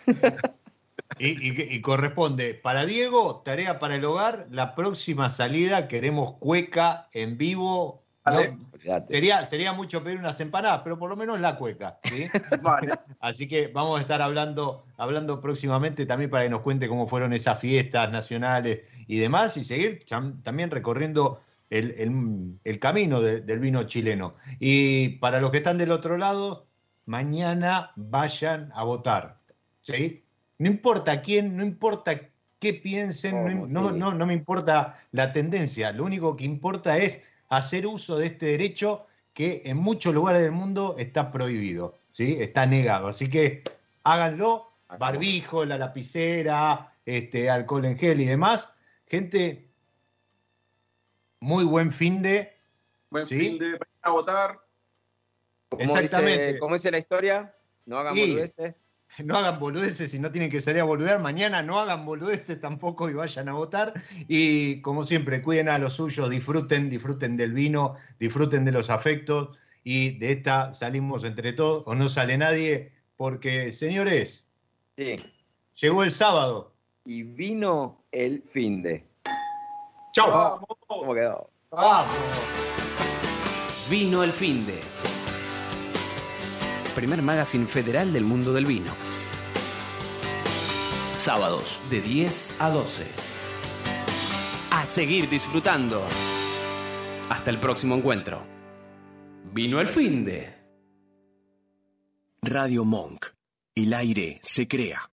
Y corresponde, para Diego, tarea para el hogar, la próxima salida queremos cueca en vivo. No, sería mucho pedir unas empanadas, pero por lo menos la cueca, ¿sí? Vale. Así que vamos a estar hablando próximamente también para que nos cuente cómo fueron esas fiestas nacionales y demás, y seguir también recorriendo el camino del vino chileno. Y para los que están del otro lado, mañana vayan a votar, ¿sí? No importa quién, no importa qué piensen, no me importa la tendencia, lo único que importa es hacer uso de este derecho que en muchos lugares del mundo está prohibido, ¿sí? Está negado. Así que háganlo, barbijo, la lapicera, alcohol en gel y demás. Gente, muy buen fin de... Buen fin de a votar. Exactamente. ¿Cómo dice la historia? No hagan boludeces. no hagan boludeces si no tienen que salir a boludear. Mañana no hagan boludeces tampoco y vayan a votar. Y como siempre, cuiden a los suyos, disfruten del vino, disfruten de los afectos. Y de esta salimos entre todos, o no sale nadie, porque, señores, Sí. llegó el sábado. Y vino el finde. ¡Chau! ¿Cómo quedó? ¡Vamos! Vino el Finde. Primer magazine federal del mundo del vino. Sábados de 10 a 12. A seguir disfrutando. Hasta el próximo encuentro. Vino el Finde. Radio Monk. El aire se crea.